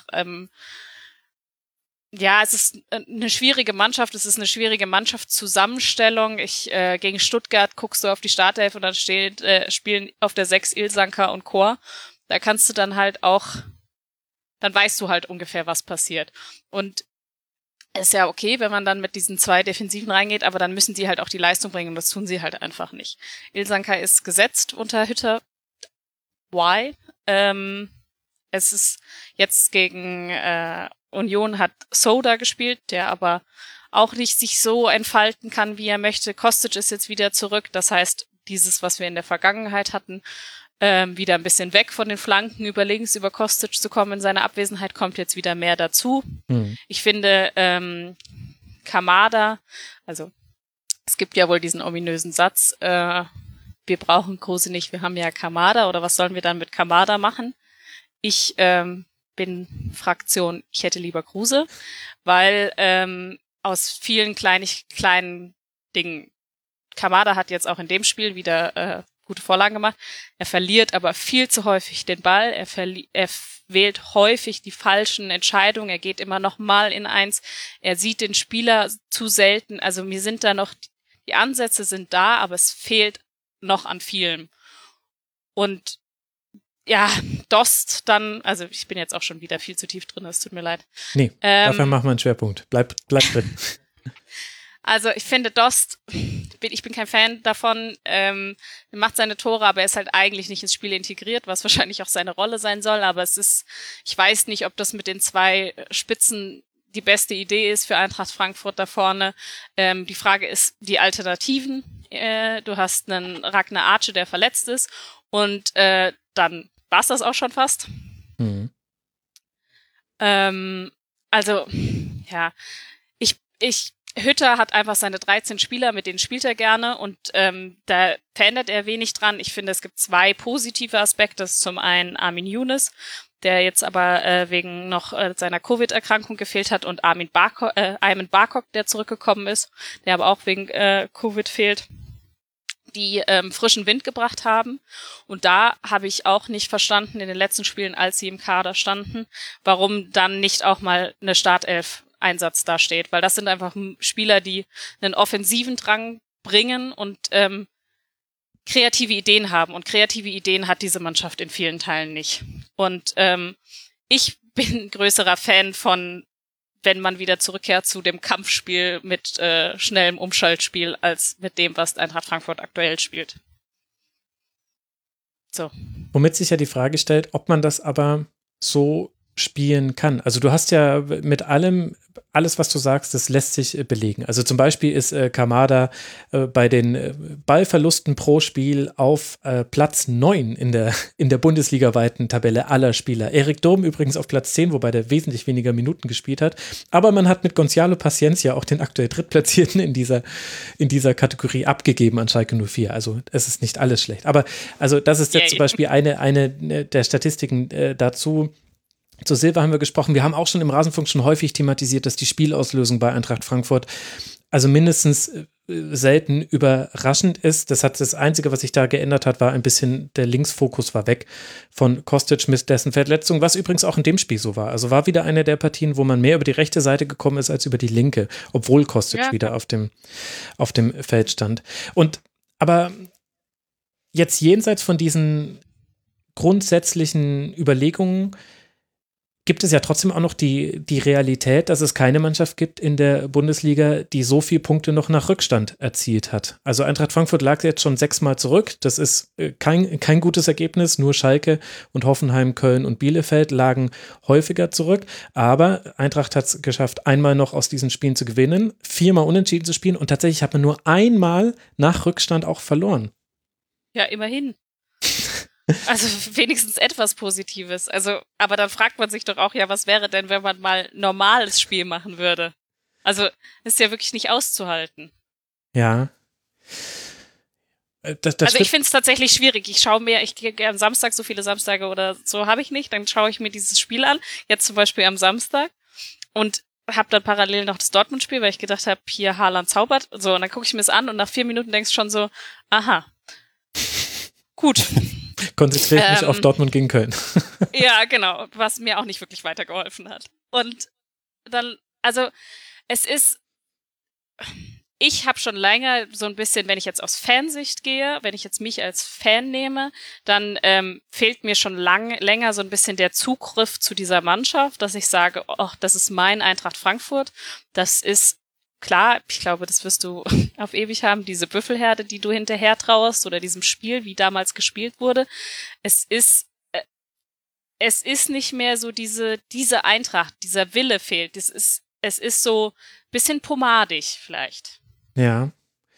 es ist eine schwierige Mannschaft, es ist eine schwierige Mannschaftszusammenstellung. Gegen Stuttgart guckst du auf die Startelf und dann spielen auf der 6 Ilsanker und Chor. Da kannst du dann halt auch, dann weißt du halt ungefähr, was passiert. Und ist ja okay, wenn man dann mit diesen 2 Defensiven reingeht, aber dann müssen die halt auch die Leistung bringen und das tun sie halt einfach nicht. Ilsanker ist gesetzt unter Hütter. Why? Es ist jetzt gegen Union hat Soda gespielt, der aber auch nicht sich so entfalten kann, wie er möchte. Kostic ist jetzt wieder zurück, das heißt, dieses, was wir in der Vergangenheit hatten, wieder ein bisschen weg von den Flanken über links, über Kostic zu kommen. In seiner Abwesenheit kommt jetzt wieder mehr dazu. Ich finde, Kamada, also es gibt ja wohl diesen ominösen Satz, wir brauchen Kruse nicht, wir haben ja Kamada, oder was sollen wir dann mit Kamada machen? Ich bin Fraktion, ich hätte lieber Kruse, weil aus vielen kleinen Dingen, Kamada hat jetzt auch in dem Spiel wieder gute Vorlagen gemacht. Er verliert aber viel zu häufig den Ball. Er wählt häufig die falschen Entscheidungen. Er geht immer noch mal in 1. Er sieht den Spieler zu selten. Also mir sind da noch, die Ansätze sind da, aber es fehlt noch an vielem. Und ja, Dost dann, also ich bin jetzt auch schon wieder viel zu tief drin, es tut mir leid. Nee, dafür machen wir einen Schwerpunkt. Bleib drin. Also ich finde Dost, ich bin kein Fan davon, er macht seine Tore, aber er ist halt eigentlich nicht ins Spiel integriert, was wahrscheinlich auch seine Rolle sein soll, aber ich weiß nicht, ob das mit den 2 Spitzen die beste Idee ist für Eintracht Frankfurt da vorne. Die Frage ist, die Alternativen, du hast einen Ragnar Arce, der verletzt ist, und dann war's das auch schon fast. Also, ja, Hütter hat einfach seine 13 Spieler, mit denen spielt er gerne, und da verändert er wenig dran. Ich finde, es gibt 2 positive Aspekte. Das ist zum einen Armin Younes, der jetzt aber wegen noch seiner Covid-Erkrankung gefehlt hat, und Ayman Barkok, der zurückgekommen ist, der aber auch wegen Covid fehlt, die frischen Wind gebracht haben. Und da habe ich auch nicht verstanden in den letzten Spielen, als sie im Kader standen, warum dann nicht auch mal eine Startelf-Einsatz da steht, weil das sind einfach Spieler, die einen offensiven Drang bringen und kreative Ideen haben. Und kreative Ideen hat diese Mannschaft in vielen Teilen nicht. Und ich bin größerer Fan von, wenn man wieder zurückkehrt zu dem Kampfspiel mit schnellem Umschaltspiel, als mit dem, was Eintracht Frankfurt aktuell spielt. So. Womit sich ja die Frage stellt, ob man das aber so spielen kann. Also du hast ja mit alles, was du sagst, das lässt sich belegen. Also zum Beispiel ist Kamada bei den Ballverlusten pro Spiel auf Platz 9 in der bundesligaweiten Tabelle aller Spieler. Erik Durm übrigens auf Platz 10, wobei der wesentlich weniger Minuten gespielt hat. Aber man hat mit Gonzalo Paciencia auch den aktuell Drittplatzierten in dieser Kategorie abgegeben an Schalke 04. Also es ist nicht alles schlecht. Aber also das ist jetzt zum Beispiel eine der Statistiken dazu. Zu Silva haben wir gesprochen. Wir haben auch schon im Rasenfunk schon häufig thematisiert, dass die Spielauslösung bei Eintracht Frankfurt also mindestens selten überraschend ist. Das Einzige, was sich da geändert hat, war ein bisschen, der Linksfokus war weg von Kostic mit dessen Verletzung, was übrigens auch in dem Spiel so war. Also war wieder eine der Partien, wo man mehr über die rechte Seite gekommen ist als über die linke, obwohl Kostic wieder auf dem Feld stand. Aber jetzt jenseits von diesen grundsätzlichen Überlegungen gibt es ja trotzdem auch noch die Realität, dass es keine Mannschaft gibt in der Bundesliga, die so viele Punkte noch nach Rückstand erzielt hat. Also Eintracht Frankfurt lag jetzt schon 6-mal zurück. Das ist kein gutes Ergebnis. Nur Schalke und Hoffenheim, Köln und Bielefeld lagen häufiger zurück. Aber Eintracht hat es geschafft, einmal noch aus diesen Spielen zu gewinnen, 4-mal unentschieden zu spielen, und tatsächlich hat man nur einmal nach Rückstand auch verloren. Ja, immerhin. Also wenigstens etwas Positives. Also, aber dann fragt man sich doch auch, ja, was wäre denn, wenn man mal ein normales Spiel machen würde? Also, ist ja wirklich nicht auszuhalten. Ja. Also ich finde es tatsächlich schwierig. Ich gehe gerne Samstag, so viele Samstage oder so habe ich nicht, dann schaue ich mir dieses Spiel an, jetzt zum Beispiel am Samstag, und habe dann parallel noch das Dortmund-Spiel, weil ich gedacht habe, hier Haaland zaubert. So, und dann gucke ich mir es an und nach 4 Minuten denkst du schon so, aha, gut. Konzentriere mich auf Dortmund gegen Köln. Ja, genau, was mir auch nicht wirklich weitergeholfen hat. Und dann, also es ist, ich habe schon länger so ein bisschen, wenn ich jetzt aus Fansicht gehe, wenn ich jetzt mich als Fan nehme, dann fehlt mir schon länger so ein bisschen der Zugriff zu dieser Mannschaft, dass ich sage, ach, das ist mein Eintracht Frankfurt. Das ist klar, ich glaube, das wirst du auf ewig haben, diese Büffelherde, die du hinterher trauerst oder diesem Spiel, wie damals gespielt wurde. Es ist nicht mehr so diese Eintracht, dieser Wille fehlt. Es ist so ein bisschen pomadig vielleicht. Ja.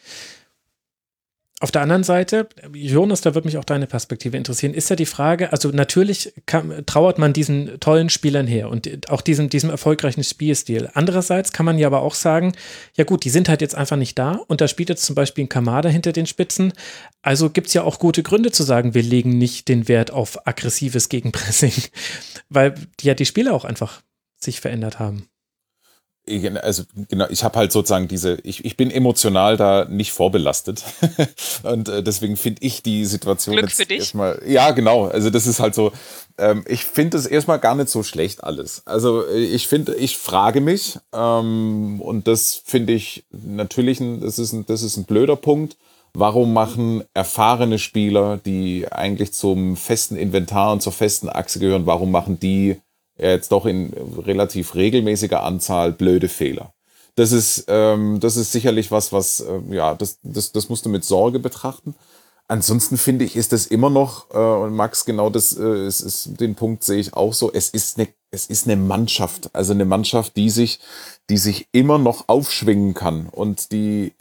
Auf der anderen Seite, Jonas, da würde mich auch deine Perspektive interessieren, ist ja die Frage, also natürlich trauert man diesen tollen Spielern her und auch diesem erfolgreichen Spielstil. Andererseits kann man ja aber auch sagen, ja gut, die sind halt jetzt einfach nicht da und da spielt jetzt zum Beispiel ein Kamada hinter den Spitzen. Also gibt es ja auch gute Gründe zu sagen, wir legen nicht den Wert auf aggressives Gegenpressing, weil ja die Spieler auch einfach sich verändert haben. Also genau, ich habe halt sozusagen ich bin emotional da nicht vorbelastet und deswegen finde ich die Situation Glück jetzt für dich. erstmal, ja genau, also das ist halt so, ich finde es erstmal gar nicht so schlecht alles. Also ich frage mich und das finde ich natürlich, das ist ein blöder Punkt. Warum machen erfahrene Spieler, die eigentlich zum festen Inventar und zur festen Achse gehören, warum machen die jetzt doch in relativ regelmäßiger Anzahl blöde Fehler? Das ist sicherlich das musst du mit Sorge betrachten. Ansonsten finde ich, ist das immer noch, und Max, genau den Punkt sehe ich auch so, es ist eine Mannschaft, also eine Mannschaft, die sich immer noch aufschwingen kann und die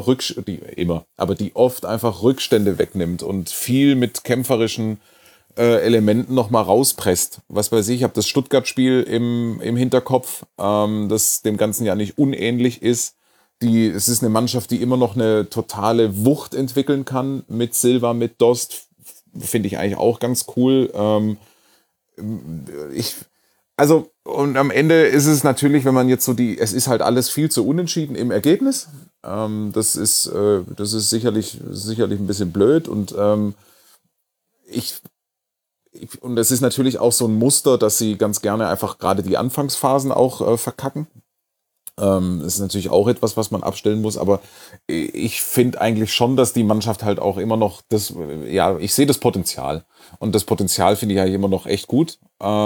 oft einfach Rückstände wegnimmt und viel mit kämpferischen Elementen noch mal rauspresst. Was weiß ich habe das Stuttgart-Spiel im Hinterkopf, das dem Ganzen ja nicht unähnlich ist. Es ist eine Mannschaft, die immer noch eine totale Wucht entwickeln kann mit Silva, mit Dost. Finde ich eigentlich auch ganz cool. Und am Ende ist es natürlich, wenn man jetzt es ist halt alles viel zu unentschieden im Ergebnis. Das ist sicherlich ein bisschen blöd und und das ist natürlich auch so ein Muster, dass sie ganz gerne einfach gerade die Anfangsphasen auch verkacken. Das ist natürlich auch etwas, was man abstellen muss, aber ich finde eigentlich schon, dass die Mannschaft halt auch immer noch ich sehe das Potenzial. Und das Potenzial finde ich ja immer noch echt gut.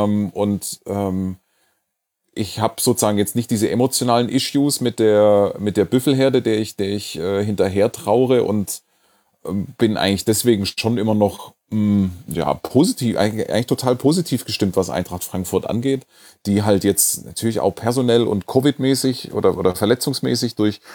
Ich habe sozusagen jetzt nicht diese emotionalen Issues mit der Büffelherde, der ich hinterher traure und bin eigentlich deswegen schon immer noch positiv, eigentlich total positiv gestimmt, was Eintracht Frankfurt angeht, die halt jetzt natürlich auch personell und Covid-mäßig oder verletzungsmäßig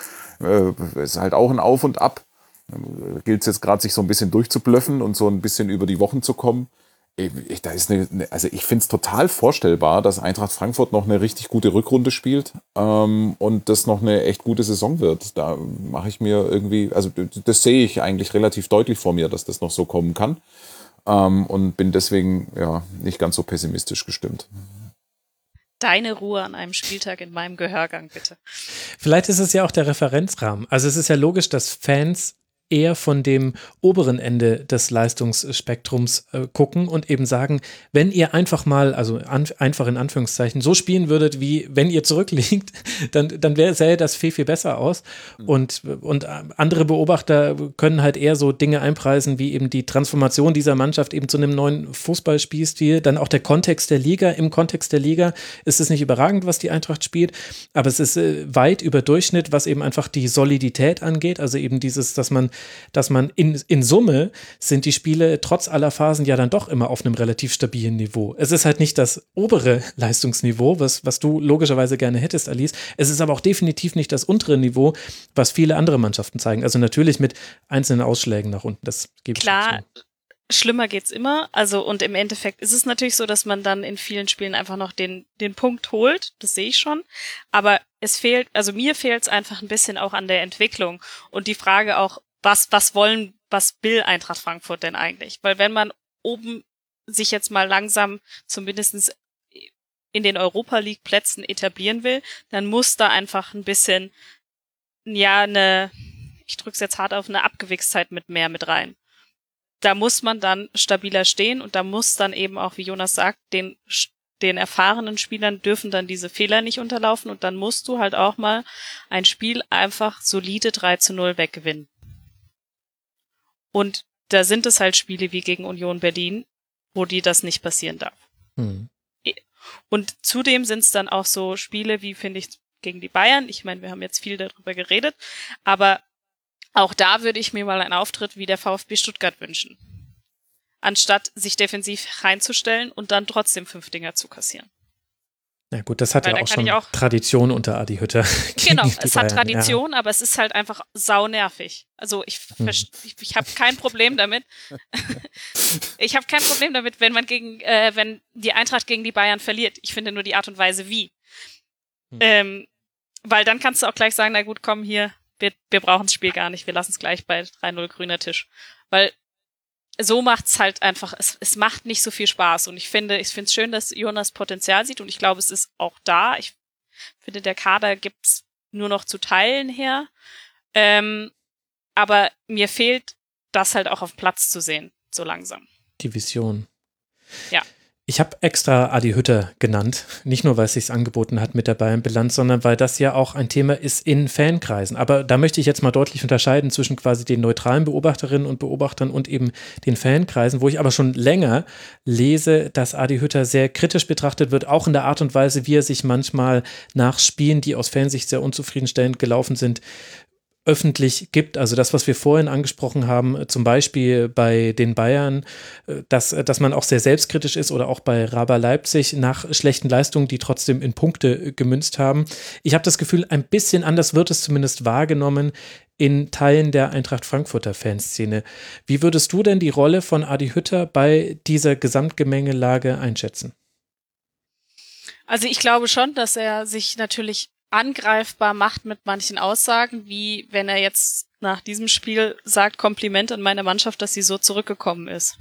ist halt auch ein Auf und Ab. Gilt es jetzt gerade, sich so ein bisschen durchzublöffen und so ein bisschen über die Wochen zu kommen. Ich finde es total vorstellbar, dass Eintracht Frankfurt noch eine richtig gute Rückrunde spielt und das noch eine echt gute Saison wird. Da mache ich mir irgendwie, also das sehe ich eigentlich relativ deutlich vor mir, dass das noch so kommen kann und bin deswegen nicht ganz so pessimistisch gestimmt. Deine Ruhe an einem Spieltag in meinem Gehörgang, bitte. Vielleicht ist es ja auch der Referenzrahmen. Also es ist ja logisch, dass Fans eher von dem oberen Ende des Leistungsspektrums gucken und eben sagen, wenn ihr einfach mal, also einfach in Anführungszeichen, so spielen würdet, wie wenn ihr zurückliegt, dann sähe das viel, viel besser aus. Und andere Beobachter können halt eher so Dinge einpreisen, wie eben die Transformation dieser Mannschaft eben zu einem neuen Fußballspielstil, dann auch der Kontext der Liga. Im Kontext der Liga ist es nicht überragend, was die Eintracht spielt, aber es ist weit über Durchschnitt, was eben einfach die Solidität angeht, also eben dieses, dass man in Summe sind die Spiele trotz aller Phasen ja dann doch immer auf einem relativ stabilen Niveau. Es ist halt nicht das obere Leistungsniveau, was du logischerweise gerne hättest, Alice. Es ist aber auch definitiv nicht das untere Niveau, was viele andere Mannschaften zeigen. Also natürlich mit einzelnen Ausschlägen nach unten, das gebe ich klar. Schlimmer geht's immer. Also, und im Endeffekt ist es natürlich so, dass man dann in vielen Spielen einfach noch den Punkt holt. Das sehe ich schon. Aber mir fehlt es einfach ein bisschen auch an der Entwicklung und die Frage auch, was will Eintracht Frankfurt denn eigentlich? Weil wenn man oben sich jetzt mal langsam zumindest in den Europa-League-Plätzen etablieren will, dann muss da einfach ein bisschen, ich drück's jetzt hart auf, eine Abgewichstheit mit rein. Da muss man dann stabiler stehen und da muss dann eben auch, wie Jonas sagt, den den erfahrenen Spielern dürfen dann diese Fehler nicht unterlaufen und dann musst du halt auch mal ein Spiel einfach solide 3-0 weggewinnen. Und da sind es halt Spiele wie gegen Union Berlin, wo dir das nicht passieren darf. Und zudem sind es dann auch so Spiele wie, finde ich, gegen die Bayern. Ich meine, wir haben jetzt viel darüber geredet, aber auch da würde ich mir mal einen Auftritt wie der VfB Stuttgart wünschen. Anstatt sich defensiv reinzustellen und dann trotzdem 5 Dinger zu kassieren. Na gut, das hat ja auch schon Tradition unter Adi Hütter. Genau, es hat Tradition, aber es ist halt einfach saunervig. Also ich habe kein Problem damit. Ich habe kein Problem damit, wenn die Eintracht gegen die Bayern verliert. Ich finde nur die Art und Weise, wie. Weil dann kannst du auch gleich sagen, na gut, komm hier, wir brauchen das Spiel gar nicht, wir lassen es gleich bei 3-0 grüner Tisch. Weil so macht's halt einfach, es macht nicht so viel Spaß und ich finde es schön, dass Jonas Potenzial sieht und ich glaube, es ist auch da. Ich finde, der Kader gibt's nur noch zu Teilen her. Aber mir fehlt das halt auch auf dem Platz zu sehen, so langsam. Die Vision. Ja. Ich habe extra Adi Hütter genannt, nicht nur, weil es sich angeboten hat mit der Bayern-Bilanz, sondern weil das ja auch ein Thema ist in Fankreisen. Aber da möchte ich jetzt mal deutlich unterscheiden zwischen quasi den neutralen Beobachterinnen und Beobachtern und eben den Fankreisen, wo ich aber schon länger lese, dass Adi Hütter sehr kritisch betrachtet wird, auch in der Art und Weise, wie er sich manchmal nach Spielen, die aus Fansicht sehr unzufriedenstellend gelaufen sind, öffentlich gibt. Also das, was wir vorhin angesprochen haben, zum Beispiel bei den Bayern, dass man auch sehr selbstkritisch ist oder auch bei RB Leipzig nach schlechten Leistungen, die trotzdem in Punkte gemünzt haben. Ich habe das Gefühl, ein bisschen anders wird es zumindest wahrgenommen in Teilen der Eintracht Frankfurter Fanszene. Wie würdest du denn die Rolle von Adi Hütter bei dieser Gesamtgemengelage einschätzen? Also ich glaube schon, dass er sich natürlich angreifbar macht mit manchen Aussagen, wie wenn er jetzt nach diesem Spiel sagt, Kompliment an meine Mannschaft, dass sie so zurückgekommen ist.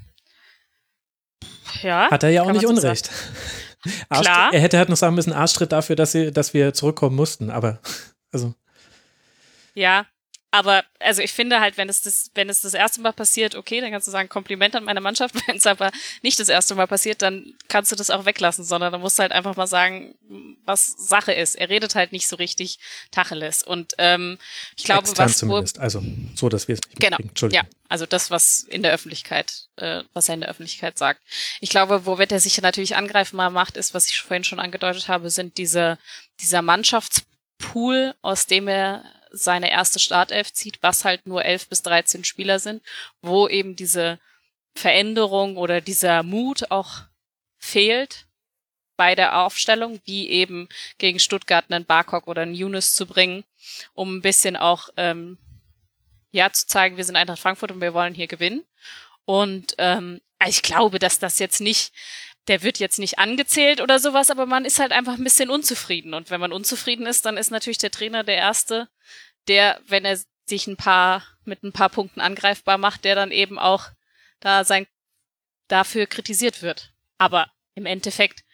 Ja. Hat er ja auch nicht Unrecht. Klar. Er hätte halt noch sagen müssen, Arschtritt dafür, dass wir zurückkommen mussten, aber also. Ja, aber also ich finde halt, wenn es das erste Mal passiert, okay, dann kannst du sagen, Kompliment an meine Mannschaft. Wenn es aber nicht das erste Mal passiert, dann kannst du das auch weglassen, sondern dann musst du halt einfach mal sagen, was Sache ist. Er redet halt nicht so richtig Tacheles. Und ich glaube, extern zumindest. Also so, dass wir es nicht genau, Entschuldigung. Ja, also das, was er in der Öffentlichkeit sagt. Ich glaube, womit er sich natürlich angreifbar macht, ist, was ich vorhin schon angedeutet habe, sind dieser Mannschaftspool, aus dem er seine erste Startelf zieht, was halt nur 11 bis 13 Spieler sind, wo eben diese Veränderung oder dieser Mut auch fehlt bei der Aufstellung, wie eben gegen Stuttgart einen Barkok oder einen Younes zu bringen, um ein bisschen auch zu zeigen, wir sind Eintracht Frankfurt und wir wollen hier gewinnen. Und ich glaube, dass das jetzt nicht, der wird jetzt nicht angezählt oder sowas, aber man ist halt einfach ein bisschen unzufrieden. Und wenn man unzufrieden ist, dann ist natürlich der Trainer der Erste, der, wenn er sich mit ein paar Punkten angreifbar macht, der dann eben auch dafür kritisiert wird. Aber im Endeffekt,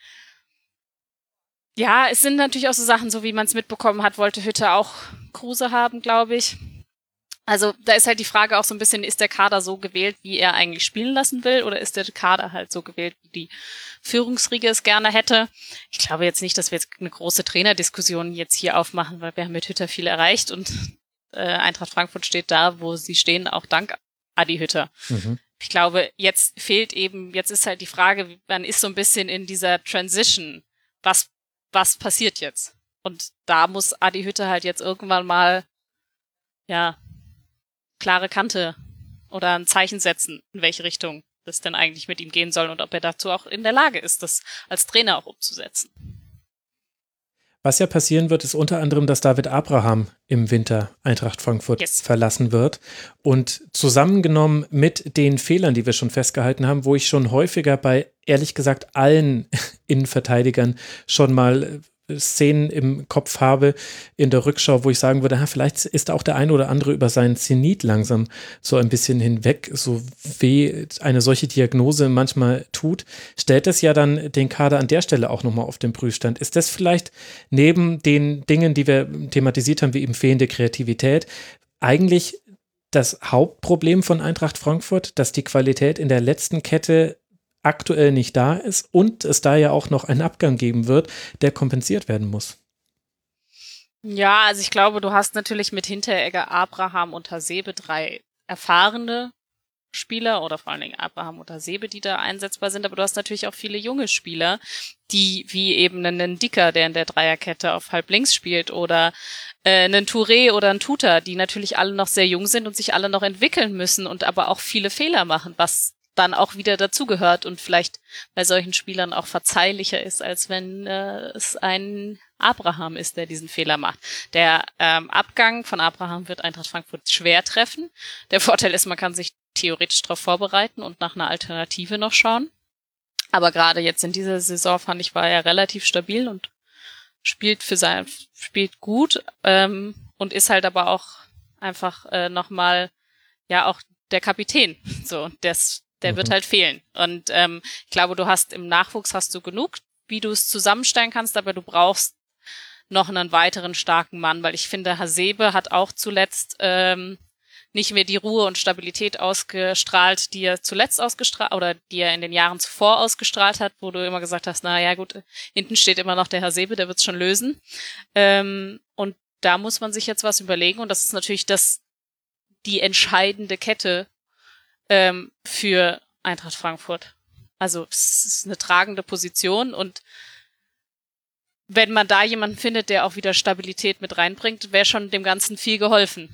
ja, es sind natürlich auch so Sachen, so wie man es mitbekommen hat, wollte Hütter auch Kruse haben, glaube ich. Also da ist halt die Frage auch so ein bisschen, ist der Kader so gewählt, wie er eigentlich spielen lassen will, oder ist der Kader halt so gewählt, wie die Führungsriege es gerne hätte? Ich glaube jetzt nicht, dass wir jetzt eine große Trainerdiskussion jetzt hier aufmachen, weil wir haben mit Hütter viel erreicht und Eintracht Frankfurt steht da, wo sie stehen, auch dank Adi Hütter. Mhm. Ich glaube, jetzt ist halt die Frage, man ist so ein bisschen in dieser Transition. Was passiert jetzt? Und da muss Adi Hütter halt jetzt irgendwann mal, klare Kante oder ein Zeichen setzen, in welche Richtung das denn eigentlich mit ihm gehen soll und ob er dazu auch in der Lage ist, das als Trainer auch umzusetzen. Was ja passieren wird, ist unter anderem, dass David Abraham im Winter Eintracht Frankfurt verlassen wird. Und zusammengenommen mit den Fehlern, die wir schon festgehalten haben, wo ich schon häufiger bei, ehrlich gesagt, allen Innenverteidigern schon mal Szenen im Kopf habe in der Rückschau, wo ich sagen würde, vielleicht ist auch der eine oder andere über seinen Zenit langsam so ein bisschen hinweg, so weh eine solche Diagnose manchmal tut, stellt es ja dann den Kader an der Stelle auch nochmal auf den Prüfstand. Ist das vielleicht neben den Dingen, die wir thematisiert haben, wie eben fehlende Kreativität, eigentlich das Hauptproblem von Eintracht Frankfurt, dass die Qualität in der letzten Kette aktuell nicht da ist und es da ja auch noch einen Abgang geben wird, der kompensiert werden muss. Ja, also ich glaube, du hast natürlich mit Hinteregger, Abraham und Hasebe 3 erfahrene Spieler oder vor allen Dingen Abraham und Hasebe, die da einsetzbar sind, aber du hast natürlich auch viele junge Spieler, die wie eben einen Dicker, der in der Dreierkette auf halb links spielt, oder einen Touré oder einen Tuta, die natürlich alle noch sehr jung sind und sich alle noch entwickeln müssen und aber auch viele Fehler machen, was dann auch wieder dazugehört und vielleicht bei solchen Spielern auch verzeihlicher ist, als wenn es ein Abraham ist, der diesen Fehler macht. Der Abgang von Abraham wird Eintracht Frankfurt schwer treffen. Der Vorteil ist, man kann sich theoretisch darauf vorbereiten und nach einer Alternative noch schauen. Aber gerade jetzt in dieser Saison fand ich, war er relativ stabil und spielt gut und ist halt aber auch einfach nochmal ja auch der Kapitän. So, der wird halt fehlen. Und ich glaube, du hast im Nachwuchs hast du genug, wie du es zusammenstellen kannst, aber du brauchst noch einen weiteren starken Mann, weil ich finde, Hasebe hat auch zuletzt nicht mehr die Ruhe und Stabilität ausgestrahlt, die er zuletzt ausgestrahlt oder die er in den Jahren zuvor ausgestrahlt hat, wo du immer gesagt hast, na ja gut, hinten steht immer noch der Hasebe, der wird's schon lösen. Und da muss man sich jetzt was überlegen und das ist natürlich die entscheidende Kette für Eintracht Frankfurt. Also es ist eine tragende Position und wenn man da jemanden findet, der auch wieder Stabilität mit reinbringt, wäre schon dem Ganzen viel geholfen.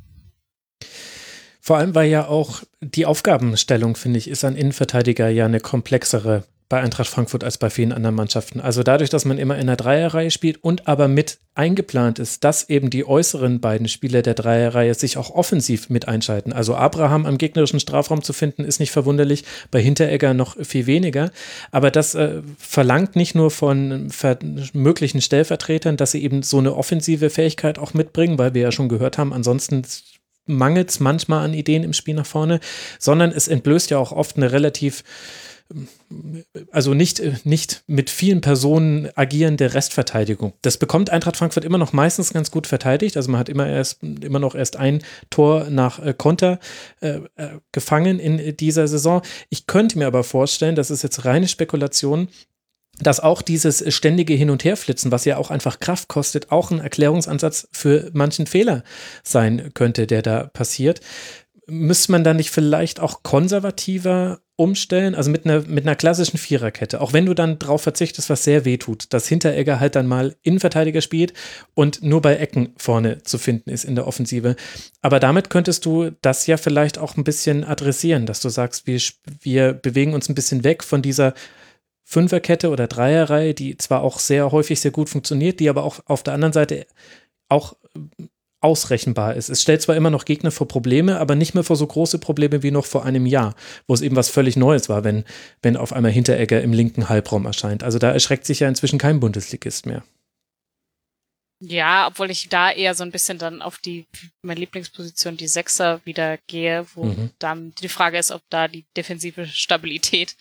Vor allem, weil ja auch die Aufgabenstellung, finde ich, ist an Innenverteidiger ja eine komplexere bei Eintracht Frankfurt als bei vielen anderen Mannschaften. Also dadurch, dass man immer in der Dreierreihe spielt und aber mit eingeplant ist, dass eben die äußeren beiden Spieler der Dreierreihe sich auch offensiv mit einschalten. Also Abraham am gegnerischen Strafraum zu finden, ist nicht verwunderlich, bei Hinteregger noch viel weniger. Aber das verlangt nicht nur von möglichen Stellvertretern, dass sie eben so eine offensive Fähigkeit auch mitbringen, weil wir ja schon gehört haben, ansonsten mangelt es manchmal an Ideen im Spiel nach vorne, sondern es entblößt ja auch oft eine relativ, also nicht mit vielen Personen agierende Restverteidigung. Das bekommt Eintracht Frankfurt immer noch meistens ganz gut verteidigt. Also man hat immer noch erst ein Tor nach Konter gefangen in dieser Saison. Ich könnte mir aber vorstellen, das ist jetzt reine Spekulation, dass auch dieses ständige Hin- und Herflitzen, was ja auch einfach Kraft kostet, auch ein Erklärungsansatz für manchen Fehler sein könnte, der da passiert. Müsste man da nicht vielleicht auch konservativer umstellen? Also mit einer klassischen Viererkette, auch wenn du dann drauf verzichtest, was sehr weh tut, dass Hinteregger halt dann mal Innenverteidiger spielt und nur bei Ecken vorne zu finden ist in der Offensive. Aber damit könntest du das ja vielleicht auch ein bisschen adressieren, dass du sagst, wir bewegen uns ein bisschen weg von dieser Fünferkette oder Dreierreihe, die zwar auch sehr häufig sehr gut funktioniert, die aber auch auf der anderen Seite auch ausrechenbar ist. Es stellt zwar immer noch Gegner vor Probleme, aber nicht mehr vor so große Probleme wie noch vor einem Jahr, wo es eben was völlig Neues war, wenn auf einmal Hinteregger im linken Halbraum erscheint. Also da erschreckt sich ja inzwischen kein Bundesligist mehr. Ja, obwohl ich da eher so ein bisschen dann auf meine Lieblingsposition, die Sechser, wieder gehe, wo dann die Frage ist, ob da die defensive Stabilität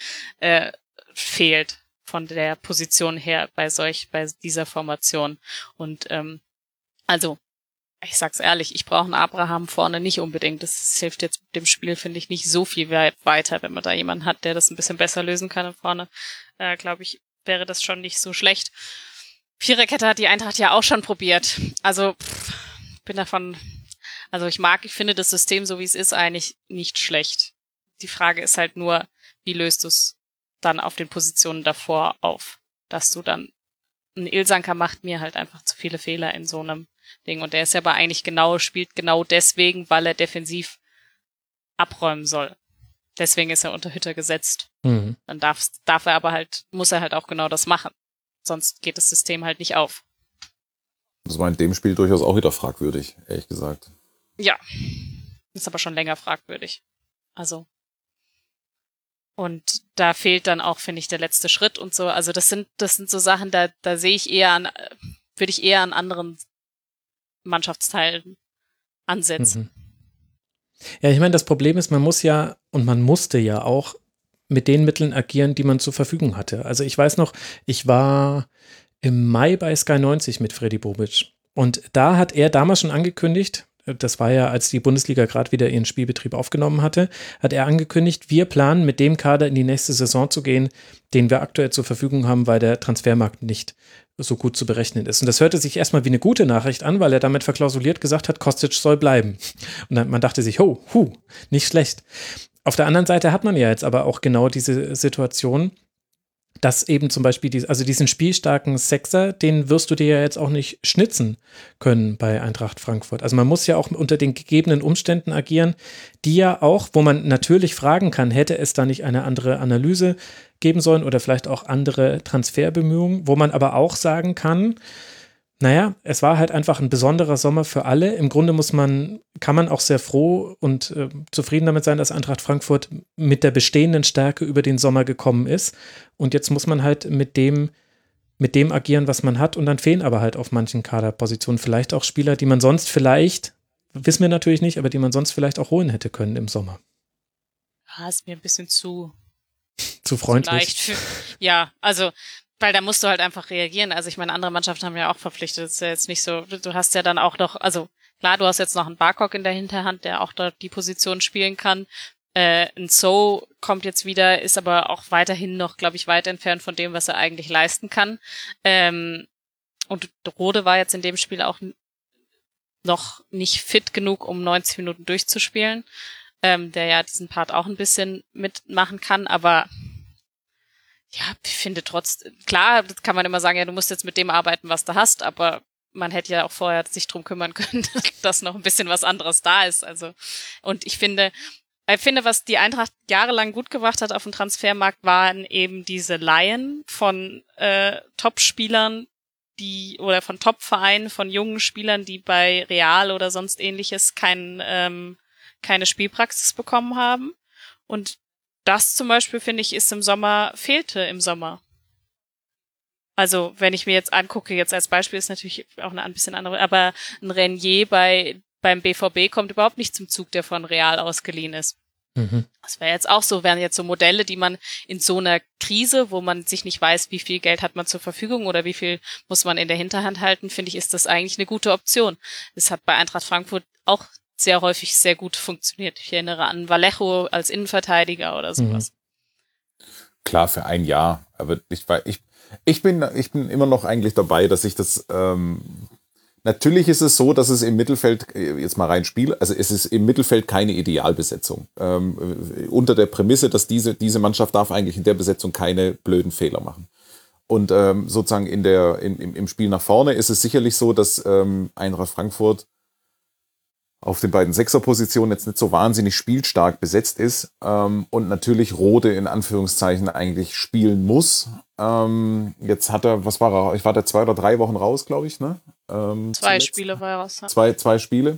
fehlt von der Position her bei dieser Formation. Und also, ich sag's ehrlich, ich brauche einen Abraham vorne nicht unbedingt. Das hilft jetzt dem Spiel, finde ich, nicht so viel weiter. Wenn man da jemanden hat, der das ein bisschen besser lösen kann vorne, glaube ich, wäre das schon nicht so schlecht. Viererkette hat die Eintracht ja auch schon probiert. Also, ich finde das System, so wie es ist, eigentlich nicht schlecht. Die Frage ist halt nur, wie löst du es dann auf den Positionen davor auf, dass du dann ein Ilsanker macht mir halt einfach zu viele Fehler in so einem Ding und der ist ja aber eigentlich spielt genau deswegen, weil er defensiv abräumen soll. Deswegen ist er unter Hütter gesetzt. Dann muss er halt auch genau das machen. Sonst geht das System halt nicht auf. Das war in dem Spiel durchaus auch wieder fragwürdig, ehrlich gesagt. Ja, ist aber schon länger fragwürdig. Also und da fehlt dann auch, finde ich, der letzte Schritt und so. Also das sind so Sachen, da sehe ich würde ich eher an anderen Mannschaftsteilen ansetzen. Ja, ich meine, das Problem ist, man musste ja auch mit den Mitteln agieren, die man zur Verfügung hatte. Also ich weiß noch, ich war im Mai bei Sky 90 mit Freddy Bobic und da hat er damals schon angekündigt, das war ja, als die Bundesliga gerade wieder ihren Spielbetrieb aufgenommen hatte, hat er angekündigt, wir planen mit dem Kader in die nächste Saison zu gehen, den wir aktuell zur Verfügung haben, weil der Transfermarkt nicht so gut zu berechnen ist. Und das hörte sich erstmal wie eine gute Nachricht an, weil er damit verklausuliert gesagt hat, Kostic soll bleiben. Und dann, man dachte sich, nicht schlecht. Auf der anderen Seite hat man ja jetzt aber auch genau diese Situation, dass eben zum Beispiel diesen spielstarken Sechser, den wirst du dir ja jetzt auch nicht schnitzen können bei Eintracht Frankfurt. Also man muss ja auch unter den gegebenen Umständen agieren, die ja auch, wo man natürlich fragen kann, hätte es da nicht eine andere Analyse geben sollen oder vielleicht auch andere Transferbemühungen, wo man aber auch sagen kann, naja, es war halt einfach ein besonderer Sommer für alle. Im Grunde kann man auch sehr froh und zufrieden damit sein, dass Eintracht Frankfurt mit der bestehenden Stärke über den Sommer gekommen ist. Und jetzt muss man halt mit dem agieren, was man hat. Und dann fehlen aber halt auf manchen Kaderpositionen vielleicht auch Spieler, die man sonst vielleicht, wissen wir natürlich nicht, aber die man sonst vielleicht auch holen hätte können im Sommer. Ist mir ein bisschen zu freundlich. Ja, also weil da musst du halt einfach reagieren. Also ich meine, andere Mannschaften haben ja auch verpflichtet. Das ist ja jetzt nicht so, du hast ja dann auch noch, also klar, du hast jetzt noch einen Barkok in der Hinterhand, der auch dort die Position spielen kann. Ein So kommt jetzt wieder, ist aber auch weiterhin noch, glaube ich, weit entfernt von dem, was er eigentlich leisten kann. Und Rode war jetzt in dem Spiel auch noch nicht fit genug, um 90 Minuten durchzuspielen, der ja diesen Part auch ein bisschen mitmachen kann, aber ja, ich finde klar, kann man immer sagen, ja, du musst jetzt mit dem arbeiten, was du hast, aber man hätte ja auch vorher sich drum kümmern können, dass noch ein bisschen was anderes da ist. Also, und ich finde, was die Eintracht jahrelang gut gemacht hat auf dem Transfermarkt, waren eben diese Leihen von Top-Spielern, oder von Top-Vereinen, von jungen Spielern, die bei Real oder sonst ähnliches keine Spielpraxis bekommen haben. Und das zum Beispiel, finde ich, fehlte im Sommer. Also, wenn ich mir jetzt angucke, jetzt als Beispiel ist natürlich auch ein bisschen andere, aber ein Renier beim BVB kommt überhaupt nicht zum Zug, der von Real ausgeliehen ist. Mhm. Das wären jetzt so Modelle, die man in so einer Krise, wo man sich nicht weiß, wie viel Geld hat man zur Verfügung oder wie viel muss man in der Hinterhand halten, finde ich, ist das eigentlich eine gute Option. Das hat bei Eintracht Frankfurt auch sehr häufig sehr gut funktioniert. Ich erinnere an Vallejo als Innenverteidiger oder sowas. Klar, für ein Jahr. Aber ich bin immer noch eigentlich dabei, dass ich das natürlich ist es so, dass es im Mittelfeld, jetzt mal rein Spiel, also es ist im Mittelfeld keine Idealbesetzung. Unter der Prämisse, dass diese Mannschaft darf eigentlich in der Besetzung keine blöden Fehler machen. Und sozusagen im Spiel nach vorne ist es sicherlich so, dass Eintracht Frankfurt auf den beiden Sechserpositionen jetzt nicht so wahnsinnig spielstark besetzt ist und natürlich Rode in Anführungszeichen eigentlich spielen muss. Jetzt hat er, was war er? Ich war da 2 oder 3 Wochen raus, glaube ich, ne? 2 Spiele war er raus. Zwei Spiele.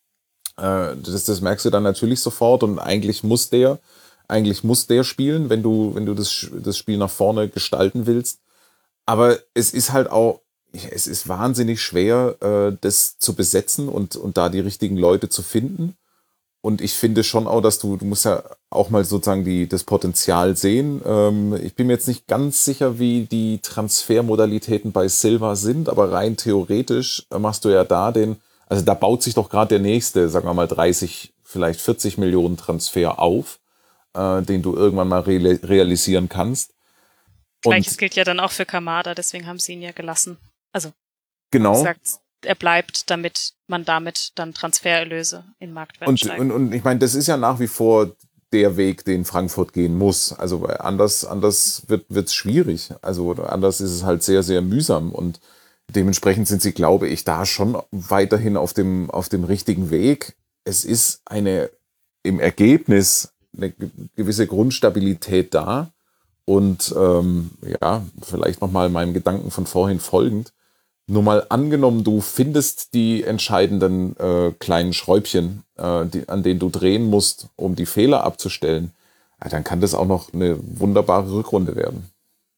Das merkst du dann natürlich sofort und eigentlich muss der spielen, wenn du das Spiel nach vorne gestalten willst. Aber es ist halt auch, es ist wahnsinnig schwer, das zu besetzen und da die richtigen Leute zu finden. Und ich finde schon auch, dass du musst ja auch mal sozusagen das Potenzial sehen. Ich bin mir jetzt nicht ganz sicher, wie die Transfermodalitäten bei Silva sind, aber rein theoretisch machst du ja also da baut sich doch gerade der nächste, sagen wir mal 30, vielleicht 40 Millionen Transfer auf, den du irgendwann mal realisieren kannst. Gleiches gilt ja dann auch für Kamada, deswegen haben sie ihn ja gelassen. Also, genau. Gesagt, er bleibt, damit man damit dann Transfererlöse in Marktwert steigt. Und ich meine, das ist ja nach wie vor der Weg, den Frankfurt gehen muss. Also anders wird's schwierig. Also anders ist es halt sehr, sehr mühsam. Und dementsprechend sind sie, glaube ich, da schon weiterhin auf dem richtigen Weg. Es ist im Ergebnis eine gewisse Grundstabilität da. Und vielleicht nochmal meinem Gedanken von vorhin folgend. Nur mal angenommen, du findest die entscheidenden kleinen Schräubchen, an denen du drehen musst, um die Fehler abzustellen, dann kann das auch noch eine wunderbare Rückrunde werden.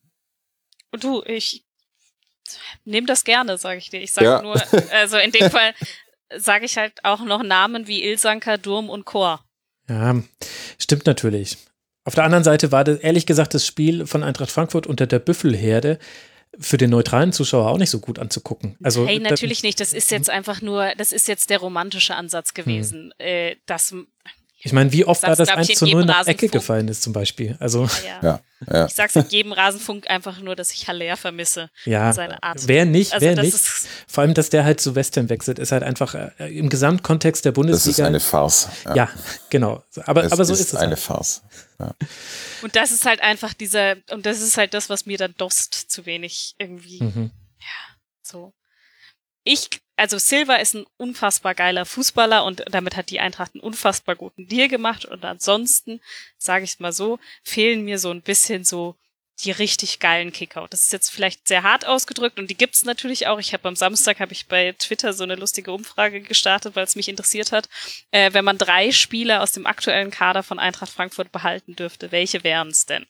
Du, ich nehme das gerne, sage ich dir. Ich sage nur, also in dem Fall sage ich halt auch noch Namen wie Ilsanker, Durm und Chor. Ja, stimmt natürlich. Auf der anderen Seite war das, ehrlich gesagt, das Spiel von Eintracht Frankfurt unter der Büffelherde für den neutralen Zuschauer auch nicht so gut anzugucken. Also, hey, natürlich nicht. Das ist jetzt einfach nur, das ist jetzt der romantische Ansatz gewesen. Ich meine, wie oft da das glaub ich, 1:0 in der Ecke Rasenfunk gefallen ist zum Beispiel. Also, Ja. Ich sag's in jedem Rasenfunk einfach nur, dass ich Haller vermisse. ja, Seine Art. wer nicht. Ist, Vor allem, dass der halt zu West Ham wechselt, ist halt einfach im Gesamtkontext der Das Bundesliga. ist eine Farce. Ja, genau. Aber so ist es. Es ist eine halt. Farce. Ja. und das ist halt einfach und das ist halt das, was mir dann Dost zu wenig irgendwie, so. Also Silva ist ein unfassbar geiler Fußballer und damit hat die Eintracht einen unfassbar guten Deal gemacht und ansonsten, sage ich es mal so, fehlen mir so ein bisschen so die richtig geilen Kicker. Das ist jetzt vielleicht sehr hart ausgedrückt und die gibt's natürlich auch. Am Samstag habe ich bei Twitter so eine lustige Umfrage gestartet, weil es mich interessiert hat. Wenn man 3 Spieler aus dem aktuellen Kader von Eintracht Frankfurt behalten dürfte, welche wären es denn?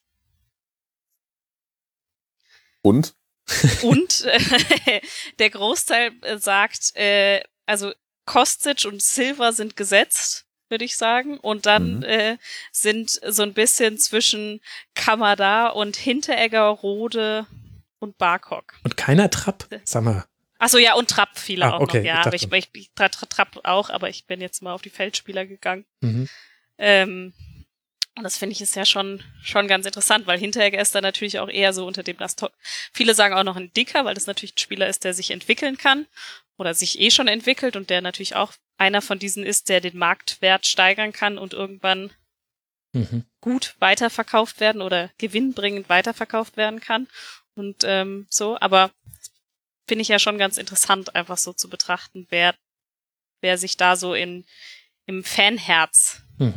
Und? Und der Großteil sagt, also Kostic und Silva sind gesetzt, würde ich sagen. Und dann sind so ein bisschen zwischen Kamada und Hinteregger, Rode und Barkok. Und keiner Trapp, sag mal. Achso, ja, und Trapp viele auch okay, noch. Ja, aber ich Trapp auch, aber ich bin jetzt mal auf die Feldspieler gegangen. Und das finde ich ist ja schon ganz interessant, weil Hinteregger ist dann natürlich auch eher so unter dem, viele sagen auch noch ein Dicker, weil das natürlich ein Spieler ist, der sich entwickeln kann oder sich schon entwickelt und der natürlich auch einer von diesen ist, der den Marktwert steigern kann und irgendwann gut weiterverkauft werden oder gewinnbringend weiterverkauft werden kann und so, aber finde ich ja schon ganz interessant, einfach so zu betrachten, wer sich da so im Fanherz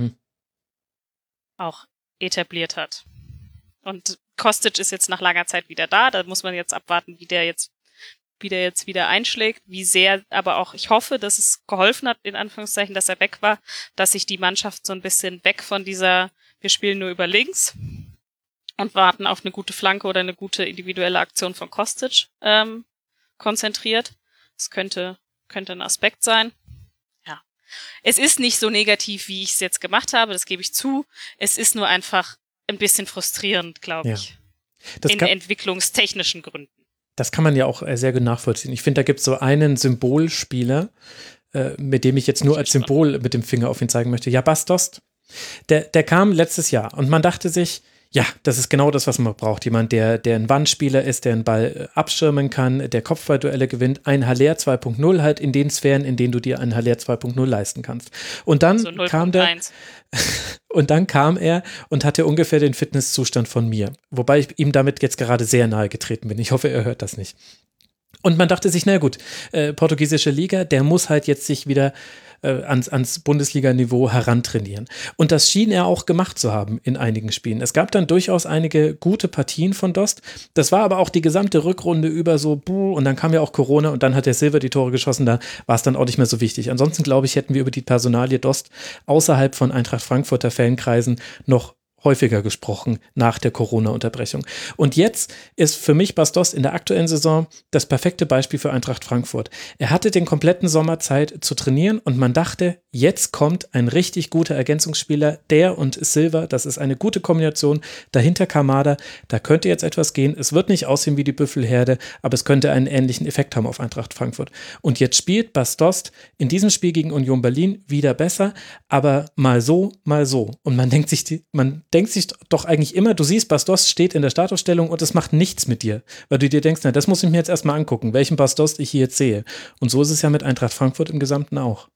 auch etabliert hat. Und Kostic ist jetzt nach langer Zeit wieder da muss man jetzt abwarten, wie der jetzt wieder einschlägt, wie sehr, aber auch ich hoffe, dass es geholfen hat, in Anführungszeichen, dass er weg war, dass sich die Mannschaft so ein bisschen weg von dieser, wir spielen nur über links und warten auf eine gute Flanke oder eine gute individuelle Aktion von Kostic konzentriert. Das könnte ein Aspekt sein. Ja. Es ist nicht so negativ, wie ich es jetzt gemacht habe, das gebe ich zu. Es ist nur einfach ein bisschen frustrierend, glaube ich. In entwicklungstechnischen Gründen. Das kann man ja auch sehr gut nachvollziehen. Ich finde, da gibt es so einen Symbolspieler, mit dem ich jetzt nur als Symbol mit dem Finger auf ihn zeigen möchte. Ja, Bas Dost. Der kam letztes Jahr und man dachte sich, ja, das ist genau das, was man braucht. Jemand, der ein Wandspieler ist, der einen Ball abschirmen kann, der Kopfballduelle gewinnt. Ein Haller 2.0 halt in den Sphären, in denen du dir einen Haller 2.0 leisten kannst. Und dann so kam er und hatte ungefähr den Fitnesszustand von mir. Wobei ich ihm damit jetzt gerade sehr nahe getreten bin. Ich hoffe, er hört das nicht. Und man dachte sich, na gut, portugiesische Liga, der muss halt jetzt sich wieder ans Bundesliga-Niveau herantrainieren. Und das schien er auch gemacht zu haben in einigen Spielen. Es gab dann durchaus einige gute Partien von Dost. Das war aber auch die gesamte Rückrunde über so, und dann kam ja auch Corona und dann hat der Silva die Tore geschossen, da war es dann auch nicht mehr so wichtig. Ansonsten, glaube ich, hätten wir über die Personalie Dost außerhalb von Eintracht Frankfurter Fankreisen noch häufiger gesprochen nach der Corona-Unterbrechung. Und jetzt ist für mich Bas Dost in der aktuellen Saison das perfekte Beispiel für Eintracht Frankfurt. Er hatte den kompletten Sommer Zeit zu trainieren und man dachte, jetzt kommt ein richtig guter Ergänzungsspieler, der und Silva, das ist eine gute Kombination, dahinter Kamada, da könnte jetzt etwas gehen. Es wird nicht aussehen wie die Büffelherde, aber es könnte einen ähnlichen Effekt haben auf Eintracht Frankfurt. Und jetzt spielt Bas Dost in diesem Spiel gegen Union Berlin wieder besser, aber mal so, mal so. Und man denkt sich doch eigentlich immer, du siehst, Bas Dost steht in der Startaufstellung und es macht nichts mit dir, weil du dir denkst, na, das muss ich mir jetzt erstmal angucken, welchen Bas Dost ich hier jetzt sehe. Und so ist es ja mit Eintracht Frankfurt im Gesamten auch.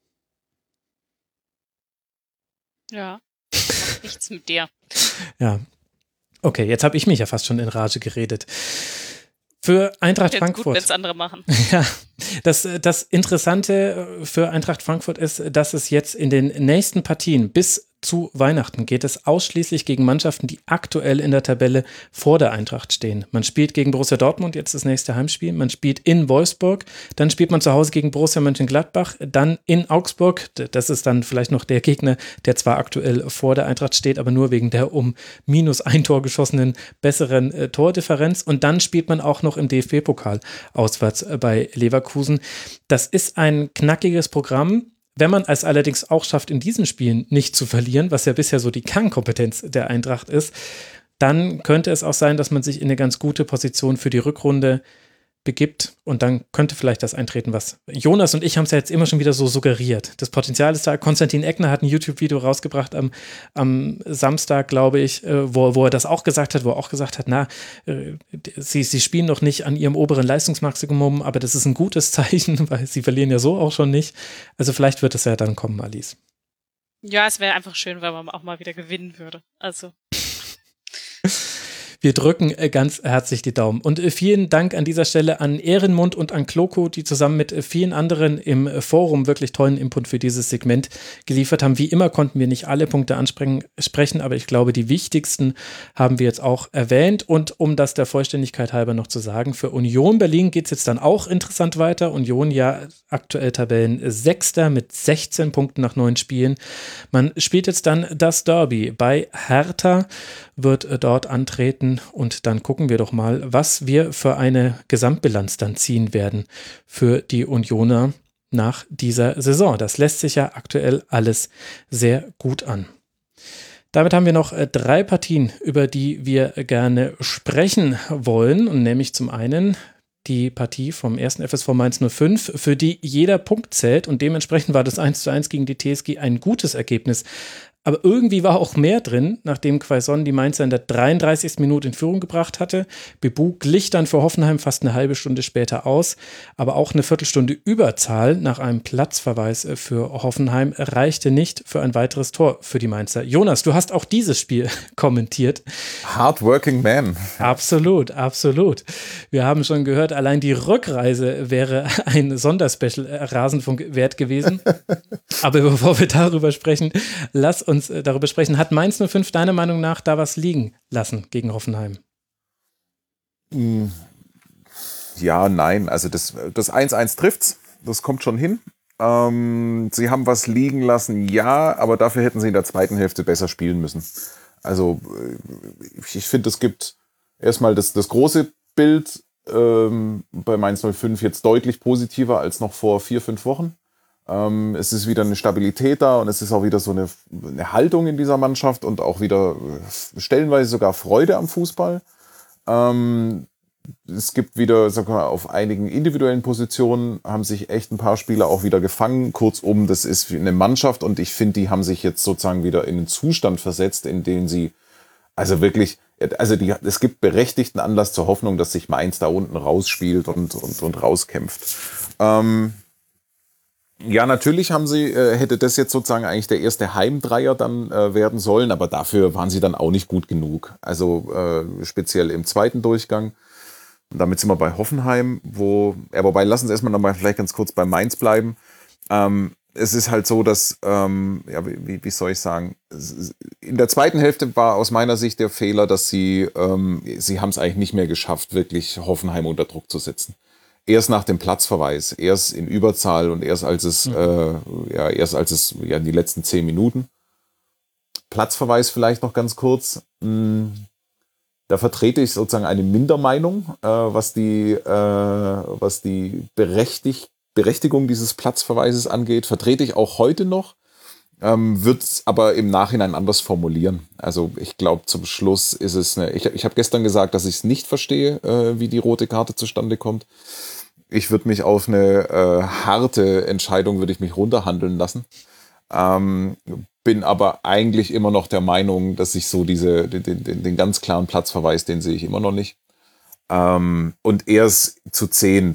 Ja, macht nichts mit dir. Ja. Okay, jetzt habe ich mich ja fast schon in Rage geredet. Für Eintracht Frankfurt. Gut, wenn es andere machen. Ja, das Interessante für Eintracht Frankfurt ist, dass es jetzt in den nächsten Partien bis zu Weihnachten geht es ausschließlich gegen Mannschaften, die aktuell in der Tabelle vor der Eintracht stehen. Man spielt gegen Borussia Dortmund, jetzt das nächste Heimspiel. Man spielt in Wolfsburg, dann spielt man zu Hause gegen Borussia Mönchengladbach, dann in Augsburg. Das ist dann vielleicht noch der Gegner, der zwar aktuell vor der Eintracht steht, aber nur wegen der um -1 Tor geschossenen besseren Tordifferenz. Und dann spielt man auch noch im DFB-Pokal auswärts bei Leverkusen. Das ist ein knackiges Programm. Wenn man es allerdings auch schafft, in diesen Spielen nicht zu verlieren, was ja bisher so die Kernkompetenz der Eintracht ist, dann könnte es auch sein, dass man sich in eine ganz gute Position für die Rückrunde begibt und dann könnte vielleicht das eintreten, was Jonas und ich haben es ja jetzt immer schon wieder so suggeriert. Das Potenzial ist da. Konstantin Eckner hat ein YouTube-Video rausgebracht am Samstag, glaube ich, wo er das auch gesagt hat, sie spielen noch nicht an ihrem oberen Leistungsmaximum, aber das ist ein gutes Zeichen, weil sie verlieren ja so auch schon nicht. Also vielleicht wird es ja dann kommen, Alice. Ja, es wäre einfach schön, wenn man auch mal wieder gewinnen würde. Also Wir drücken ganz herzlich die Daumen. Und vielen Dank an dieser Stelle an Ehrenmund und an Kloko, die zusammen mit vielen anderen im Forum wirklich tollen Input für dieses Segment geliefert haben. Wie immer konnten wir nicht alle Punkte ansprechen, aber ich glaube, die wichtigsten haben wir jetzt auch erwähnt. Und um das der Vollständigkeit halber noch zu sagen, für Union Berlin geht es jetzt dann auch interessant weiter. Union ja aktuell Tabellensechster mit 16 Punkten nach 9 Spielen. Man spielt jetzt dann das Derby bei Hertha, wird dort antreten. Und dann gucken wir doch mal, was wir für eine Gesamtbilanz dann ziehen werden für die Unioner nach dieser Saison. Das lässt sich ja aktuell alles sehr gut an. Damit haben wir noch 3 Partien, über die wir gerne sprechen wollen. Und nämlich zum einen die Partie vom 1. FSV Mainz 05, für die jeder Punkt zählt. Und dementsprechend war das 1:1 gegen die TSG ein gutes Ergebnis. Aber irgendwie war auch mehr drin, nachdem Quaison die Mainzer in der 33. Minute in Führung gebracht hatte. Bebu glich dann für Hoffenheim fast eine halbe Stunde später aus. Aber auch eine Viertelstunde Überzahl nach einem Platzverweis für Hoffenheim reichte nicht für ein weiteres Tor für die Mainzer. Jonas, du hast auch dieses Spiel kommentiert. Hardworking man. Absolut, absolut. Wir haben schon gehört, allein die Rückreise wäre ein Sonderspecial Rasenfunk wert gewesen. Aber bevor wir darüber sprechen, lass uns darüber sprechen. Hat Mainz 05 deiner Meinung nach da was liegen lassen gegen Hoffenheim? Ja, nein. Also das 1:1 trifft's. Das kommt schon hin. Sie haben was liegen lassen, ja, aber dafür hätten sie in der zweiten Hälfte besser spielen müssen. Also ich finde, es gibt erstmal das große Bild bei Mainz 05 jetzt deutlich positiver als noch vor 4-5 Wochen. Es ist wieder eine Stabilität da und es ist auch wieder so eine Haltung in dieser Mannschaft und auch wieder stellenweise sogar Freude am Fußball. Es gibt wieder, sagen wir mal, auf einigen individuellen Positionen haben sich echt ein paar Spieler auch wieder gefangen. Kurzum, das ist eine Mannschaft und ich finde, die haben sich jetzt sozusagen wieder in einen Zustand versetzt, in dem sie also wirklich, es gibt berechtigten Anlass zur Hoffnung, dass sich Mainz da unten rausspielt und rauskämpft. Ja, natürlich hätte das jetzt sozusagen eigentlich der erste Heimdreier dann werden sollen, aber dafür waren sie dann auch nicht gut genug. Also speziell im zweiten Durchgang. Und damit sind wir bei Hoffenheim, wobei lassen Sie erstmal nochmal vielleicht ganz kurz bei Mainz bleiben. Es ist halt so, dass, wie soll ich sagen, in der zweiten Hälfte war aus meiner Sicht der Fehler, dass sie haben es eigentlich nicht mehr geschafft, wirklich Hoffenheim unter Druck zu setzen. Erst nach dem Platzverweis, erst in Überzahl und erst als es die letzten 10 Minuten. Platzverweis vielleicht noch ganz kurz. Da vertrete ich sozusagen eine Mindermeinung, was die Berechtigung dieses Platzverweises angeht. Vertrete ich auch heute noch, wird es aber im Nachhinein anders formulieren. Also ich glaube, zum Schluss ist es ich habe gestern gesagt, dass ich es nicht verstehe, wie die rote Karte zustande kommt. Ich würde mich auf eine harte Entscheidung runterhandeln lassen. Bin aber eigentlich immer noch der Meinung, dass ich so den ganz klaren Platzverweis, den sehe ich immer noch nicht. Und erst zu 10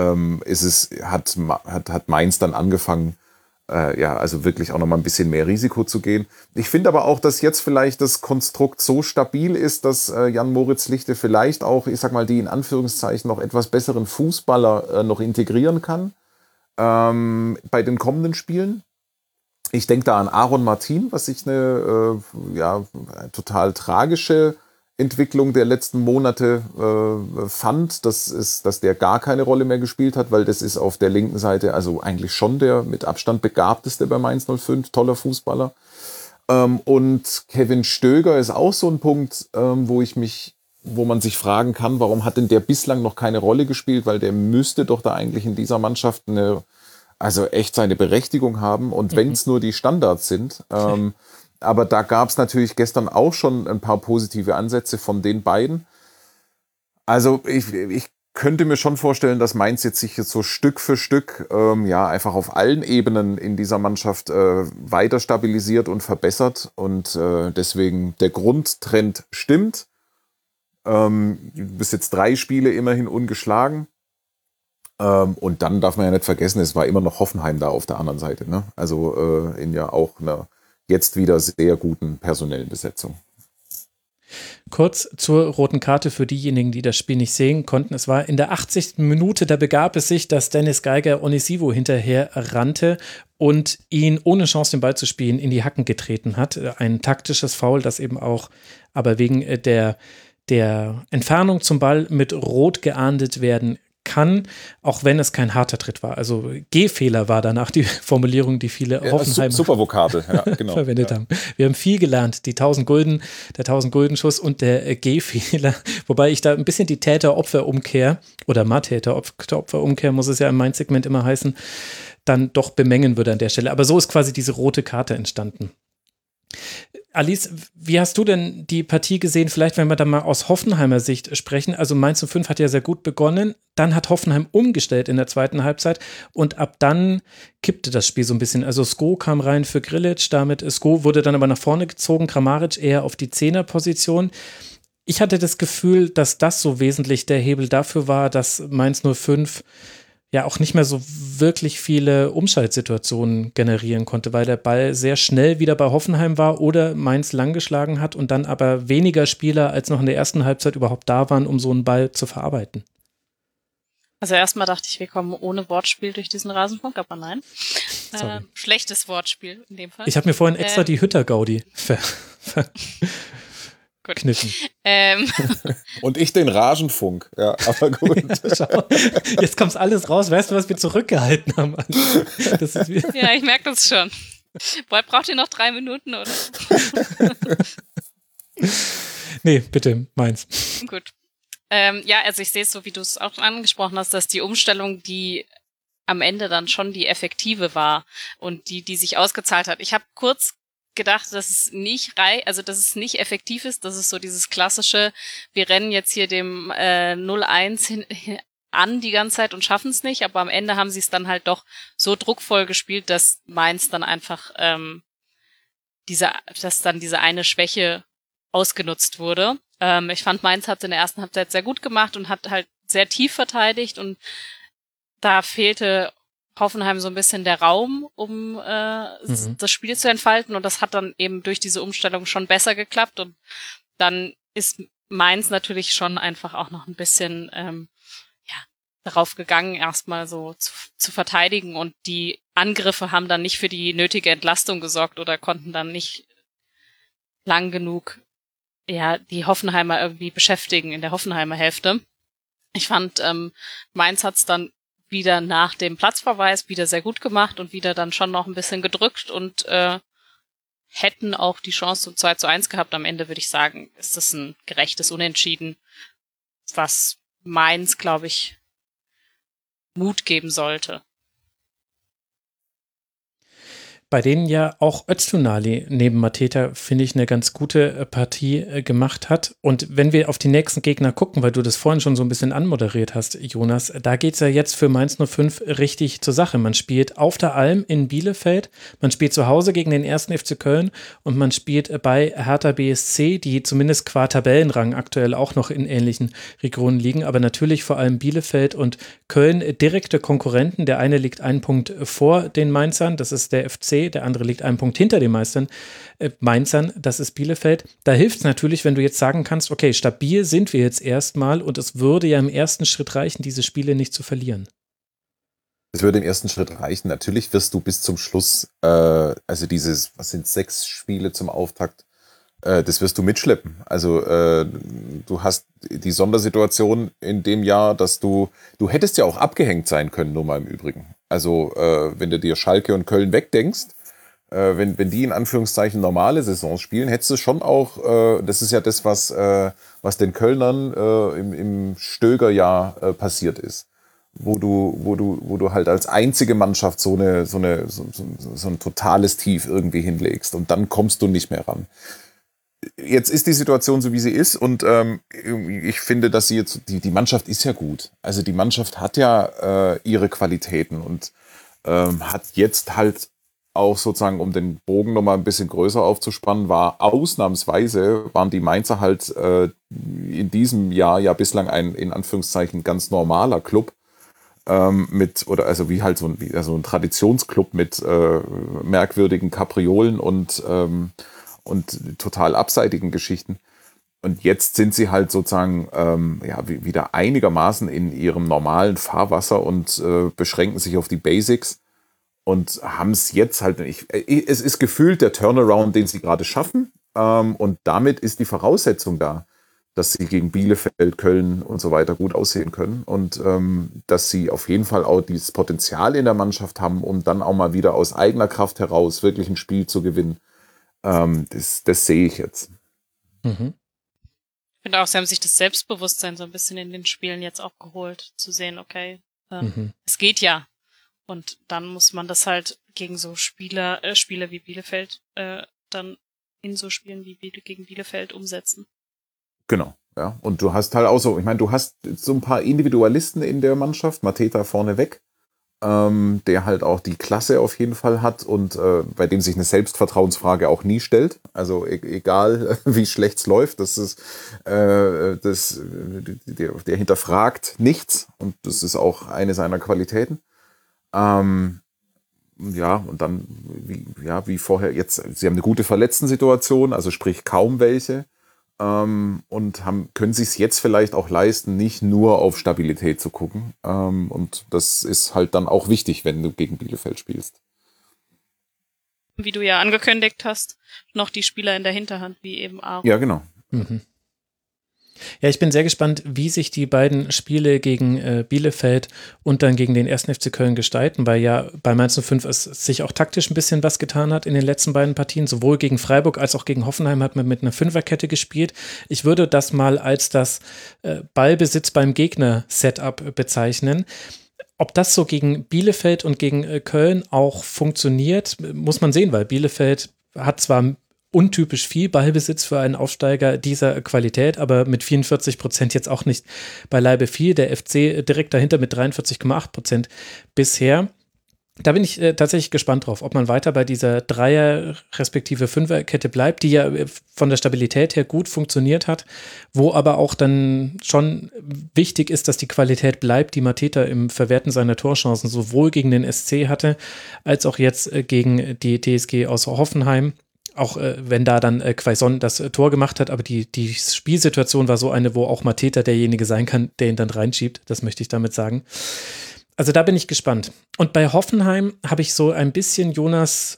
hat Mainz dann angefangen, also wirklich auch noch mal ein bisschen mehr Risiko zu gehen. Ich finde aber auch, dass jetzt vielleicht das Konstrukt so stabil ist, dass Jan-Moritz Lichte vielleicht auch, ich sag mal, die in Anführungszeichen noch etwas besseren Fußballer noch integrieren kann bei den kommenden Spielen. Ich denke da an Aaron Martin, was ich eine total tragische Entwicklung der letzten Monate fand, dass der gar keine Rolle mehr gespielt hat, weil das ist auf der linken Seite also eigentlich schon der mit Abstand begabteste bei Mainz 05, toller Fußballer. Und Kevin Stöger ist auch so ein Punkt, wo man sich fragen kann, warum hat denn der bislang noch keine Rolle gespielt, weil der müsste doch da eigentlich in dieser Mannschaft echt seine Berechtigung haben und wenn es nur die Standards sind. Aber da gab es natürlich gestern auch schon ein paar positive Ansätze von den beiden. Also ich könnte mir schon vorstellen, dass Mainz jetzt sich jetzt so Stück für Stück einfach auf allen Ebenen in dieser Mannschaft weiter stabilisiert und verbessert. Und deswegen der Grundtrend stimmt. Du bist jetzt 3 Spiele immerhin ungeschlagen. Und dann darf man ja nicht vergessen, es war immer noch Hoffenheim da auf der anderen Seite. Ne? Also in ja auch einer jetzt wieder sehr guten personellen Besetzung. Kurz zur roten Karte für diejenigen, die das Spiel nicht sehen konnten. Es war in der 80. Minute, da begab es sich, dass Dennis Geiger Onisivo hinterher rannte und ihn ohne Chance, den Ball zu spielen, in die Hacken getreten hat. Ein taktisches Foul, das eben auch aber wegen der Entfernung zum Ball mit Rot geahndet werden kann, auch wenn es kein harter Tritt war. Also Gehfehler war danach die Formulierung, die viele Hoffenheimer Supervokabel, ja, genau, verwendet haben. Wir haben viel gelernt. Der 1000-Gulden-Schuss und der Gehfehler. Wobei ich da ein bisschen die Täter-Opfer-Umkehr oder Täter-Opfer-Umkehr, muss es ja im Mainz-Segment immer heißen, dann doch bemängeln würde an der Stelle. Aber so ist quasi diese rote Karte entstanden. Alice, wie hast du denn die Partie gesehen? Vielleicht, wenn wir da mal aus Hoffenheimer Sicht sprechen. Also Mainz 05 hat ja sehr gut begonnen. Dann hat Hoffenheim umgestellt in der zweiten Halbzeit und ab dann kippte das Spiel so ein bisschen. Also Sko kam rein für Grilic, damit Sko wurde dann aber nach vorne gezogen, Kramaric eher auf die Zehnerposition. Ich hatte das Gefühl, dass das so wesentlich der Hebel dafür war, dass Mainz 05 ja auch nicht mehr so wirklich viele Umschaltsituationen generieren konnte, weil der Ball sehr schnell wieder bei Hoffenheim war oder Mainz lang geschlagen hat und dann aber weniger Spieler als noch in der ersten Halbzeit überhaupt da waren, um so einen Ball zu verarbeiten. Also erstmal dachte ich, wir kommen ohne Wortspiel durch diesen Rasenfunk, aber nein. Schlechtes Wortspiel in dem Fall. Ich habe mir vorhin extra die Hütter-Gaudi kniffen. Und ich den Rasenfunk. Ja, aber gut. Schau, jetzt kommt alles raus. Weißt du, was wir zurückgehalten haben? Das ist ja, ich merke das schon. Braucht ihr noch 3 Minuten, oder? Nee, bitte, meins. Gut. Ja, also ich sehe es so, wie du es auch angesprochen hast, dass die Umstellung, die am Ende dann schon die effektive war und die sich ausgezahlt hat. Ich habe kurz gedacht, dass es nicht dass es nicht effektiv ist, dass es so dieses klassische, wir rennen jetzt hier dem 0-1 an die ganze Zeit und schaffen es nicht, aber am Ende haben sie es dann halt doch so druckvoll gespielt, dass Mainz dann einfach dass dann diese eine Schwäche ausgenutzt wurde. Ich fand, Mainz hat es in der ersten Halbzeit sehr gut gemacht und hat halt sehr tief verteidigt und da fehlte Hoffenheim so ein bisschen der Raum, um das Spiel zu entfalten und das hat dann eben durch diese Umstellung schon besser geklappt und dann ist Mainz natürlich schon einfach auch noch ein bisschen darauf gegangen, erstmal so zu verteidigen und die Angriffe haben dann nicht für die nötige Entlastung gesorgt oder konnten dann nicht lang genug die Hoffenheimer irgendwie beschäftigen in der Hoffenheimer Hälfte. Ich fand, Mainz hat's dann wieder nach dem Platzverweis wieder sehr gut gemacht und wieder dann schon noch ein bisschen gedrückt und hätten auch die Chance zum 2:1 gehabt. Am Ende würde ich sagen, ist das ein gerechtes Unentschieden, was Mainz, glaube ich, Mut geben sollte. Bei denen ja auch Öztunali neben Mateta, finde ich, eine ganz gute Partie gemacht hat. Und wenn wir auf die nächsten Gegner gucken, weil du das vorhin schon so ein bisschen anmoderiert hast, Jonas, da geht es ja jetzt für Mainz 05 richtig zur Sache. Man spielt auf der Alm in Bielefeld, man spielt zu Hause gegen den 1. FC Köln und man spielt bei Hertha BSC, die zumindest qua Tabellenrang aktuell auch noch in ähnlichen Regionen liegen, aber natürlich vor allem Bielefeld und Köln direkte Konkurrenten. Der eine liegt einen Punkt vor den Mainzern, das ist der FC, der andere liegt einen Punkt hinter den Mainzern, das ist Bielefeld. Da hilft es natürlich, wenn du jetzt sagen kannst, okay, stabil sind wir jetzt erstmal und es würde ja im ersten Schritt reichen, diese Spiele nicht zu verlieren. Es würde im ersten Schritt reichen. Natürlich wirst du bis zum Schluss, also was sind 6 Spiele zum Auftakt, das wirst du mitschleppen. Also du hast die Sondersituation in dem Jahr, dass du hättest ja auch abgehängt sein können, nur mal im Übrigen. Also wenn du dir Schalke und Köln wegdenkst, wenn die in Anführungszeichen normale Saisons spielen, hättest du schon auch, das ist ja das, was den Kölnern im Stöger-Jahr passiert ist. wo du halt als einzige Mannschaft so ein totales Tief irgendwie hinlegst und dann kommst du nicht mehr ran. Jetzt ist die Situation so, wie sie ist und ich finde, dass sie jetzt, die Mannschaft ist ja gut. Also die Mannschaft hat ja ihre Qualitäten und hat jetzt halt auch sozusagen, um den Bogen nochmal ein bisschen größer aufzuspannen, waren die Mainzer halt in diesem Jahr ja bislang ein, in Anführungszeichen, ganz normaler Club wie halt so ein Traditionsclub mit merkwürdigen Kapriolen und total abseitigen Geschichten. Und jetzt sind sie halt sozusagen wieder einigermaßen in ihrem normalen Fahrwasser und beschränken sich auf die Basics und haben es jetzt halt, es ist gefühlt der Turnaround, den sie gerade schaffen, und damit ist die Voraussetzung da, dass sie gegen Bielefeld, Köln und so weiter gut aussehen können und dass sie auf jeden Fall auch dieses Potenzial in der Mannschaft haben, um dann auch mal wieder aus eigener Kraft heraus wirklich ein Spiel zu gewinnen. Das sehe ich jetzt. Ich finde auch, sie haben sich das Selbstbewusstsein so ein bisschen in den Spielen jetzt auch geholt, zu sehen, okay, es geht ja. Und dann muss man das halt gegen so Spiele wie Bielefeld dann in so Spielen wie gegen Bielefeld umsetzen. Genau, ja. Und du hast halt auch so, ich meine, du hast so ein paar Individualisten in der Mannschaft, Mateta vorneweg, der halt auch die Klasse auf jeden Fall hat und bei dem sich eine Selbstvertrauensfrage auch nie stellt. Also egal, wie schlecht es läuft, der hinterfragt nichts und das ist auch eine seiner Qualitäten. Und dann, wie vorher, jetzt, sie haben eine gute Verletzten-Situation, also sprich kaum welche. Und können sich es jetzt vielleicht auch leisten, nicht nur auf Stabilität zu gucken. Und das ist halt dann auch wichtig, wenn du gegen Bielefeld spielst. Wie du ja angekündigt hast, noch die Spieler in der Hinterhand, wie eben auch. Ja, genau. Ja, ich bin sehr gespannt, wie sich die beiden Spiele gegen Bielefeld und dann gegen den 1. FC Köln gestalten, weil ja bei Mainz 05 es sich auch taktisch ein bisschen was getan hat in den letzten beiden Partien. Sowohl gegen Freiburg als auch gegen Hoffenheim hat man mit einer Fünferkette gespielt. Ich würde das mal als das Ballbesitz beim Gegner-Setup bezeichnen. Ob das so gegen Bielefeld und gegen Köln auch funktioniert, muss man sehen, weil Bielefeld hat zwar untypisch viel Ballbesitz für einen Aufsteiger dieser Qualität, aber mit 44% jetzt auch nicht beileibe viel. Der FC direkt dahinter mit 43,8% bisher. Da bin ich tatsächlich gespannt drauf, ob man weiter bei dieser Dreier- respektive Fünferkette bleibt, die ja von der Stabilität her gut funktioniert hat, wo aber auch dann schon wichtig ist, dass die Qualität bleibt, die Mateta im Verwerten seiner Torchancen sowohl gegen den SC hatte, als auch jetzt gegen die TSG aus Hoffenheim. Auch wenn da dann Quaison das Tor gemacht hat, aber die Spielsituation war so eine, wo auch Mateta derjenige sein kann, der ihn dann reinschiebt. Das möchte ich damit sagen. Also da bin ich gespannt. Und bei Hoffenheim habe ich so ein bisschen, Jonas,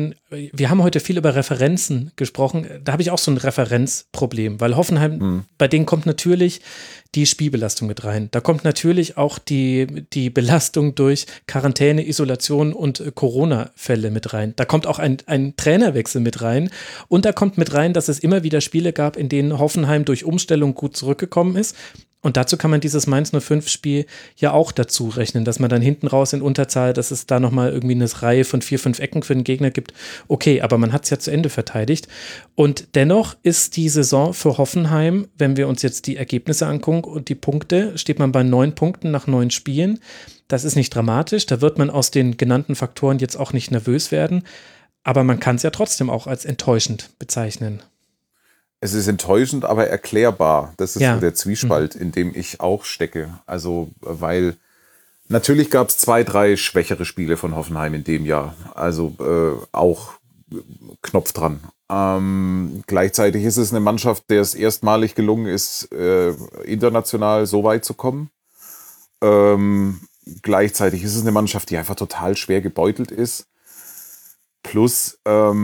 wir haben heute viel über Referenzen gesprochen, da habe ich auch so ein Referenzproblem, weil Hoffenheim, bei denen kommt natürlich die Spielbelastung mit rein. Da kommt natürlich auch die Belastung durch Quarantäne, Isolation und Corona-Fälle mit rein. Da kommt auch ein Trainerwechsel mit rein und da kommt mit rein, dass es immer wieder Spiele gab, in denen Hoffenheim durch Umstellung gut zurückgekommen ist. Und dazu kann man dieses Mainz 05-Spiel ja auch dazu rechnen, dass man dann hinten raus in Unterzahl, dass es da nochmal irgendwie eine Reihe von 4-5 Ecken für den Gegner gibt. Okay, aber man hat es ja zu Ende verteidigt. Und dennoch ist die Saison für Hoffenheim, wenn wir uns jetzt die Ergebnisse angucken und die Punkte, steht man bei 9 Punkten nach 9 Spielen. Das ist nicht dramatisch, da wird man aus den genannten Faktoren jetzt auch nicht nervös werden. Aber man kann es ja trotzdem auch als enttäuschend bezeichnen. Es ist enttäuschend, aber erklärbar. Das ist so der Zwiespalt, in dem ich auch stecke. Also, weil natürlich gab es 2, 3 schwächere Spiele von Hoffenheim in dem Jahr. Also auch Knopf dran. Gleichzeitig ist es eine Mannschaft, der es erstmalig gelungen ist, international so weit zu kommen. Gleichzeitig ist es eine Mannschaft, die einfach total schwer gebeutelt ist. Plus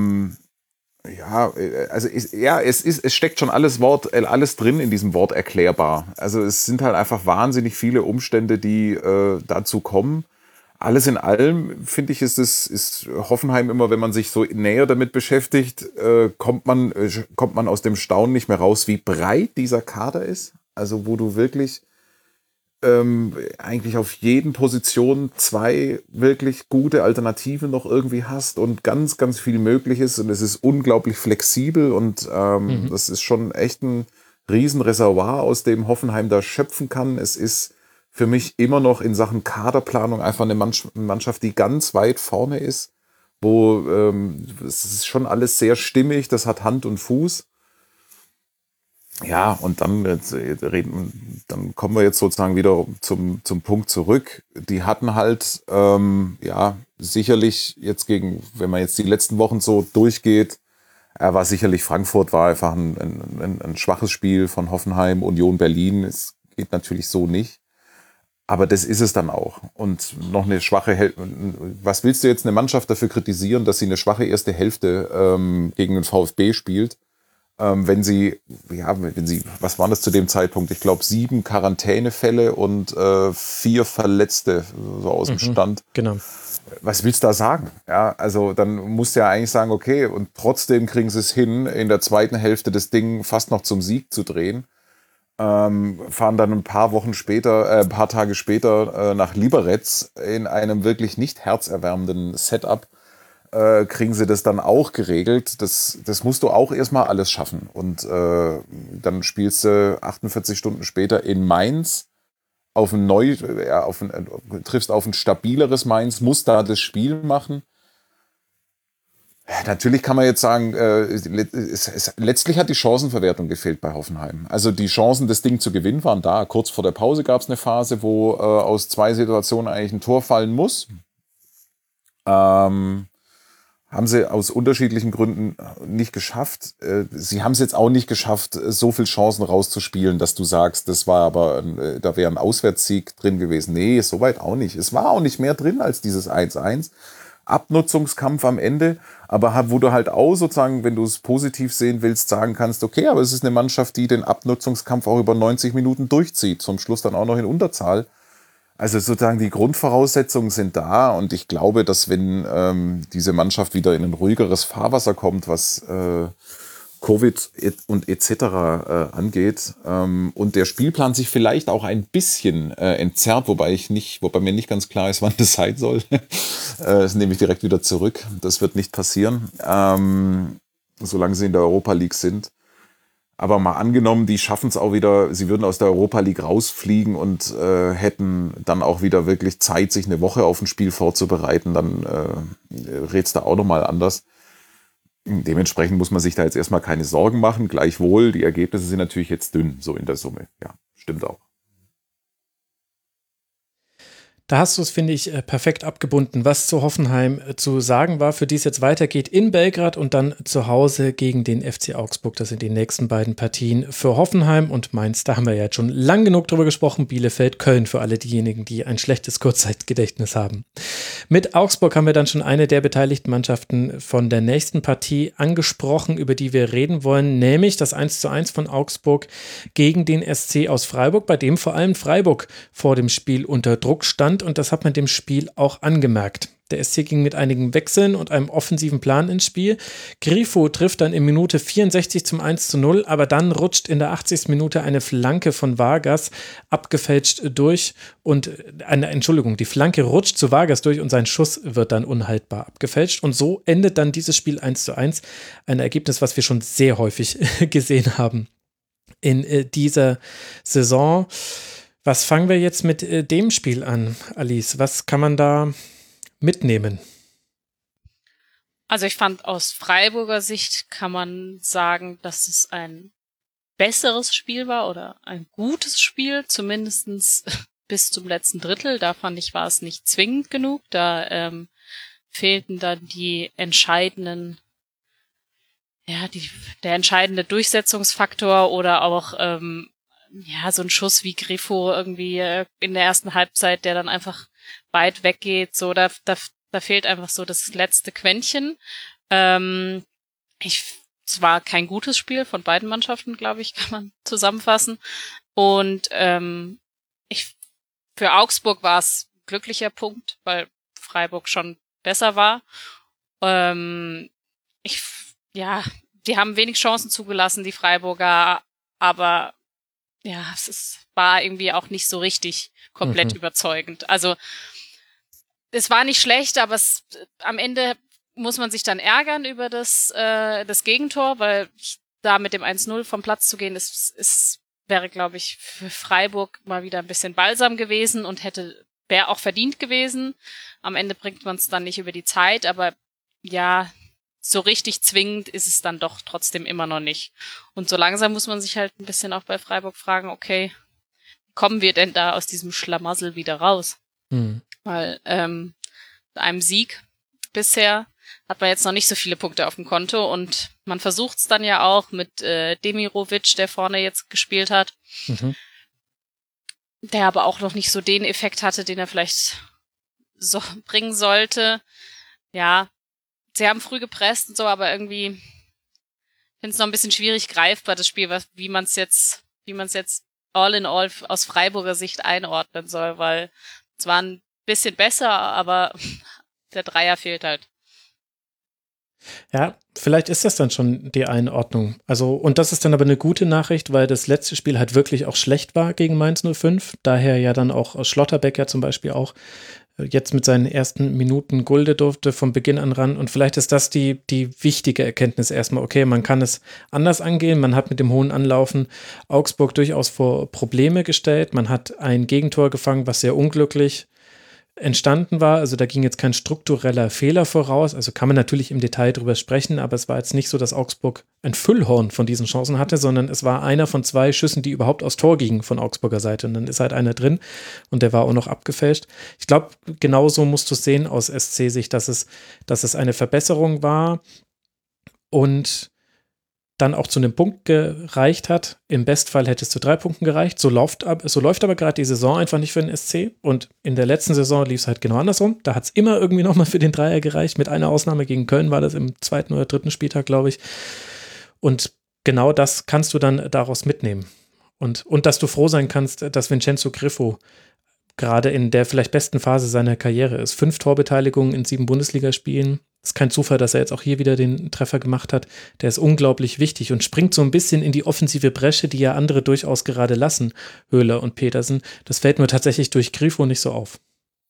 es steckt schon alles drin in diesem Wort erklärbar. Also es sind halt einfach wahnsinnig viele Umstände, die dazu kommen. Alles in allem, finde ich, ist Hoffenheim immer, wenn man sich so näher damit beschäftigt, kommt man aus dem Staunen nicht mehr raus, wie breit dieser Kader ist. Also wo du wirklich eigentlich auf jeden Position 2 wirklich gute Alternativen noch irgendwie hast und ganz, ganz viel möglich ist und es ist unglaublich flexibel und das ist schon echt ein Riesenreservoir, aus dem Hoffenheim da schöpfen kann. Es ist für mich immer noch in Sachen Kaderplanung einfach eine Mannschaft, die ganz weit vorne ist, wo es ist schon alles sehr stimmig, das hat Hand und Fuß. Ja, und dann kommen wir jetzt sozusagen wieder zum Punkt zurück. Die hatten halt, sicherlich jetzt wenn man jetzt die letzten Wochen so durchgeht, war sicherlich Frankfurt war einfach ein schwaches Spiel von Hoffenheim, Union Berlin. Es geht natürlich so nicht. Aber das ist es dann auch. Und noch eine schwache was willst du jetzt eine Mannschaft dafür kritisieren, dass sie eine schwache erste Hälfte gegen den VfB spielt? Wenn sie, was waren das zu dem Zeitpunkt? Ich glaube 7 Quarantänefälle und 4 Verletzte so aus dem Stand. Genau. Was willst du da sagen? Ja, also dann musst du ja eigentlich sagen, okay, und trotzdem kriegen sie es hin, in der zweiten Hälfte das Ding fast noch zum Sieg zu drehen. Fahren dann ein paar Tage später nach Liberec in einem wirklich nicht herzerwärmenden Setup. Kriegen sie das dann auch geregelt. Das musst du auch erstmal alles schaffen. Und dann spielst du 48 Stunden später in Mainz triffst auf ein stabileres Mainz, musst da das Spiel machen. Natürlich kann man jetzt sagen, letztlich hat die Chancenverwertung gefehlt bei Hoffenheim. Also die Chancen, das Ding zu gewinnen, waren da. Kurz vor der Pause gab es eine Phase, wo aus 2 Situationen eigentlich ein Tor fallen muss. Haben sie aus unterschiedlichen Gründen nicht geschafft. Sie haben es jetzt auch nicht geschafft, so viele Chancen rauszuspielen, dass du sagst, da wäre ein Auswärtssieg drin gewesen. Nee, soweit auch nicht. Es war auch nicht mehr drin als dieses 1-1. Abnutzungskampf am Ende, aber wo du halt auch sozusagen, wenn du es positiv sehen willst, sagen kannst, okay, aber es ist eine Mannschaft, die den Abnutzungskampf auch über 90 Minuten durchzieht, zum Schluss dann auch noch in Unterzahl. Also sozusagen die Grundvoraussetzungen sind da und ich glaube, dass wenn diese Mannschaft wieder in ein ruhigeres Fahrwasser kommt, was Covid und etc. Angeht und der Spielplan sich vielleicht auch ein bisschen entzerrt, wobei mir nicht ganz klar ist, wann das sein soll. Das nehme ich direkt wieder zurück. Das wird nicht passieren, solange sie in der Europa League sind. Aber mal angenommen, die schaffen es auch wieder, sie würden aus der Europa League rausfliegen und hätten dann auch wieder wirklich Zeit, sich eine Woche auf ein Spiel vorzubereiten, dann red's da auch nochmal anders. Dementsprechend muss man sich da jetzt erstmal keine Sorgen machen. Gleichwohl, die Ergebnisse sind natürlich jetzt dünn, so in der Summe. Ja, stimmt auch. Da hast du es, finde ich, perfekt abgebunden, was zu Hoffenheim zu sagen war, für die es jetzt weitergeht in Belgrad und dann zu Hause gegen den FC Augsburg. Das sind die nächsten beiden Partien für Hoffenheim und Mainz. Da haben wir ja jetzt schon lang genug drüber gesprochen. Bielefeld, Köln für alle diejenigen, die ein schlechtes Kurzzeitgedächtnis haben. Mit Augsburg haben wir dann schon eine der beteiligten Mannschaften von der nächsten Partie angesprochen, über die wir reden wollen, nämlich das 1:1 von Augsburg gegen den SC aus Freiburg, bei dem vor allem Freiburg vor dem Spiel unter Druck stand. Und das hat man dem Spiel auch angemerkt. Der SC ging mit einigen Wechseln und einem offensiven Plan ins Spiel. Grifo trifft dann in Minute 64 zum 1:0, aber dann rutscht in der 80. Minute eine Flanke von Vargas abgefälscht durch und die Flanke rutscht zu Vargas durch und sein Schuss wird dann unhaltbar abgefälscht. Und so endet dann dieses Spiel 1:1. Ein Ergebnis, was wir schon sehr häufig gesehen haben in dieser Saison. Was fangen wir jetzt mit dem Spiel an, Alice? Was kann man da mitnehmen? Also ich fand, aus Freiburger Sicht kann man sagen, dass es ein besseres Spiel war oder ein gutes Spiel, zumindestens bis zum letzten Drittel. Da fand ich, war es nicht zwingend genug. Da fehlten dann die entscheidenden, der entscheidende Durchsetzungsfaktor oder auch so ein Schuss wie Grifo irgendwie in der ersten Halbzeit, der dann einfach weit weggeht, so, da fehlt einfach so das letzte Quäntchen. Es war kein gutes Spiel von beiden Mannschaften, glaube ich, kann man zusammenfassen. Und für Augsburg war es ein glücklicher Punkt, weil Freiburg schon besser war. Die haben wenig Chancen zugelassen, die Freiburger, aber ja, war irgendwie auch nicht so richtig komplett überzeugend. Also es war nicht schlecht, aber am Ende muss man sich dann ärgern über das Gegentor, weil da mit dem 1-0 vom Platz zu gehen, wäre, glaube ich, für Freiburg mal wieder ein bisschen balsam gewesen und wäre auch verdient gewesen. Am Ende bringt man es dann nicht über die Zeit, aber ja, so richtig zwingend ist es dann doch trotzdem immer noch nicht. Und so langsam muss man sich halt ein bisschen auch bei Freiburg fragen, okay, wie kommen wir denn da aus diesem Schlamassel wieder raus? Weil mit einem Sieg bisher hat man jetzt noch nicht so viele Punkte auf dem Konto und man versucht es dann ja auch mit Demirovic, der vorne jetzt gespielt hat, der aber auch noch nicht so den Effekt hatte, den er vielleicht so bringen sollte. Ja, sie haben früh gepresst und so, aber irgendwie finde es noch ein bisschen schwierig greifbar, das Spiel, wie man es jetzt all in all aus Freiburger Sicht einordnen soll, weil es war ein bisschen besser, aber der Dreier fehlt halt. Ja, vielleicht ist das dann schon die Einordnung. Also, und das ist dann aber eine gute Nachricht, weil das letzte Spiel halt wirklich auch schlecht war gegen Mainz 05. Daher ja dann auch Schlotterbeck ja zum Beispiel auch jetzt mit seinen ersten Minuten Gulde durfte von Beginn an ran. Und vielleicht ist das die wichtige Erkenntnis erstmal. Okay, man kann es anders angehen. Man hat mit dem hohen Anlaufen Augsburg durchaus vor Probleme gestellt. Man hat ein Gegentor gefangen, was sehr unglücklich entstanden war. Also da ging jetzt kein struktureller Fehler voraus. Also kann man natürlich im Detail drüber sprechen, aber es war jetzt nicht so, dass Augsburg ein Füllhorn von diesen Chancen hatte, sondern es war einer von 2 Schüssen, die überhaupt aufs Tor gingen von Augsburger Seite. Und dann ist halt einer drin und der war auch noch abgefälscht. Ich glaube, genauso musst du es sehen aus SC-Sicht, dass es eine Verbesserung war und dann auch zu einem Punkt gereicht hat. Im Bestfall hätte es zu 3 Punkten gereicht. So läuft aber gerade die Saison einfach nicht für den SC. Und in der letzten Saison lief es halt genau andersrum. Da hat es immer irgendwie nochmal für den Dreier gereicht. Mit einer Ausnahme gegen Köln war das im 2. oder 3. Spieltag, glaube ich. Und genau das kannst du dann daraus mitnehmen. Und dass du froh sein kannst, dass Vincenzo Griffo gerade in der vielleicht besten Phase seiner Karriere ist. 5 Torbeteiligungen in 7 Bundesligaspielen. Ist kein Zufall, dass er jetzt auch hier wieder den Treffer gemacht hat. Der ist unglaublich wichtig und springt so ein bisschen in die offensive Bresche, die ja andere durchaus gerade lassen, Höhler und Petersen. Das fällt nur tatsächlich durch Grifo nicht so auf.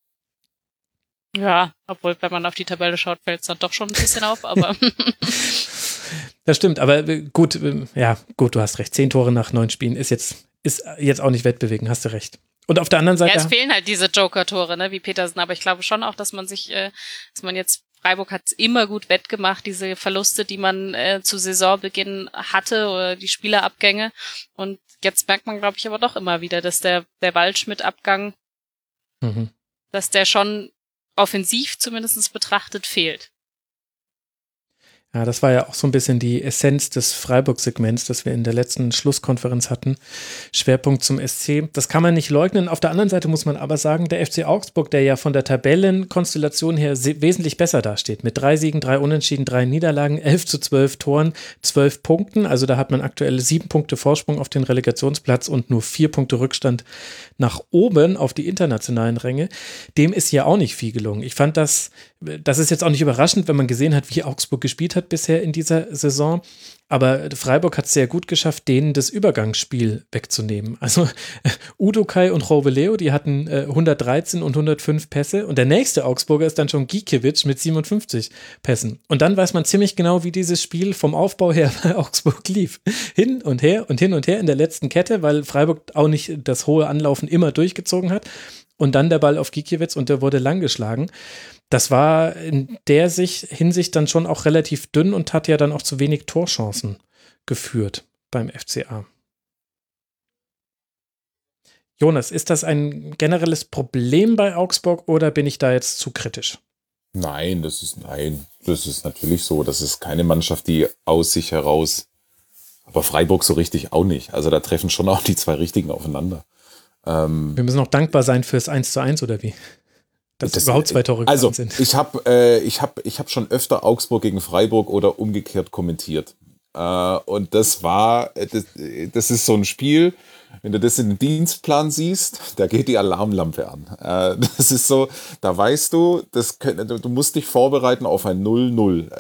Ja, obwohl, wenn man auf die Tabelle schaut, fällt es dann doch schon ein bisschen auf, aber Das stimmt, aber gut, du hast recht. 10 Tore nach 9 Spielen ist jetzt auch nicht weltbewegend, hast du recht. Und auf der anderen Seite. Ja, es fehlen halt diese Joker-Tore, ne, wie Petersen, aber ich glaube schon auch, dass man jetzt Freiburg hat es immer gut wettgemacht, diese Verluste, die man zu Saisonbeginn hatte oder die Spielerabgänge. Und jetzt merkt man, glaube ich, aber doch immer wieder, dass der Waldschmidt-Abgang, dass der schon offensiv zumindest betrachtet fehlt. Ja, das war ja auch so ein bisschen die Essenz des Freiburg-Segments, das wir in der letzten Schlusskonferenz hatten. Schwerpunkt zum SC. Das kann man nicht leugnen. Auf der anderen Seite muss man aber sagen, der FC Augsburg, der ja von der Tabellenkonstellation her wesentlich besser dasteht. Mit 3 Siegen, 3 Unentschieden, 3 Niederlagen, 11-12 Toren, 12 Punkten. Also da hat man aktuell 7 Punkte Vorsprung auf den Relegationsplatz und nur 4 Punkte Rückstand nach oben auf die internationalen Ränge. Dem ist ja auch nicht viel gelungen. Ich fand das ist jetzt auch nicht überraschend, wenn man gesehen hat, wie Augsburg gespielt hat bisher in dieser Saison. Aber Freiburg hat es sehr gut geschafft, denen das Übergangsspiel wegzunehmen. Also Udokai und Roveleo, die hatten 113 und 105 Pässe. Und der nächste Augsburger ist dann schon Gikiewicz mit 57 Pässen. Und dann weiß man ziemlich genau, wie dieses Spiel vom Aufbau her bei Augsburg lief. Hin und her in der letzten Kette, weil Freiburg auch nicht das hohe Anlaufen immer durchgezogen hat. Und dann der Ball auf Gikiewicz und der wurde langgeschlagen. Das war in der Hinsicht dann schon auch relativ dünn und hat ja dann auch zu wenig Torchancen geführt beim FCA. Jonas, ist das ein generelles Problem bei Augsburg oder bin ich da jetzt zu kritisch? Nein, das ist natürlich so. Das ist keine Mannschaft, die aus sich heraus, aber Freiburg so richtig auch nicht. Also da treffen schon auch die 2 Richtigen aufeinander. Wir müssen auch dankbar sein fürs 1:1 oder wie? Dass überhaupt 2 Tore gefallen sind. Ich hab schon öfter Augsburg gegen Freiburg oder umgekehrt kommentiert. Und das ist so ein Spiel, wenn du das in den Dienstplan siehst, da geht die Alarmlampe an. Das ist so, da weißt du, du musst dich vorbereiten auf ein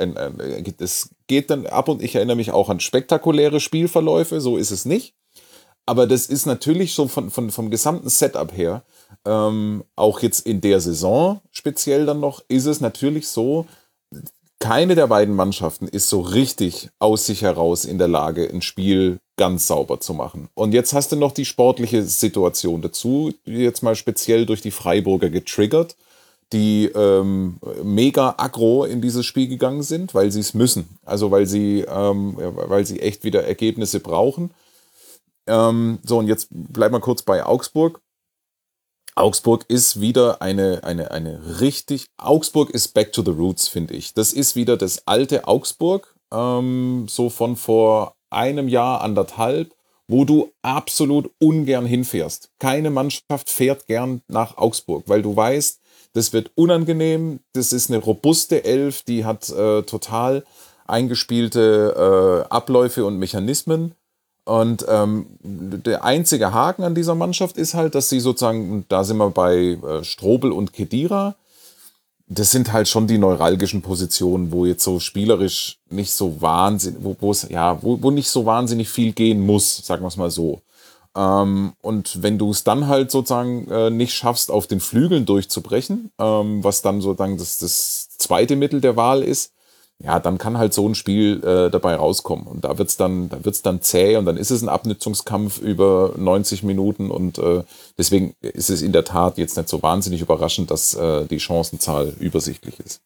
0-0. Das geht dann ab und ich erinnere mich auch an spektakuläre Spielverläufe, so ist es nicht. Aber das ist natürlich so vom gesamten Setup her, auch jetzt in der Saison speziell dann noch, ist es natürlich so, keine der beiden Mannschaften ist so richtig aus sich heraus in der Lage, ein Spiel ganz sauber zu machen. Und jetzt hast du noch die sportliche Situation dazu, jetzt mal speziell durch die Freiburger getriggert, die mega aggro in dieses Spiel gegangen sind, weil sie es müssen. Also weil sie echt wieder Ergebnisse brauchen. So, und jetzt bleiben wir kurz bei Augsburg. Augsburg ist wieder eine Augsburg ist back to the roots, finde ich. Das ist wieder das alte Augsburg, so von vor einem Jahr, anderthalb, wo du absolut ungern hinfährst. Keine Mannschaft fährt gern nach Augsburg, weil du weißt, das wird unangenehm, das ist eine robuste Elf, die hat total eingespielte Abläufe und Mechanismen. Und der einzige Haken an dieser Mannschaft ist halt, dass sie sozusagen, da sind wir bei Strobel und Khedira, das sind halt schon die neuralgischen Positionen, wo jetzt so spielerisch nicht so wahnsinnig, wo nicht so wahnsinnig viel gehen muss, sagen wir es mal so. Und wenn du es dann halt sozusagen nicht schaffst, auf den Flügeln durchzubrechen, was dann sozusagen das zweite Mittel der Wahl ist, ja, dann kann halt so ein Spiel dabei rauskommen. Und da wird's dann zäh und dann ist es ein Abnutzungskampf über 90 Minuten und deswegen ist es in der Tat jetzt nicht so wahnsinnig überraschend, dass die Chancenzahl übersichtlich ist.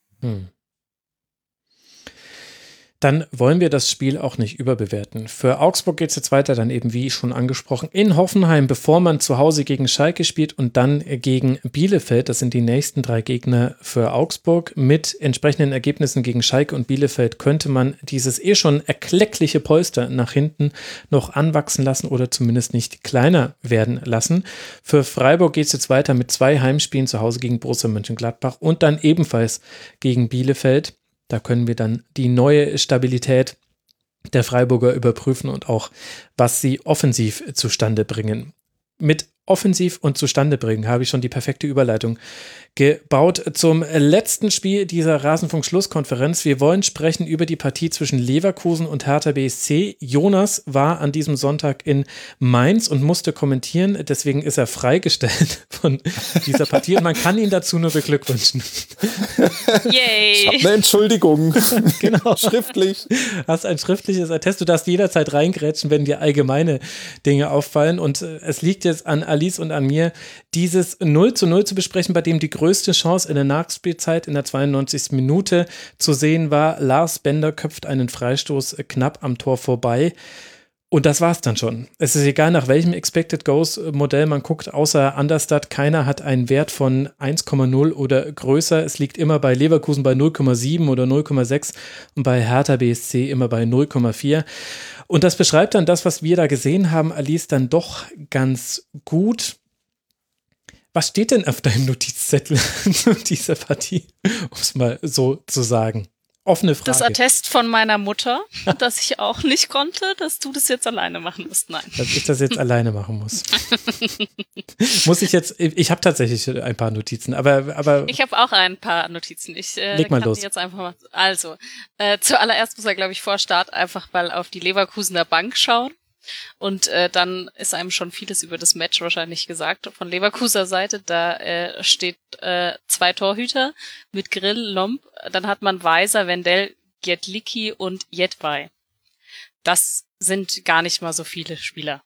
Dann wollen wir das Spiel auch nicht überbewerten. Für Augsburg geht es jetzt weiter, dann eben wie schon angesprochen, in Hoffenheim, bevor man zu Hause gegen Schalke spielt und dann gegen Bielefeld. Das sind die nächsten 3 Gegner für Augsburg. Mit entsprechenden Ergebnissen gegen Schalke und Bielefeld könnte man dieses schon erkleckliche Polster nach hinten noch anwachsen lassen oder zumindest nicht kleiner werden lassen. Für Freiburg geht es jetzt weiter mit 2 Heimspielen zu Hause gegen Borussia Mönchengladbach und dann ebenfalls gegen Bielefeld. Da können wir dann die neue Stabilität der Freiburger überprüfen und auch, was sie offensiv zustande bringen. Mit offensiv und zustande bringen habe ich schon die perfekte Überleitung gebaut zum letzten Spiel dieser Rasenfunk-Schlusskonferenz. Wir wollen sprechen über die Partie zwischen Leverkusen und Hertha BSC. Jonas war an diesem Sonntag in Mainz und musste kommentieren, deswegen ist er freigestellt von dieser Partie und man kann ihn dazu nur beglückwünschen. Yay! Ich habe eine Entschuldigung. Genau. Schriftlich. Hast ein schriftliches Attest, du darfst jederzeit reingrätschen, wenn dir allgemeine Dinge auffallen und es liegt jetzt an Alice und an mir, dieses 0:0 zu besprechen, bei dem die größte Chance in der Nachspielzeit in der 92. Minute zu sehen war. Lars Bender köpft einen Freistoß knapp am Tor vorbei. Und das war's dann schon. Es ist egal, nach welchem Expected Goals Modell man guckt, außer Understat, keiner hat einen Wert von 1,0 oder größer. Es liegt immer bei Leverkusen bei 0,7 oder 0,6 und bei Hertha BSC immer bei 0,4. Und das beschreibt dann das, was wir da gesehen haben, Alice, dann doch ganz gut. Was steht denn auf deinem Notizzettel zu dieser Partie, um es mal so zu sagen? Offene Frage. Das Attest von meiner Mutter, dass ich auch nicht konnte, dass du das jetzt alleine machen musst. Nein. Dass ich das jetzt alleine machen muss. Muss ich jetzt, ich habe tatsächlich ein paar Notizen, aber ich habe auch ein paar Notizen. Ich leg mal kann los. die jetzt einfach mal. Also, zuallererst muss er, glaube ich, vor Start einfach mal auf die Leverkusener Bank schauen. Und dann ist einem schon vieles über das Match wahrscheinlich gesagt. Von Leverkusener Seite, da steht 2 Torhüter mit Grill, Lomb. Dann hat man Weiser, Wendell, Giedlicki und Jedwai. Das sind gar nicht mal so viele Spieler.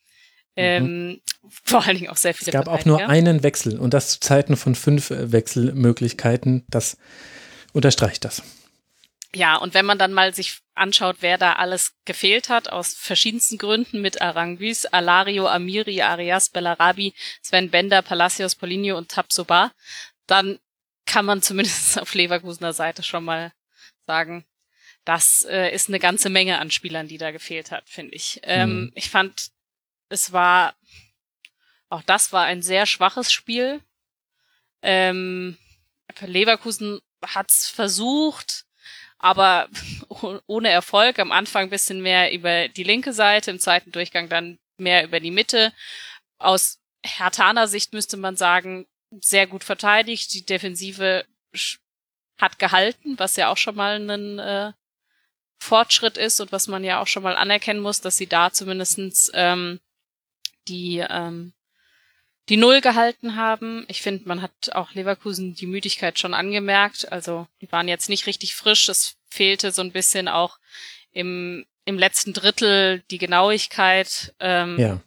Vor allen Dingen auch sehr viele. Es gab auch nur einen Wechsel und das zu Zeiten von 5 Wechselmöglichkeiten. Das unterstreicht das. Ja, und wenn man dann mal sich anschaut, wer da alles gefehlt hat, aus verschiedensten Gründen, mit Aranguiz, Alario, Amiri, Arias, Bellarabi, Sven Bender, Palacios, Paulinho und Tapsoba, dann kann man zumindest auf Leverkusener Seite schon mal sagen, das ist eine ganze Menge an Spielern, die da gefehlt hat, finde ich. Ich fand, das war ein sehr schwaches Spiel. Leverkusen hat's versucht, aber ohne Erfolg. Am Anfang ein bisschen mehr über die linke Seite, im zweiten Durchgang dann mehr über die Mitte. Aus Herthaner Sicht müsste man sagen, sehr gut verteidigt. Die Defensive hat gehalten, was ja auch schon mal ein Fortschritt ist und was man ja auch schon mal anerkennen muss, dass sie da zumindestens die die Null gehalten haben. Ich finde, man hat auch Leverkusen die Müdigkeit schon angemerkt. Also die waren jetzt nicht richtig frisch. Es fehlte so ein bisschen auch im letzten Drittel die Genauigkeit. Ja.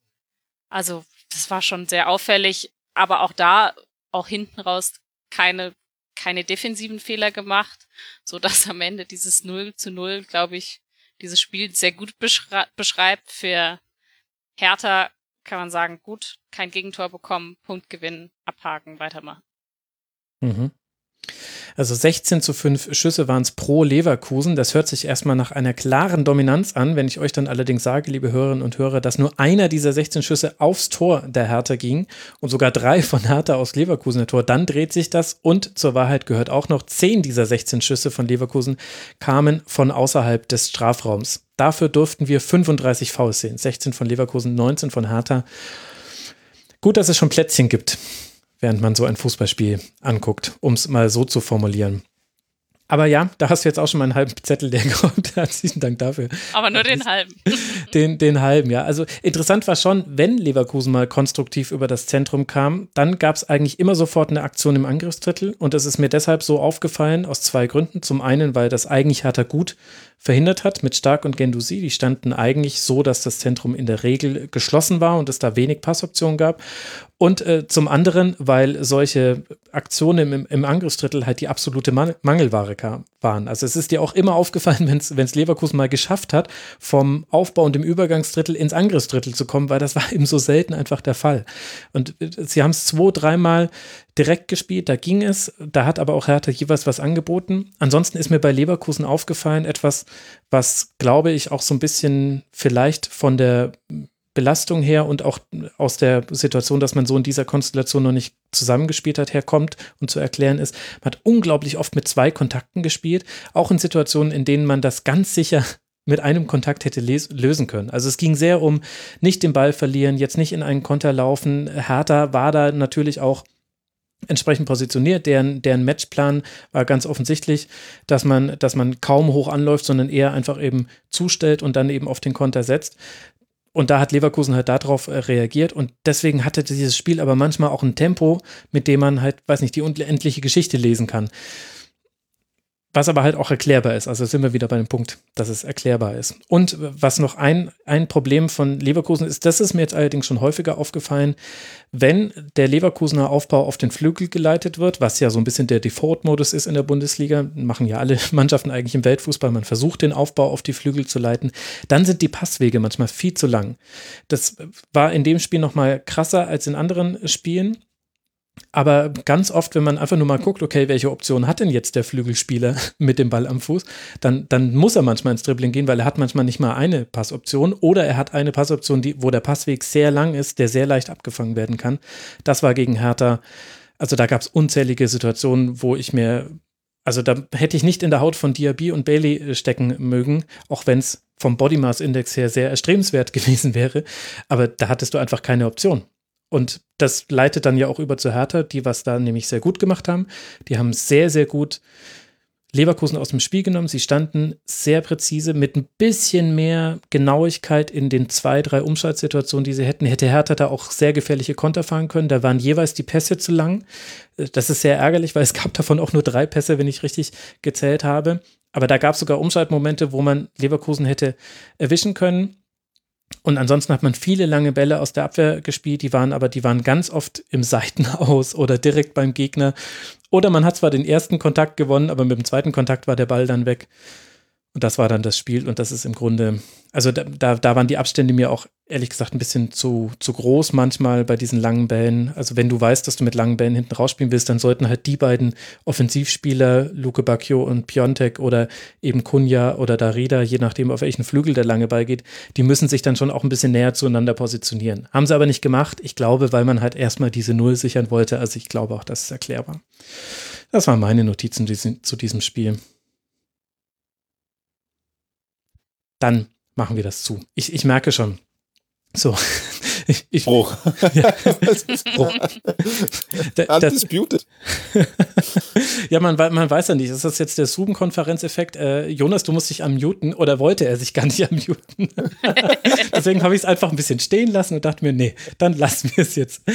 Also das war schon sehr auffällig. Aber auch da, auch hinten raus, keine defensiven Fehler gemacht, so dass am Ende dieses 0:0, glaube ich, dieses Spiel sehr gut beschreibt. Für Hertha kann man sagen, gut, kein Gegentor bekommen, Punkt gewinnen, abhaken, weitermachen. Mhm. Also 16:5 Schüsse waren es pro Leverkusen. Das hört sich erstmal nach einer klaren Dominanz an. Wenn ich euch dann allerdings sage, liebe Hörerinnen und Hörer, dass nur einer dieser 16 Schüsse aufs Tor der Hertha ging und sogar 3 von Hertha aus Leverkusener Tor, dann dreht sich das. Und zur Wahrheit gehört auch noch, 10 dieser 16 Schüsse von Leverkusen kamen von außerhalb des Strafraums. Dafür durften wir 35 Fouls sehen. 16 von Leverkusen, 19 von Hertha. Gut, dass es schon Plätzchen gibt, während man so ein Fußballspiel anguckt, um es mal so zu formulieren. Aber ja, da hast du jetzt auch schon mal einen halben Zettel leer geräumt. Herzlichen Dank dafür. Aber nur den halben. Den halben, ja. Also interessant war schon, wenn Leverkusen mal konstruktiv über das Zentrum kam, dann gab es eigentlich immer sofort eine Aktion im Angriffsdrittel. Und das ist mir deshalb so aufgefallen, aus 2 Gründen. Zum einen, weil das eigentlich Hertha gut verhindert hat mit Stark und Guendouzi. Die standen eigentlich so, dass das Zentrum in der Regel geschlossen war und es da wenig Passoptionen gab. Und zum anderen, weil solche Aktionen im Angriffsdrittel halt die absolute Mangelware waren. Also es ist dir auch immer aufgefallen, wenn es Leverkusen mal geschafft hat, vom Aufbau und im Übergangsdrittel ins Angriffsdrittel zu kommen, weil das war eben so selten einfach der Fall. Und sie haben es 2-3 Mal direkt gespielt, da ging es, da hat aber auch Hertha jeweils was angeboten. Ansonsten ist mir bei Leverkusen aufgefallen, etwas, was, glaube ich, auch so ein bisschen vielleicht von der Belastung her und auch aus der Situation, dass man so in dieser Konstellation noch nicht zusammengespielt hat, herkommt und zu erklären ist. Man hat unglaublich oft mit 2 Kontakten gespielt, auch in Situationen, in denen man das ganz sicher mit einem Kontakt hätte lösen können. Also es ging sehr um nicht den Ball verlieren, jetzt nicht in einen Konter laufen. Hertha war da natürlich auch entsprechend positioniert. Deren Matchplan war ganz offensichtlich, dass man kaum hoch anläuft, sondern eher einfach eben zustellt und dann eben auf den Konter setzt. Und da hat Leverkusen halt darauf reagiert und deswegen hatte dieses Spiel aber manchmal auch ein Tempo, mit dem man halt, weiß nicht, die unendliche Geschichte lesen kann. Was aber halt auch erklärbar ist. Also sind wir wieder bei dem Punkt, dass es erklärbar ist. Und was noch ein Problem von Leverkusen ist, das ist mir jetzt allerdings schon häufiger aufgefallen, wenn der Leverkusener Aufbau auf den Flügel geleitet wird, was ja so ein bisschen der Default-Modus ist in der Bundesliga, machen ja alle Mannschaften eigentlich im Weltfußball, man versucht den Aufbau auf die Flügel zu leiten, dann sind die Passwege manchmal viel zu lang. Das war in dem Spiel noch mal krasser als in anderen Spielen. Aber ganz oft, wenn man einfach nur mal guckt, okay, welche Option hat denn jetzt der Flügelspieler mit dem Ball am Fuß, dann muss er manchmal ins Dribbling gehen, weil er hat manchmal nicht mal eine Passoption oder er hat eine Passoption, wo der Passweg sehr lang ist, der sehr leicht abgefangen werden kann. Das war gegen Hertha, also da gab es unzählige Situationen, wo ich mir, also da hätte ich nicht in der Haut von Diaby und Bailey stecken mögen, auch wenn es vom Body Mass Index her sehr erstrebenswert gewesen wäre, aber da hattest du einfach keine Option. Und das leitet dann ja auch über zu Hertha, die was da nämlich sehr gut gemacht haben. Die haben sehr, sehr gut Leverkusen aus dem Spiel genommen. Sie standen sehr präzise mit ein bisschen mehr Genauigkeit in den 2-3 Umschaltsituationen, die sie hätten. Hätte Hertha da auch sehr gefährliche Konter fahren können. Da waren jeweils die Pässe zu lang. Das ist sehr ärgerlich, weil es gab davon auch nur 3 Pässe, wenn ich richtig gezählt habe. Aber da gab es sogar Umschaltmomente, wo man Leverkusen hätte erwischen können. Und ansonsten hat man viele lange Bälle aus der Abwehr gespielt, die waren ganz oft im Seitenaus oder direkt beim Gegner. Oder man hat zwar den ersten Kontakt gewonnen, aber mit dem zweiten Kontakt war der Ball dann weg. Und das war dann das Spiel und das ist im Grunde, also da waren die Abstände mir auch ehrlich gesagt ein bisschen zu groß manchmal bei diesen langen Bällen. Also wenn du weißt, dass du mit langen Bällen hinten rausspielen willst, dann sollten halt die beiden Offensivspieler, Luke Bacchio und Piontek oder eben Cunha oder Darida, je nachdem auf welchen Flügel der lange Ball geht, die müssen sich dann schon auch ein bisschen näher zueinander positionieren. Haben sie aber nicht gemacht. Ich glaube, weil man halt erstmal diese Null sichern wollte. Also ich glaube auch, das ist erklärbar. Das waren meine Notizen zu diesem Spiel. Dann machen wir das zu. Ich merke schon, so, Bruch. Ja. Bruch. Undisputed. Ja, man weiß ja nicht. Ist das jetzt der Zoom-Konferenzeffekt? Jonas, du musst dich unmuten, oder wollte er sich gar nicht unmuten? Deswegen habe ich es einfach ein bisschen stehen lassen und dachte mir, nee, dann lassen wir es jetzt.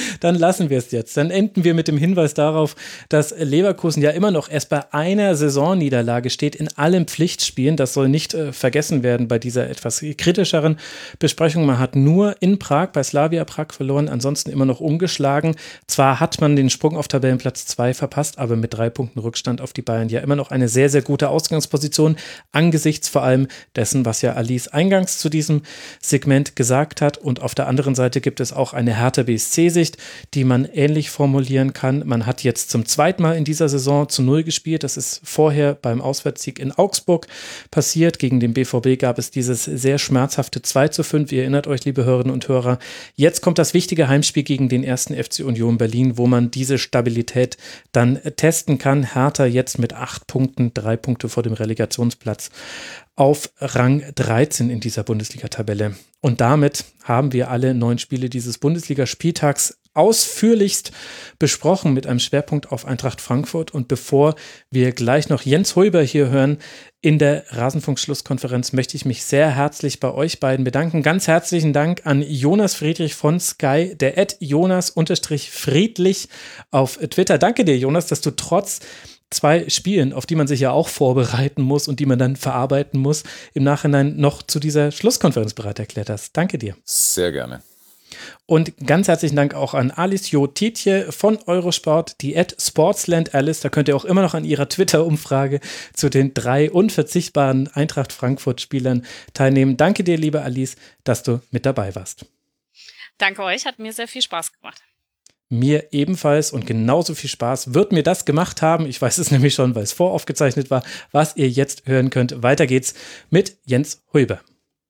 Dann enden wir mit dem Hinweis darauf, dass Leverkusen ja immer noch erst bei einer Saisonniederlage steht in allen Pflichtspielen. Das soll nicht vergessen werden bei dieser etwas kritischeren Besprechung. Man hat nur in Prag bei Slavia Prag verloren, ansonsten immer noch ungeschlagen. Zwar hat man den Sprung auf Tabellenplatz 2 verpasst, aber mit 3 Punkten Rückstand auf die Bayern ja immer noch eine sehr, sehr gute Ausgangsposition, angesichts vor allem dessen, was ja Alice eingangs zu diesem Segment gesagt hat. Und auf der anderen Seite gibt es auch eine Hertha BSC-Sicht, die man ähnlich formulieren kann. Man hat jetzt zum zweiten Mal in dieser Saison zu 0 gespielt. Das ist vorher beim Auswärtssieg in Augsburg passiert. Gegen den BVB gab es dieses sehr schmerzhafte 2:5. Ihr erinnert euch, liebe Hörerinnen und Hörer. Jetzt kommt das wichtige Heimspiel gegen den 1. FC Union Berlin, wo man diese Stabilität dann testen kann. Hertha jetzt mit 8 Punkten, 3 Punkte vor dem Relegationsplatz auf Rang 13 in dieser Bundesliga-Tabelle. Und damit haben wir alle 9 Spiele dieses Bundesligaspieltags ausführlichst besprochen mit einem Schwerpunkt auf Eintracht Frankfurt. Und bevor wir gleich noch Jens Huber hier hören in der Rasenfunk-Schlusskonferenz, möchte ich mich sehr herzlich bei euch beiden bedanken. Ganz herzlichen Dank an Jonas Friedrich von Sky, der @Jonas_Friedlich auf Twitter. Danke dir, Jonas, dass du trotz 2 Spielen, auf die man sich ja auch vorbereiten muss und die man dann verarbeiten muss, im Nachhinein noch zu dieser Schlusskonferenz bereit erklärt hast. Danke dir. Sehr gerne. Und ganz herzlichen Dank auch an Alice Jotitje von Eurosport, die @SportslandAlice. Da könnt ihr auch immer noch an ihrer Twitter-Umfrage zu den 3 unverzichtbaren Eintracht Frankfurt-Spielern teilnehmen. Danke dir, liebe Alice, dass du mit dabei warst. Danke euch, hat mir sehr viel Spaß gemacht. Mir ebenfalls, und genauso viel Spaß wird mir das gemacht haben. Ich weiß es nämlich schon, weil es voraufgezeichnet war, was ihr jetzt hören könnt. Weiter geht's mit Jens Huber.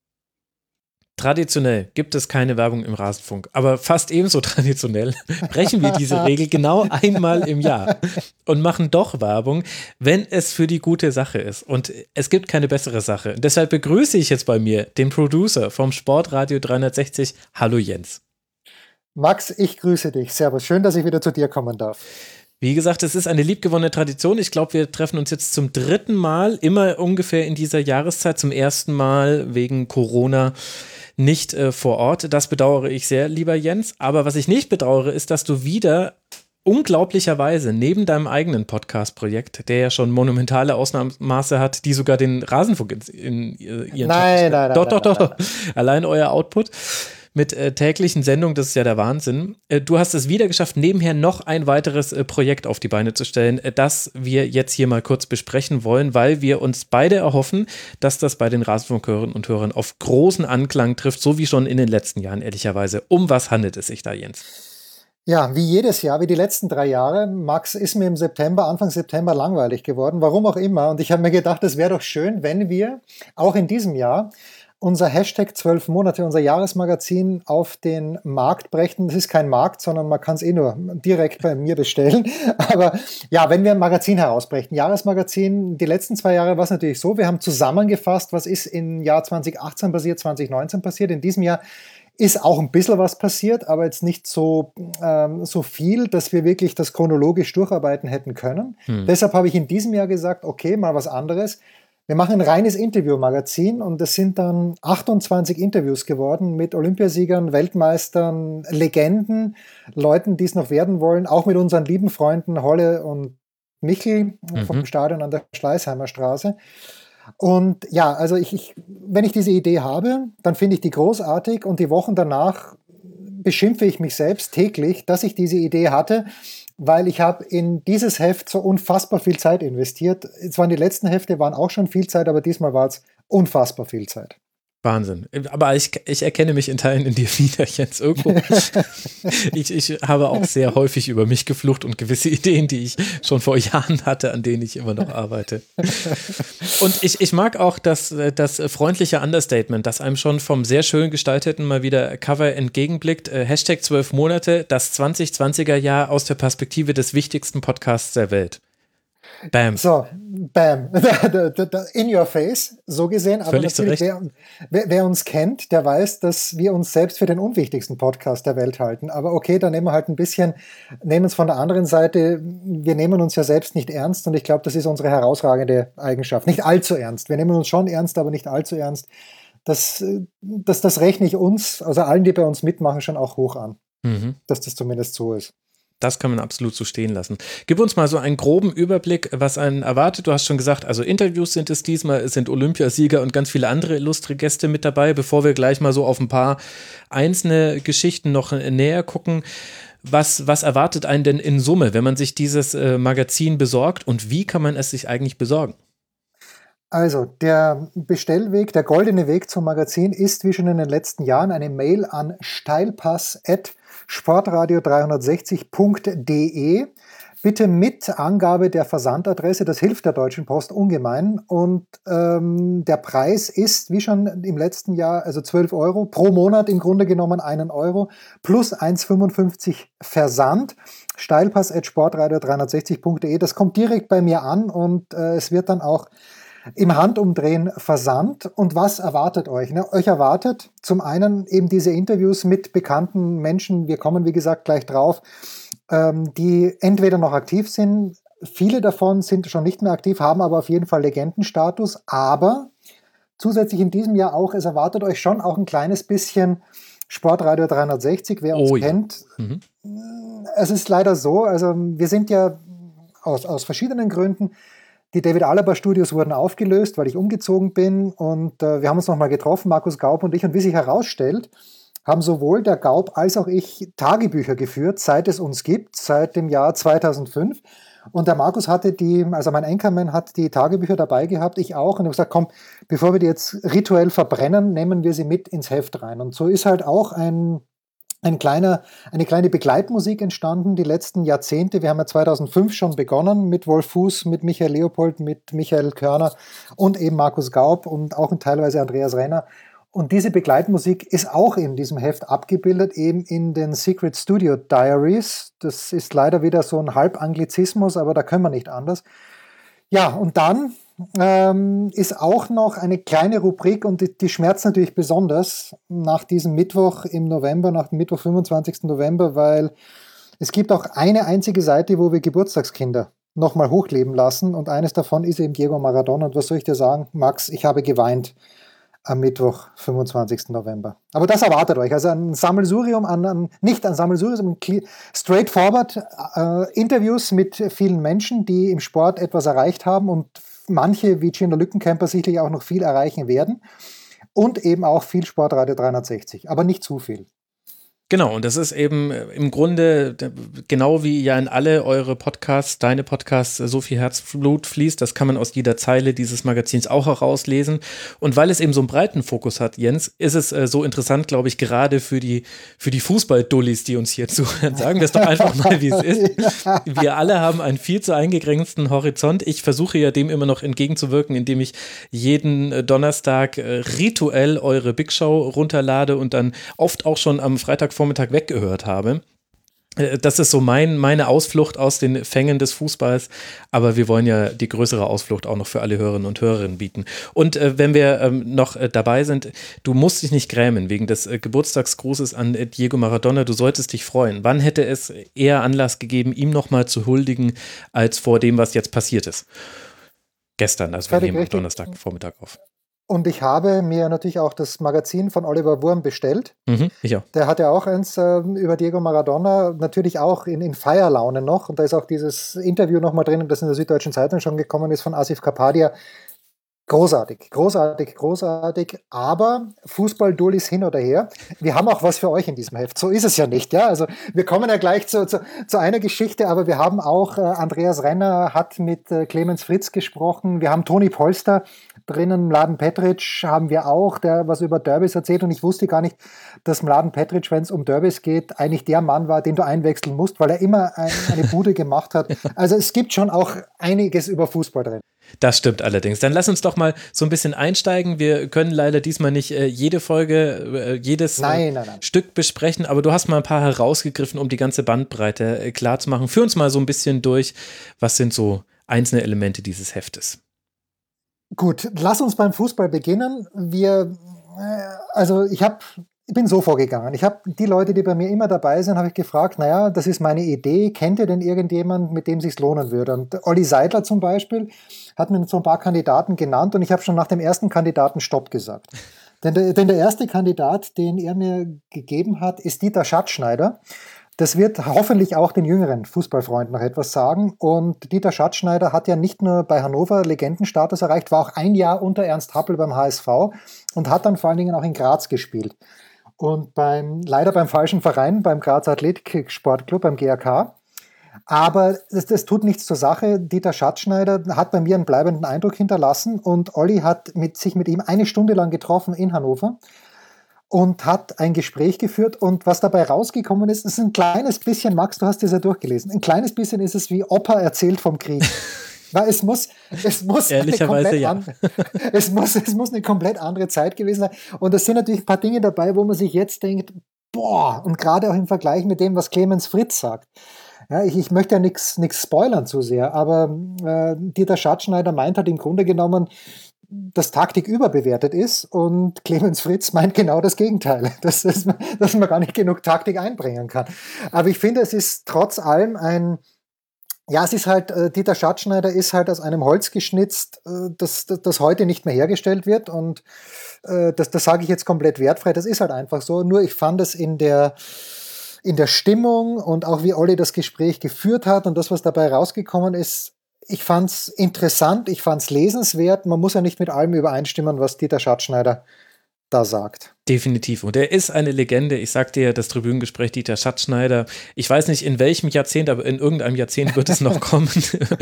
Traditionell gibt es keine Werbung im Rasenfunk, aber fast ebenso traditionell brechen wir diese Regel genau einmal im Jahr und machen doch Werbung, wenn es für die gute Sache ist. Und es gibt keine bessere Sache. Deshalb begrüße ich jetzt bei mir den Producer vom Sportradio 360. Hallo Jens. Max, ich grüße dich. Servus, schön, dass ich wieder zu dir kommen darf. Wie gesagt, es ist eine liebgewonnene Tradition. Ich glaube, wir treffen uns jetzt zum 3. Mal, immer ungefähr in dieser Jahreszeit, zum 1. Mal wegen Corona nicht vor Ort. Das bedauere ich sehr, lieber Jens. Aber was ich nicht bedauere, ist, dass du wieder unglaublicherweise neben deinem eigenen Podcast-Projekt, der ja schon monumentale Ausmaße hat, die sogar den Rasenfunk in ihren Nein. Doch. Allein euer Output mit täglichen Sendungen, das ist ja der Wahnsinn. Du hast es wieder geschafft, nebenher noch ein weiteres Projekt auf die Beine zu stellen, das wir jetzt hier mal kurz besprechen wollen, weil wir uns beide erhoffen, dass das bei den Rasenfunkhörerinnen und Hörern auf großen Anklang trifft, so wie schon in den letzten Jahren, ehrlicherweise. Um was handelt es sich da, Jens? Ja, wie jedes Jahr, wie die letzten 3 Jahre. Max, ist mir Anfang September langweilig geworden, warum auch immer. Und ich habe mir gedacht, es wäre doch schön, wenn wir auch in diesem Jahr unser Hashtag 12 Monate, unser Jahresmagazin auf den Markt brächten. Das ist kein Markt, sondern man kann es nur direkt bei mir bestellen. Aber ja, wenn wir ein Magazin herausbrächten, Jahresmagazin, die letzten 2 Jahre war es natürlich so, wir haben zusammengefasst, was ist im Jahr 2018 passiert, 2019 passiert. In diesem Jahr ist auch ein bisschen was passiert, aber jetzt nicht so viel, dass wir wirklich das chronologisch durcharbeiten hätten können. Deshalb habe ich in diesem Jahr gesagt, okay, mal was anderes. Wir machen ein reines Interviewmagazin und es sind dann 28 Interviews geworden mit Olympiasiegern, Weltmeistern, Legenden, Leuten, die es noch werden wollen, auch mit unseren lieben Freunden Holle und Michel vom Stadion an der Schleißheimer Straße. Und ja, also wenn ich diese Idee habe, dann finde ich die großartig und die Wochen danach beschimpfe ich mich selbst täglich, dass ich diese Idee hatte, weil ich habe in dieses Heft so unfassbar viel Zeit investiert. Es waren die letzten Hefte, waren auch schon viel Zeit, aber diesmal war es unfassbar viel Zeit. Wahnsinn. Aber ich erkenne mich in Teilen in dir wieder, Jens, irgendwo. Ich habe auch sehr häufig über mich geflucht und gewisse Ideen, die ich schon vor Jahren hatte, an denen ich immer noch arbeite. Und ich mag auch das freundliche Understatement, das einem schon vom sehr schön gestalteten mal wieder Cover entgegenblickt. Hashtag 12 Monate, das 2020er Jahr aus der Perspektive des wichtigsten Podcasts der Welt. Bam. So, bam. In your face, so gesehen. Aber Völlig natürlich, zurecht. wer uns kennt, der weiß, dass wir uns selbst für den unwichtigsten Podcast der Welt halten. Aber okay, dann nehmen wir halt nehmen es von der anderen Seite. Wir nehmen uns ja selbst nicht ernst und ich glaube, das ist unsere herausragende Eigenschaft. Nicht allzu ernst. Wir nehmen uns schon ernst, aber nicht allzu ernst. Das rechne ich uns, also allen, die bei uns mitmachen, schon auch hoch an. Dass das zumindest so ist. Das kann man absolut so stehen lassen. Gib uns mal so einen groben Überblick, was einen erwartet. Du hast schon gesagt, also Interviews sind es diesmal, es sind Olympiasieger und ganz viele andere illustre Gäste mit dabei. Bevor wir gleich mal so auf ein paar einzelne Geschichten noch näher gucken, was erwartet einen denn in Summe, wenn man sich dieses Magazin besorgt und wie kann man es sich eigentlich besorgen? Also, der Bestellweg, der goldene Weg zum Magazin ist, wie schon in den letzten Jahren, eine Mail an steilpass@sportradio360.de. Bitte mit Angabe der Versandadresse, das hilft der Deutschen Post ungemein. Und der Preis ist, wie schon im letzten Jahr, also 12 Euro pro Monat, im Grunde genommen 1 Euro, plus 1,55 Versand. Steilpass@sportradio360.de. Das kommt direkt bei mir an und es wird dann auch im Handumdrehen versandt. Und was erwartet euch? Euch erwartet zum einen eben diese Interviews mit bekannten Menschen, wir kommen wie gesagt gleich drauf, die entweder noch aktiv sind, viele davon sind schon nicht mehr aktiv, haben aber auf jeden Fall Legendenstatus, aber zusätzlich in diesem Jahr auch, es erwartet euch schon auch ein kleines bisschen Sportradio 360, wer uns kennt. Es ist leider so, also wir sind ja aus verschiedenen Gründen, die David Alaba Studios wurden aufgelöst, weil ich umgezogen bin und wir haben uns nochmal getroffen, Markus Gaub und ich, und wie sich herausstellt, haben sowohl der Gaub als auch ich Tagebücher geführt, seit es uns gibt, seit dem Jahr 2005. Und der Markus hatte also mein Anchorman hat die Tagebücher dabei gehabt, ich auch. Und ich habe gesagt, komm, bevor wir die jetzt rituell verbrennen, nehmen wir sie mit ins Heft rein. Und so ist halt auch eine kleine Begleitmusik entstanden, die letzten Jahrzehnte. Wir haben ja 2005 schon begonnen mit Wolf Fuß, mit Michael Leopold, mit Michael Körner und eben Markus Gaub und auch teilweise Andreas Renner. Und diese Begleitmusik ist auch in diesem Heft abgebildet, eben in den Secret Studio Diaries. Das ist leider wieder so ein Halbanglizismus, aber da können wir nicht anders. Ja, und dann ist auch noch eine kleine Rubrik und die schmerzt natürlich besonders nach diesem Mittwoch im November, nach dem Mittwoch, 25. November, weil es gibt auch eine einzige Seite, wo wir Geburtstagskinder nochmal hochleben lassen und eines davon ist eben Diego Maradona. Und was soll ich dir sagen, Max, ich habe geweint am Mittwoch, 25. November. Aber das erwartet euch. Also ein Sammelsurium nicht ein Sammelsurium, sondern straightforward Interviews mit vielen Menschen, die im Sport etwas erreicht haben und manche, wie Gino Lückenkämper, sicherlich auch noch viel erreichen werden. Und eben auch viel Sportradio 360, aber nicht zu viel. Genau, und das ist eben im Grunde genau wie ja in alle eure Podcasts, deine Podcasts, so viel Herzblut fließt, das kann man aus jeder Zeile dieses Magazins auch herauslesen. Und weil es eben so einen breiten Fokus hat, Jens, ist es so interessant, glaube ich, gerade für die Fußball-Dullis, die uns hier zuhören. Sagen wir es doch einfach mal, wie es ist. Wir alle haben einen viel zu eingegrenzten Horizont. Ich versuche ja dem immer noch entgegenzuwirken, indem ich jeden Donnerstag rituell eure Big Show runterlade und dann oft auch schon am Freitagvormittag weggehört habe. Das ist so meine Ausflucht aus den Fängen des Fußballs, aber wir wollen ja die größere Ausflucht auch noch für alle Hörerinnen und Hörerinnen bieten. Und wenn wir noch dabei sind, du musst dich nicht grämen wegen des Geburtstagsgrußes an Diego Maradona, du solltest dich freuen. Wann hätte es eher Anlass gegeben, ihm nochmal zu huldigen, als vor dem, was jetzt passiert ist? Gestern, also wir nehmen am Donnerstagvormittag auf. Und ich habe mir natürlich auch das Magazin von Oliver Wurm bestellt. Ich auch. Der hat ja auch eins über Diego Maradona, natürlich auch in Feierlaune noch. Und da ist auch dieses Interview nochmal drin, das in der Süddeutschen Zeitung schon gekommen ist, von Asif Kapadia. Großartig, großartig, großartig. Aber Fußball-Dullis hin oder her. Wir haben auch was für euch in diesem Heft. So ist es ja nicht. Ja? Also wir kommen ja gleich zu einer Geschichte, aber wir haben auch, Andreas Renner hat mit Clemens Fritz gesprochen. Wir haben Toni Polster drinnen, Mladen Petric haben wir auch, der was über Derbys erzählt. Und ich wusste gar nicht, dass Mladen Petric, wenn es um Derbys geht, eigentlich der Mann war, den du einwechseln musst, weil er immer eine Bude gemacht hat. Also es gibt schon auch einiges über Fußball drin. Das stimmt allerdings. Dann lass uns doch mal so ein bisschen einsteigen. Wir können leider diesmal nicht jede Folge, jedes Stück besprechen, aber du hast mal ein paar herausgegriffen, um die ganze Bandbreite klar zu machen. Führ uns mal so ein bisschen durch. Was sind so einzelne Elemente dieses Heftes. Gut, lass uns beim Fußball beginnen. Ich bin so vorgegangen. Ich habe die Leute, die bei mir immer dabei sind, habe ich gefragt, naja, das ist meine Idee, kennt ihr denn irgendjemand, mit dem es sich lohnen würde? Und Olli Seidler zum Beispiel hat mir so ein paar Kandidaten genannt und ich habe schon nach dem ersten Kandidaten Stopp gesagt. Denn der erste Kandidat, den er mir gegeben hat, ist Dieter Schatzschneider. Das wird hoffentlich auch den jüngeren Fußballfreunden noch etwas sagen. Und Dieter Schatzschneider hat ja nicht nur bei Hannover Legendenstatus erreicht, war auch ein Jahr unter Ernst Happel beim HSV und hat dann vor allen Dingen auch in Graz gespielt. Und leider beim falschen Verein, beim Grazer Athletiksportclub, beim GAK. Aber das tut nichts zur Sache. Dieter Schatzschneider hat bei mir einen bleibenden Eindruck hinterlassen und Olli hat sich mit ihm 1 Stunde lang getroffen in Hannover und hat ein Gespräch geführt. Und was dabei rausgekommen ist ein kleines bisschen, Max, du hast das ja durchgelesen, ein kleines bisschen ist es wie Opa erzählt vom Krieg. Weil es muss eine komplett andere Zeit gewesen sein. Und es sind natürlich ein paar Dinge dabei, wo man sich jetzt denkt, boah, und gerade auch im Vergleich mit dem, was Clemens Fritz sagt. Ja, ich möchte ja nichts spoilern zu sehr, aber Dieter Schatzschneider meint halt im Grunde genommen, dass Taktik überbewertet ist und Clemens Fritz meint genau das Gegenteil, dass man gar nicht genug Taktik einbringen kann. Aber ich finde, es ist trotz allem es ist halt, Dieter Schatzschneider ist halt aus einem Holz geschnitzt, das heute nicht mehr hergestellt wird und das sage ich jetzt komplett wertfrei, das ist halt einfach so, nur ich fand es in der Stimmung und auch wie Olli das Gespräch geführt hat und das, was dabei rausgekommen ist, ich fand es interessant, ich fand es lesenswert, man muss ja nicht mit allem übereinstimmen, was Dieter Schatzschneider da sagt. Definitiv. Und er ist eine Legende. Ich sagte ja, das Tribünengespräch Dieter Schatzschneider. Ich weiß nicht, in welchem Jahrzehnt, aber in irgendeinem Jahrzehnt wird es noch kommen,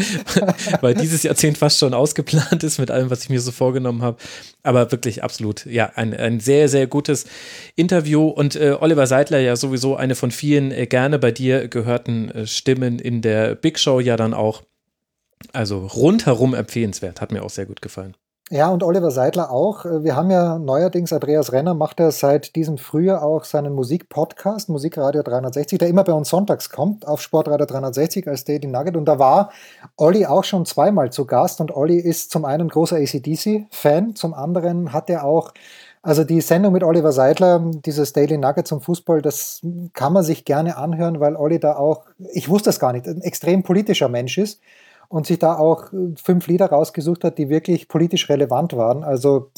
weil dieses Jahrzehnt fast schon ausgeplant ist mit allem, was ich mir so vorgenommen habe. Aber wirklich absolut, ja, ein sehr, sehr gutes Interview. Und Oliver Seidler ja sowieso eine von vielen gerne bei dir gehörten Stimmen in der Big Show ja dann auch. Also rundherum empfehlenswert. Hat mir auch sehr gut gefallen. Ja, und Oliver Seidler auch. Wir haben ja neuerdings, Andreas Renner macht ja seit diesem Frühjahr auch seinen Musikpodcast, Musikradio 360, der immer bei uns sonntags kommt, auf Sportradio 360 als Daily Nugget. Und da war Olli auch schon zweimal zu Gast. Und Olli ist zum einen großer AC/DC-Fan, zum anderen hat er auch, also die Sendung mit Oliver Seidler, dieses Daily Nugget zum Fußball, das kann man sich gerne anhören, weil Olli da auch, ich wusste das gar nicht, ein extrem politischer Mensch ist. Und sich da auch 5 Lieder rausgesucht hat, die wirklich politisch relevant waren. Also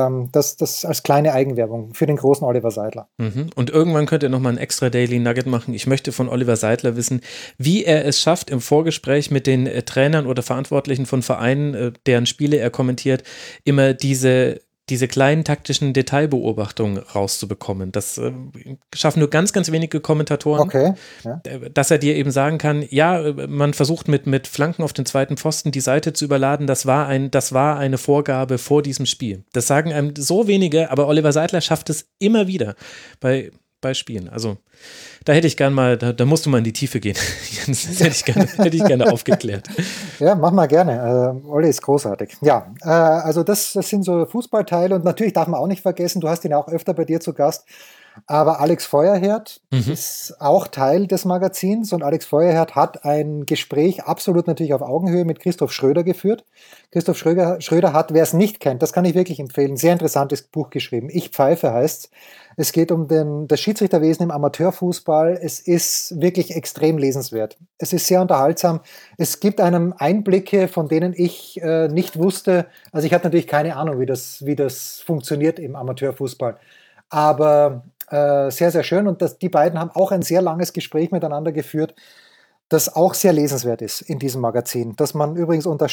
das als kleine Eigenwerbung für den großen Oliver Seidler. Und irgendwann könnt ihr nochmal ein extra Daily Nugget machen. Ich möchte von Oliver Seidler wissen, wie er es schafft, im Vorgespräch mit den Trainern oder Verantwortlichen von Vereinen, deren Spiele er kommentiert, immer diese kleinen taktischen Detailbeobachtungen rauszubekommen. Das schaffen nur ganz, ganz wenige Kommentatoren. Okay. Ja. Dass er dir eben sagen kann, ja, man versucht mit Flanken auf den zweiten Pfosten die Seite zu überladen, das war eine Vorgabe vor diesem Spiel. Das sagen einem so wenige, aber Oliver Seidler schafft es immer wieder bei Spielen. Also da hätte ich gern mal, da musst du mal in die Tiefe gehen. Das hätte ich gerne aufgeklärt. Ja, mach mal gerne. Olli ist großartig. Ja, also das sind so Fußballteile und natürlich darf man auch nicht vergessen, du hast ihn auch öfter bei dir zu Gast, aber Alex Feuerherd ist auch Teil des Magazins und Alex Feuerherd hat ein Gespräch absolut natürlich auf Augenhöhe mit Christoph Schröder geführt. Christoph Schröder hat, wer es nicht kennt, das kann ich wirklich empfehlen, ein sehr interessantes Buch geschrieben. Ich pfeife heißt. Es geht um das Schiedsrichterwesen im Amateurfußball. Es ist wirklich extrem lesenswert. Es ist sehr unterhaltsam. Es gibt einem Einblicke, von denen ich nicht wusste. Also ich hatte natürlich keine Ahnung, wie das funktioniert im Amateurfußball. Aber sehr, sehr schön. Und die beiden haben auch ein sehr langes Gespräch miteinander geführt, das auch sehr lesenswert ist in diesem Magazin, das man übrigens unter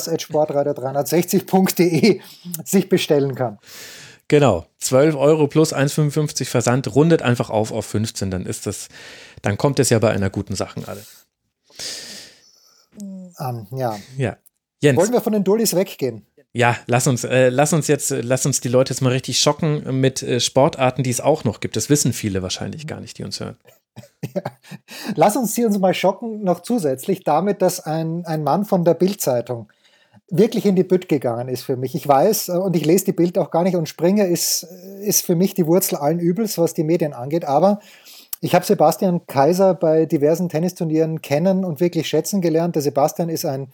steilpass@sportradio360.de sich bestellen kann. Genau, 12 € plus 1,55 Versand, rundet einfach auf 15, dann kommt es ja bei einer guten Sache alle. Ja. Jens. Wollen wir von den Dullis weggehen? Ja, lass uns die Leute jetzt mal richtig schocken mit Sportarten, die es auch noch gibt. Das wissen viele wahrscheinlich gar nicht, die uns hören. Ja. Lass uns mal schocken, noch zusätzlich damit, dass ein Mann von der Bild-Zeitung wirklich in die Bütt gegangen ist für mich. Ich weiß, und ich lese die Bild auch gar nicht, und Springer ist für mich die Wurzel allen Übels, was die Medien angeht, aber ich habe Sebastian Kaiser bei diversen Tennisturnieren kennen und wirklich schätzen gelernt. Der Sebastian ist ein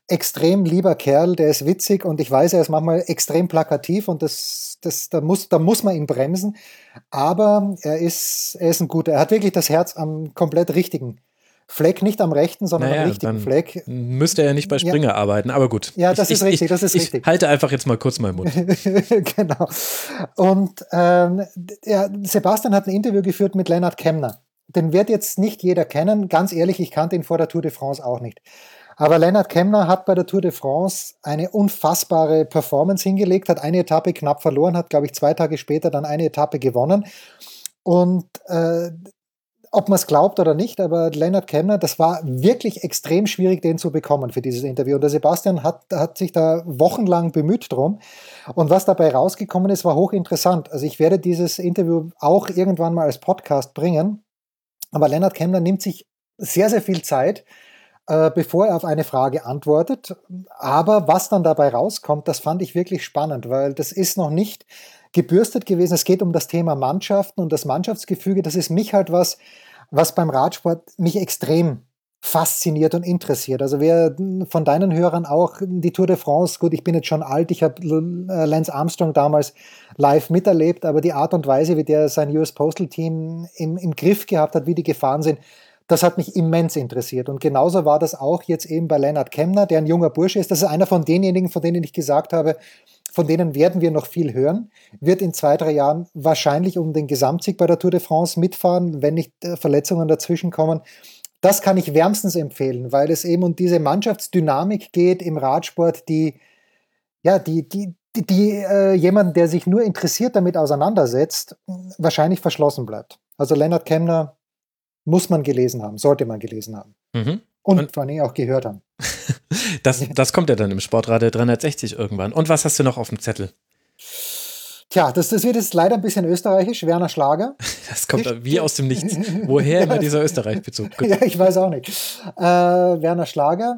extrem lieber Kerl, der ist witzig und ich weiß, er ist manchmal extrem plakativ und da muss man ihn bremsen. Aber er ist ein guter. Er hat wirklich das Herz am komplett richtigen Fleck, nicht am rechten, sondern am richtigen Fleck. Müsste er nicht bei Springer arbeiten, aber gut. Ja, das ist richtig. Ich halte einfach jetzt mal kurz meinen Mund. Genau. Und Sebastian hat ein Interview geführt mit Lennart Kemner. Den wird jetzt nicht jeder kennen. Ganz ehrlich, ich kannte ihn vor der Tour de France auch nicht. Aber Lennart Kemner hat bei der Tour de France eine unfassbare Performance hingelegt, hat eine Etappe knapp verloren, hat, glaube ich, 2 Tage später dann eine Etappe gewonnen. Und ob man es glaubt oder nicht, aber Lennart Kemner, das war wirklich extrem schwierig, den zu bekommen für dieses Interview. Und der Sebastian hat sich da wochenlang bemüht drum. Und was dabei rausgekommen ist, war hochinteressant. Also ich werde dieses Interview auch irgendwann mal als Podcast bringen. Aber Lennart Kemner nimmt sich sehr, sehr viel Zeit, bevor er auf eine Frage antwortet. Aber was dann dabei rauskommt, das fand ich wirklich spannend, weil das ist noch nicht gebürstet gewesen. Es geht um das Thema Mannschaften und das Mannschaftsgefüge. Das ist mich halt was beim Radsport mich extrem fasziniert und interessiert. Also wer von deinen Hörern auch die Tour de France, gut, ich bin jetzt schon alt, ich habe Lance Armstrong damals live miterlebt, aber die Art und Weise, wie der sein US Postal Team im Griff gehabt hat, wie die gefahren sind, das hat mich immens interessiert. Und genauso war das auch jetzt eben bei Lennart Kemner, der ein junger Bursche ist. Das ist einer von denjenigen, von denen ich gesagt habe, von denen werden wir noch viel hören, wird in 2-3 Jahren wahrscheinlich um den Gesamtsieg bei der Tour de France mitfahren, wenn nicht Verletzungen dazwischen kommen. Das kann ich wärmstens empfehlen, weil es eben um diese Mannschaftsdynamik geht im Radsport, die jemand, der sich nur interessiert damit auseinandersetzt, wahrscheinlich verschlossen bleibt. Also Lennart Kemner muss man gelesen haben, sollte man gelesen haben. Mhm. Und vor allem auch gehört haben. Das kommt ja dann im Sportradio 360 irgendwann. Und was hast du noch auf dem Zettel? Tja, das wird jetzt leider ein bisschen österreichisch. Werner Schlager. Das kommt wie aus dem Nichts. Woher immer dieser Österreich-Bezug? Ja, ich weiß auch nicht. Werner Schlager,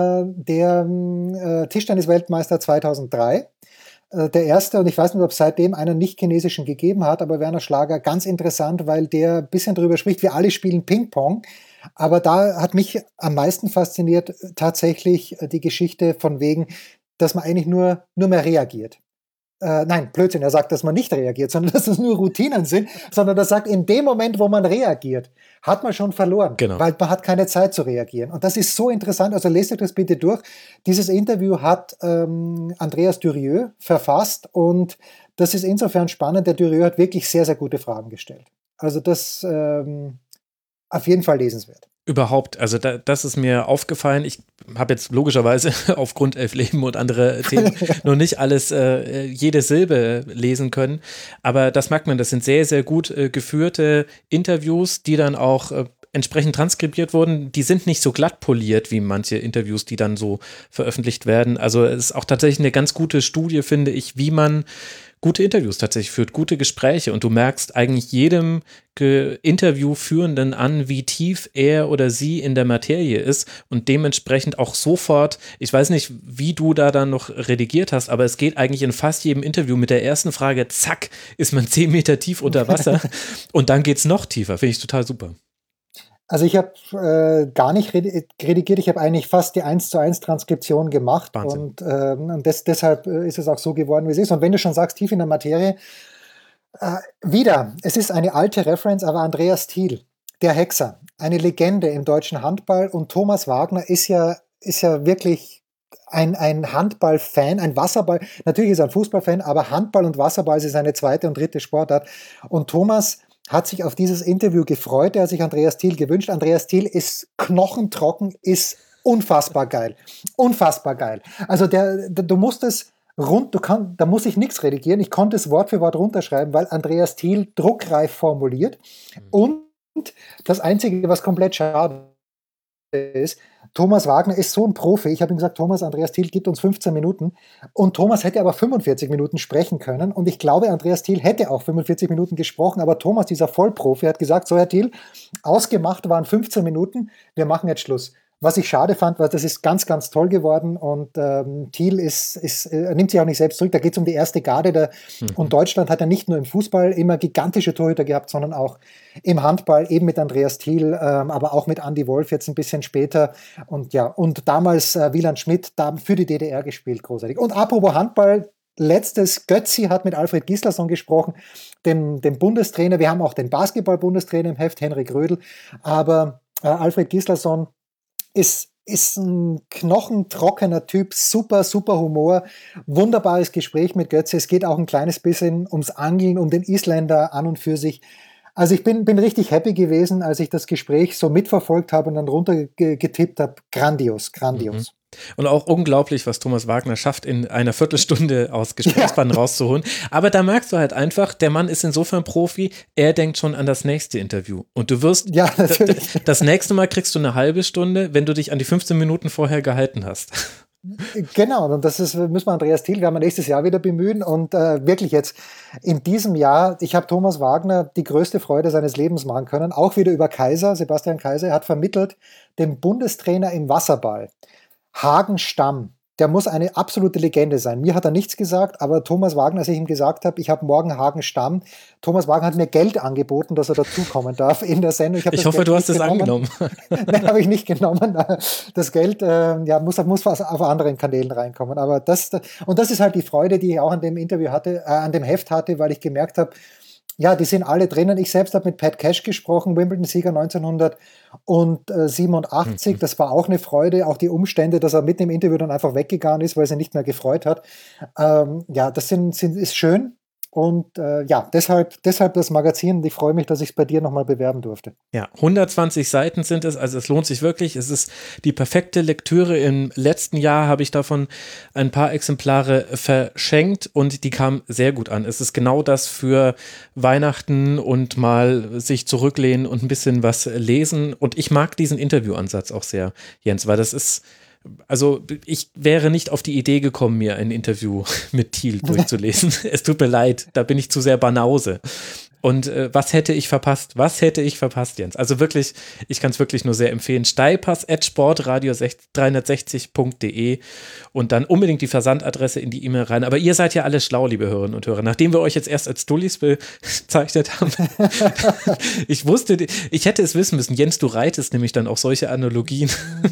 der Tischtennis-Weltmeister 2003. Der erste, und ich weiß nicht, ob es seitdem einen nicht-chinesischen gegeben hat, aber Werner Schlager, ganz interessant, weil der ein bisschen drüber spricht, wir alle spielen Ping-Pong, aber da hat mich am meisten fasziniert tatsächlich die Geschichte von wegen, dass man eigentlich nur mehr reagiert. Nein, Blödsinn, er sagt, dass man nicht reagiert, sondern dass es nur Routinen sind, sondern er sagt, in dem Moment, wo man reagiert, hat man schon verloren, genau. Weil man hat keine Zeit zu reagieren. Und das ist so interessant, also lest euch das bitte durch. Dieses Interview hat Andreas Dürieu verfasst und das ist insofern spannend, der Dürieu hat wirklich sehr, sehr gute Fragen gestellt. Also das auf jeden Fall lesenswert. Überhaupt, also das ist mir aufgefallen. Ich habe jetzt logischerweise aufgrund 11 Leben und andere Themen noch nicht alles, jede Silbe lesen können, aber das merkt man, das sind sehr, sehr gut geführte Interviews, die dann auch entsprechend transkribiert wurden. Die sind nicht so glatt poliert wie manche Interviews, die dann so veröffentlicht werden. Also es ist auch tatsächlich eine ganz gute Studie, finde ich, wie man gute Interviews tatsächlich führt, gute Gespräche und du merkst eigentlich jedem Interviewführenden an, wie tief er oder sie in der Materie ist und dementsprechend auch sofort, ich weiß nicht, wie du da dann noch redigiert hast, aber es geht eigentlich in fast jedem Interview mit der ersten Frage, zack, ist man 10 Meter tief unter Wasser und dann geht's noch tiefer, finde ich total super. Also ich habe gar nicht redigiert, ich habe eigentlich fast die 1:1 Transkription gemacht. Wahnsinn. Und deshalb ist es auch so geworden, wie es ist. Und wenn du schon sagst, tief in der Materie, es ist eine alte Reference, aber Andreas Thiel, der Hexer, eine Legende im deutschen Handball und Thomas Wagner ist ja wirklich ein Handball-Fan, ein Wasserball, natürlich ist er ein Fußballfan, aber Handball und Wasserball ist seine zweite und dritte Sportart. Und Thomas hat sich auf dieses Interview gefreut, er hat sich Andreas Thiel gewünscht. Andreas Thiel ist knochentrocken, ist unfassbar geil. Unfassbar geil. Also du musst es da muss ich nichts redigieren. Ich konnte es Wort für Wort runterschreiben, weil Andreas Thiel druckreif formuliert. Und das Einzige, was komplett schade ist, Thomas Wagner ist so ein Profi. Ich habe ihm gesagt, Andreas Thiel gibt uns 15 Minuten. Und Thomas hätte aber 45 Minuten sprechen können. Und ich glaube, Andreas Thiel hätte auch 45 Minuten gesprochen. Aber Thomas, dieser Vollprofi, hat gesagt, so Herr Thiel, ausgemacht waren 15 Minuten. Wir machen jetzt Schluss. Was ich schade fand, war, das ist ganz, ganz toll geworden und Thiel nimmt sich auch nicht selbst zurück. Da geht es um die erste Garde. Und Deutschland hat ja nicht nur im Fußball immer gigantische Torhüter gehabt, sondern auch im Handball, eben mit Andreas Thiel, aber auch mit Andy Wolf jetzt ein bisschen später. Und damals Wieland Schmidt da für die DDR gespielt, großartig. Und apropos Handball, letztes, Götzi hat mit Alfred Gislason gesprochen, dem Bundestrainer. Wir haben auch den Basketball-Bundestrainer im Heft, Henrik Rödel. Aber Alfred Gislason ist ein knochentrockener Typ, super, super Humor, wunderbares Gespräch mit Götze. Es geht auch ein kleines bisschen ums Angeln, um den Isländer an und für sich. Also ich bin richtig happy gewesen, als ich das Gespräch so mitverfolgt habe und dann runtergetippt habe. Grandios. Und auch unglaublich, was Thomas Wagner schafft, in einer Viertelstunde aus Gesprächsbahnen rauszuholen. Aber da merkst du halt einfach, der Mann ist insofern Profi, er denkt schon an das nächste Interview. Und du wirst, das nächste Mal kriegst du eine halbe Stunde, wenn du dich an die 15 Minuten vorher gehalten hast. Genau, und müssen wir Andreas Thiel, werden wir nächstes Jahr wieder bemühen und wirklich jetzt in diesem Jahr, ich habe Thomas Wagner die größte Freude seines Lebens machen können, auch wieder über Sebastian Kaiser, er hat vermittelt den Bundestrainer im Wasserball, Hagen Stamm, der muss eine absolute Legende sein. Mir hat er nichts gesagt, aber Thomas Wagner, als ich ihm gesagt habe, ich habe morgen Hagen Stamm, Thomas Wagner hat mir Geld angeboten, dass er dazukommen darf in der Sendung. Ich hoffe, du hast es angenommen. Nein, habe ich nicht genommen. Das Geld muss auf anderen Kanälen reinkommen. Aber das ist halt die Freude, die ich auch an dem Interview hatte, an dem Heft hatte, weil ich gemerkt habe, ja, die sind alle drinnen. Ich selbst habe mit Pat Cash gesprochen, Wimbledon-Sieger 1987. Das war auch eine Freude. Auch die Umstände, dass er mitten im Interview dann einfach weggegangen ist, weil er sich nicht mehr gefreut hat. Das ist schön. Und deshalb das Magazin. Und ich freue mich, dass ich es bei dir nochmal bewerben durfte. Ja, 120 Seiten sind es, also es lohnt sich wirklich. Es ist die perfekte Lektüre. Im letzten Jahr habe ich davon ein paar Exemplare verschenkt und die kamen sehr gut an. Es ist genau das für Weihnachten und mal sich zurücklehnen und ein bisschen was lesen. Und ich mag diesen Interviewansatz auch sehr, Jens, weil das ist. Also ich wäre nicht auf die Idee gekommen, mir ein Interview mit Thiel durchzulesen. Es tut mir leid, da bin ich zu sehr Banause. Und was hätte ich verpasst? Jens? Also wirklich, ich kann es wirklich nur sehr empfehlen. steilpass@sportradio360.de und dann unbedingt die Versandadresse in die E-Mail rein. Aber ihr seid ja alle schlau, liebe Hörerinnen und Hörer. Nachdem wir euch jetzt erst als Dullis bezeichnet haben, ich hätte es wissen müssen. Jens, du reitest nämlich dann auch solche Analogien,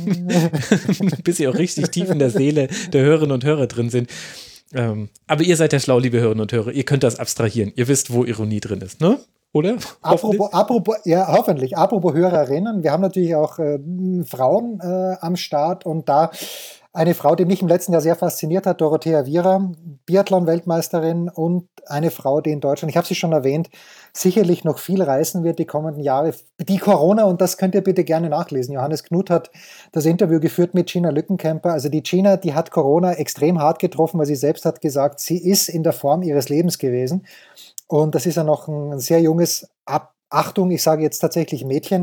bis sie auch richtig tief in der Seele der Hörerinnen und Hörer drin sind. Aber ihr seid ja schlau, liebe Hörerinnen und Hörer. Ihr könnt das abstrahieren. Ihr wisst, wo Ironie drin ist, ne? Oder? Hoffentlich. Apropos Hörerinnen, wir haben natürlich auch Frauen am Start und da eine Frau, die mich im letzten Jahr sehr fasziniert hat, Dorothea Viera, Biathlon-Weltmeisterin und eine Frau, die in Deutschland, ich habe sie schon erwähnt, sicherlich noch viel reisen wird die kommenden Jahre. Die Corona, und das könnt ihr bitte gerne nachlesen. Johannes Knuth hat das Interview geführt mit Gina Lückenkämper. Also die Gina, die hat Corona extrem hart getroffen, weil sie selbst hat gesagt, sie ist in der Form ihres Lebens gewesen. Und das ist ja noch ein sehr junges, Achtung, ich sage jetzt tatsächlich Mädchen,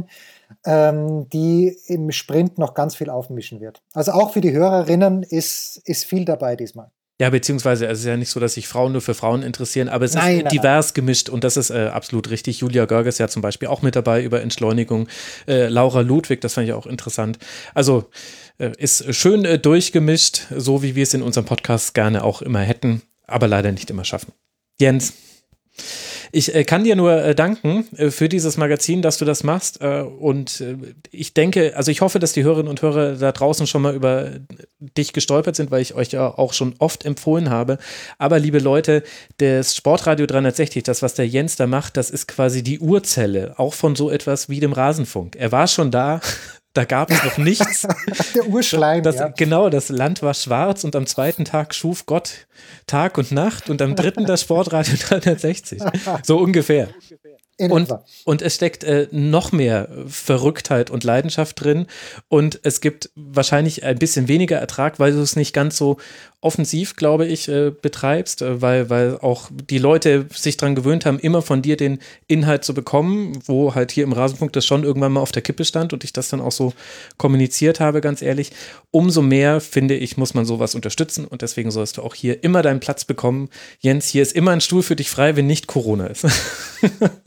die im Sprint noch ganz viel aufmischen wird. Also auch für die Hörerinnen ist viel dabei diesmal. Ja, beziehungsweise es ist ja nicht so, dass sich Frauen nur für Frauen interessieren, aber es ist divers gemischt und das ist absolut richtig. Julia Görges ist ja zum Beispiel auch mit dabei über Entschleunigung. Laura Ludwig, das fand ich auch interessant. Also ist schön durchgemischt, so wie wir es in unserem Podcast gerne auch immer hätten, aber leider nicht immer schaffen. Jens, ich kann dir nur danken für dieses Magazin, dass du das machst und ich denke, also ich hoffe, dass die Hörerinnen und Hörer da draußen schon mal über dich gestolpert sind, weil ich euch ja auch schon oft empfohlen habe, aber liebe Leute, das Sportradio 360, das, was der Jens da macht, das ist quasi die Urzelle, auch von so etwas wie dem Rasenfunk. Er war schon da. Da gab es noch nichts. Der Urschleim, ja. Genau, das Land war schwarz und am zweiten Tag schuf Gott Tag und Nacht und am dritten das Sportradio 360. So ungefähr. Und es steckt noch mehr Verrücktheit und Leidenschaft drin und es gibt wahrscheinlich ein bisschen weniger Ertrag, weil du es nicht ganz so offensiv, glaube ich, betreibst, weil auch die Leute sich daran gewöhnt haben, immer von dir den Inhalt zu bekommen, wo halt hier im Rasenfunk das schon irgendwann mal auf der Kippe stand und ich das dann auch so kommuniziert habe, ganz ehrlich. Umso mehr, finde ich, muss man sowas unterstützen und deswegen sollst du auch hier immer deinen Platz bekommen. Jens, hier ist immer ein Stuhl für dich frei, wenn nicht Corona ist.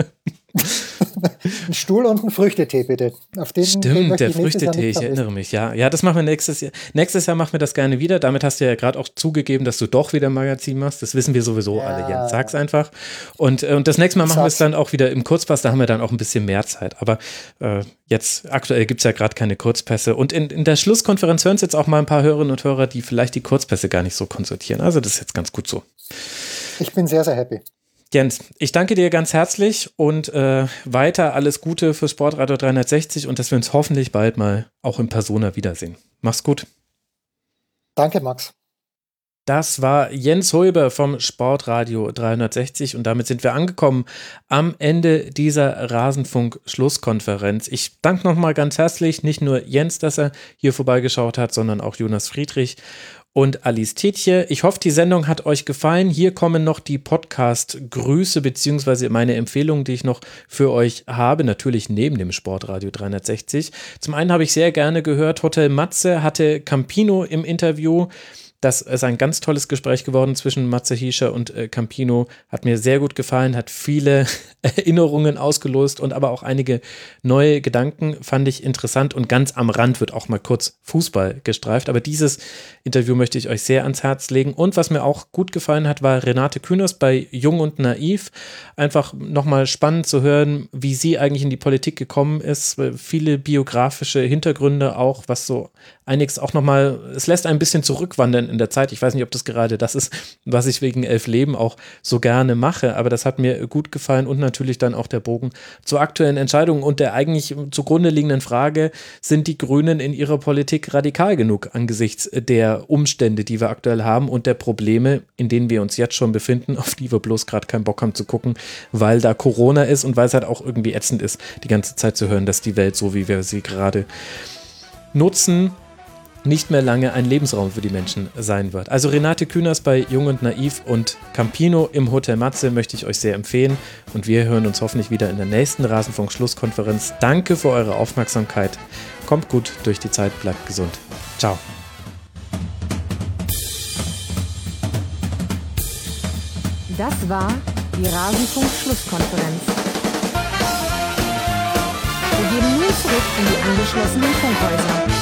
Ein Stuhl und ein Früchtetee, bitte. Auf den Stimmt, der Früchtetee, ich erinnere mich, ja. Ja, das machen wir nächstes Jahr. Nächstes Jahr machen wir das gerne wieder. Damit hast du ja gerade auch zugegeben, dass du doch wieder ein Magazin machst. Das wissen wir sowieso alle, Jens. Sag's einfach. Und das nächste Mal machen wir es dann auch wieder im Kurzpass. Da haben wir dann auch ein bisschen mehr Zeit. Aber jetzt aktuell gibt es ja gerade keine Kurzpässe. Und in der Schlusskonferenz hören es jetzt auch mal ein paar Hörerinnen und Hörer, die vielleicht die Kurzpässe gar nicht so konsultieren. Also das ist jetzt ganz gut so. Ich bin sehr, sehr happy. Jens, ich danke dir ganz herzlich und weiter alles Gute für Sportradio 360 und dass wir uns hoffentlich bald mal auch in Persona wiedersehen. Mach's gut. Danke, Max. Das war Jens Hulber vom Sportradio 360 und damit sind wir angekommen am Ende dieser Rasenfunk-Schlusskonferenz. Ich danke nochmal ganz herzlich nicht nur Jens, dass er hier vorbeigeschaut hat, sondern auch Jonas Friedrich und Alice Tietje. Ich hoffe, die Sendung hat euch gefallen. Hier kommen noch die Podcast-Grüße beziehungsweise meine Empfehlungen, die ich noch für euch habe, natürlich neben dem Sportradio 360. Zum einen habe ich sehr gerne gehört, Hotel Matze hatte Campino im Interview. Das ist ein ganz tolles Gespräch geworden zwischen Matze Hiescher und Campino. Hat mir sehr gut gefallen, hat viele Erinnerungen ausgelöst und aber auch einige neue Gedanken fand ich interessant. Und ganz am Rand wird auch mal kurz Fußball gestreift. Aber dieses Interview möchte ich euch sehr ans Herz legen. Und was mir auch gut gefallen hat, war Renate Künast bei Jung und Naiv. Einfach nochmal spannend zu hören, wie sie eigentlich in die Politik gekommen ist. Viele biografische Hintergründe auch, was so einiges auch nochmal, es lässt ein bisschen zurückwandern in der Zeit. Ich weiß nicht, ob das gerade das ist, was ich wegen 11 Leben auch so gerne mache, aber das hat mir gut gefallen und natürlich dann auch der Bogen zur aktuellen Entscheidung und der eigentlich zugrunde liegenden Frage, sind die Grünen in ihrer Politik radikal genug angesichts der Umstände, die wir aktuell haben und der Probleme, in denen wir uns jetzt schon befinden, auf die wir bloß gerade keinen Bock haben zu gucken, weil da Corona ist und weil es halt auch irgendwie ätzend ist, die ganze Zeit zu hören, dass die Welt, so wie wir sie gerade nutzen, nicht mehr lange ein Lebensraum für die Menschen sein wird. Also Renate Künast bei Jung und Naiv und Campino im Hotel Matze möchte ich euch sehr empfehlen und wir hören uns hoffentlich wieder in der nächsten Rasenfunk-Schlusskonferenz. Danke für eure Aufmerksamkeit. Kommt gut durch die Zeit, bleibt gesund. Ciao. Das war die Rasenfunk-Schlusskonferenz. Wir gehen nun zurück in die angeschlossenen Funkhäuser.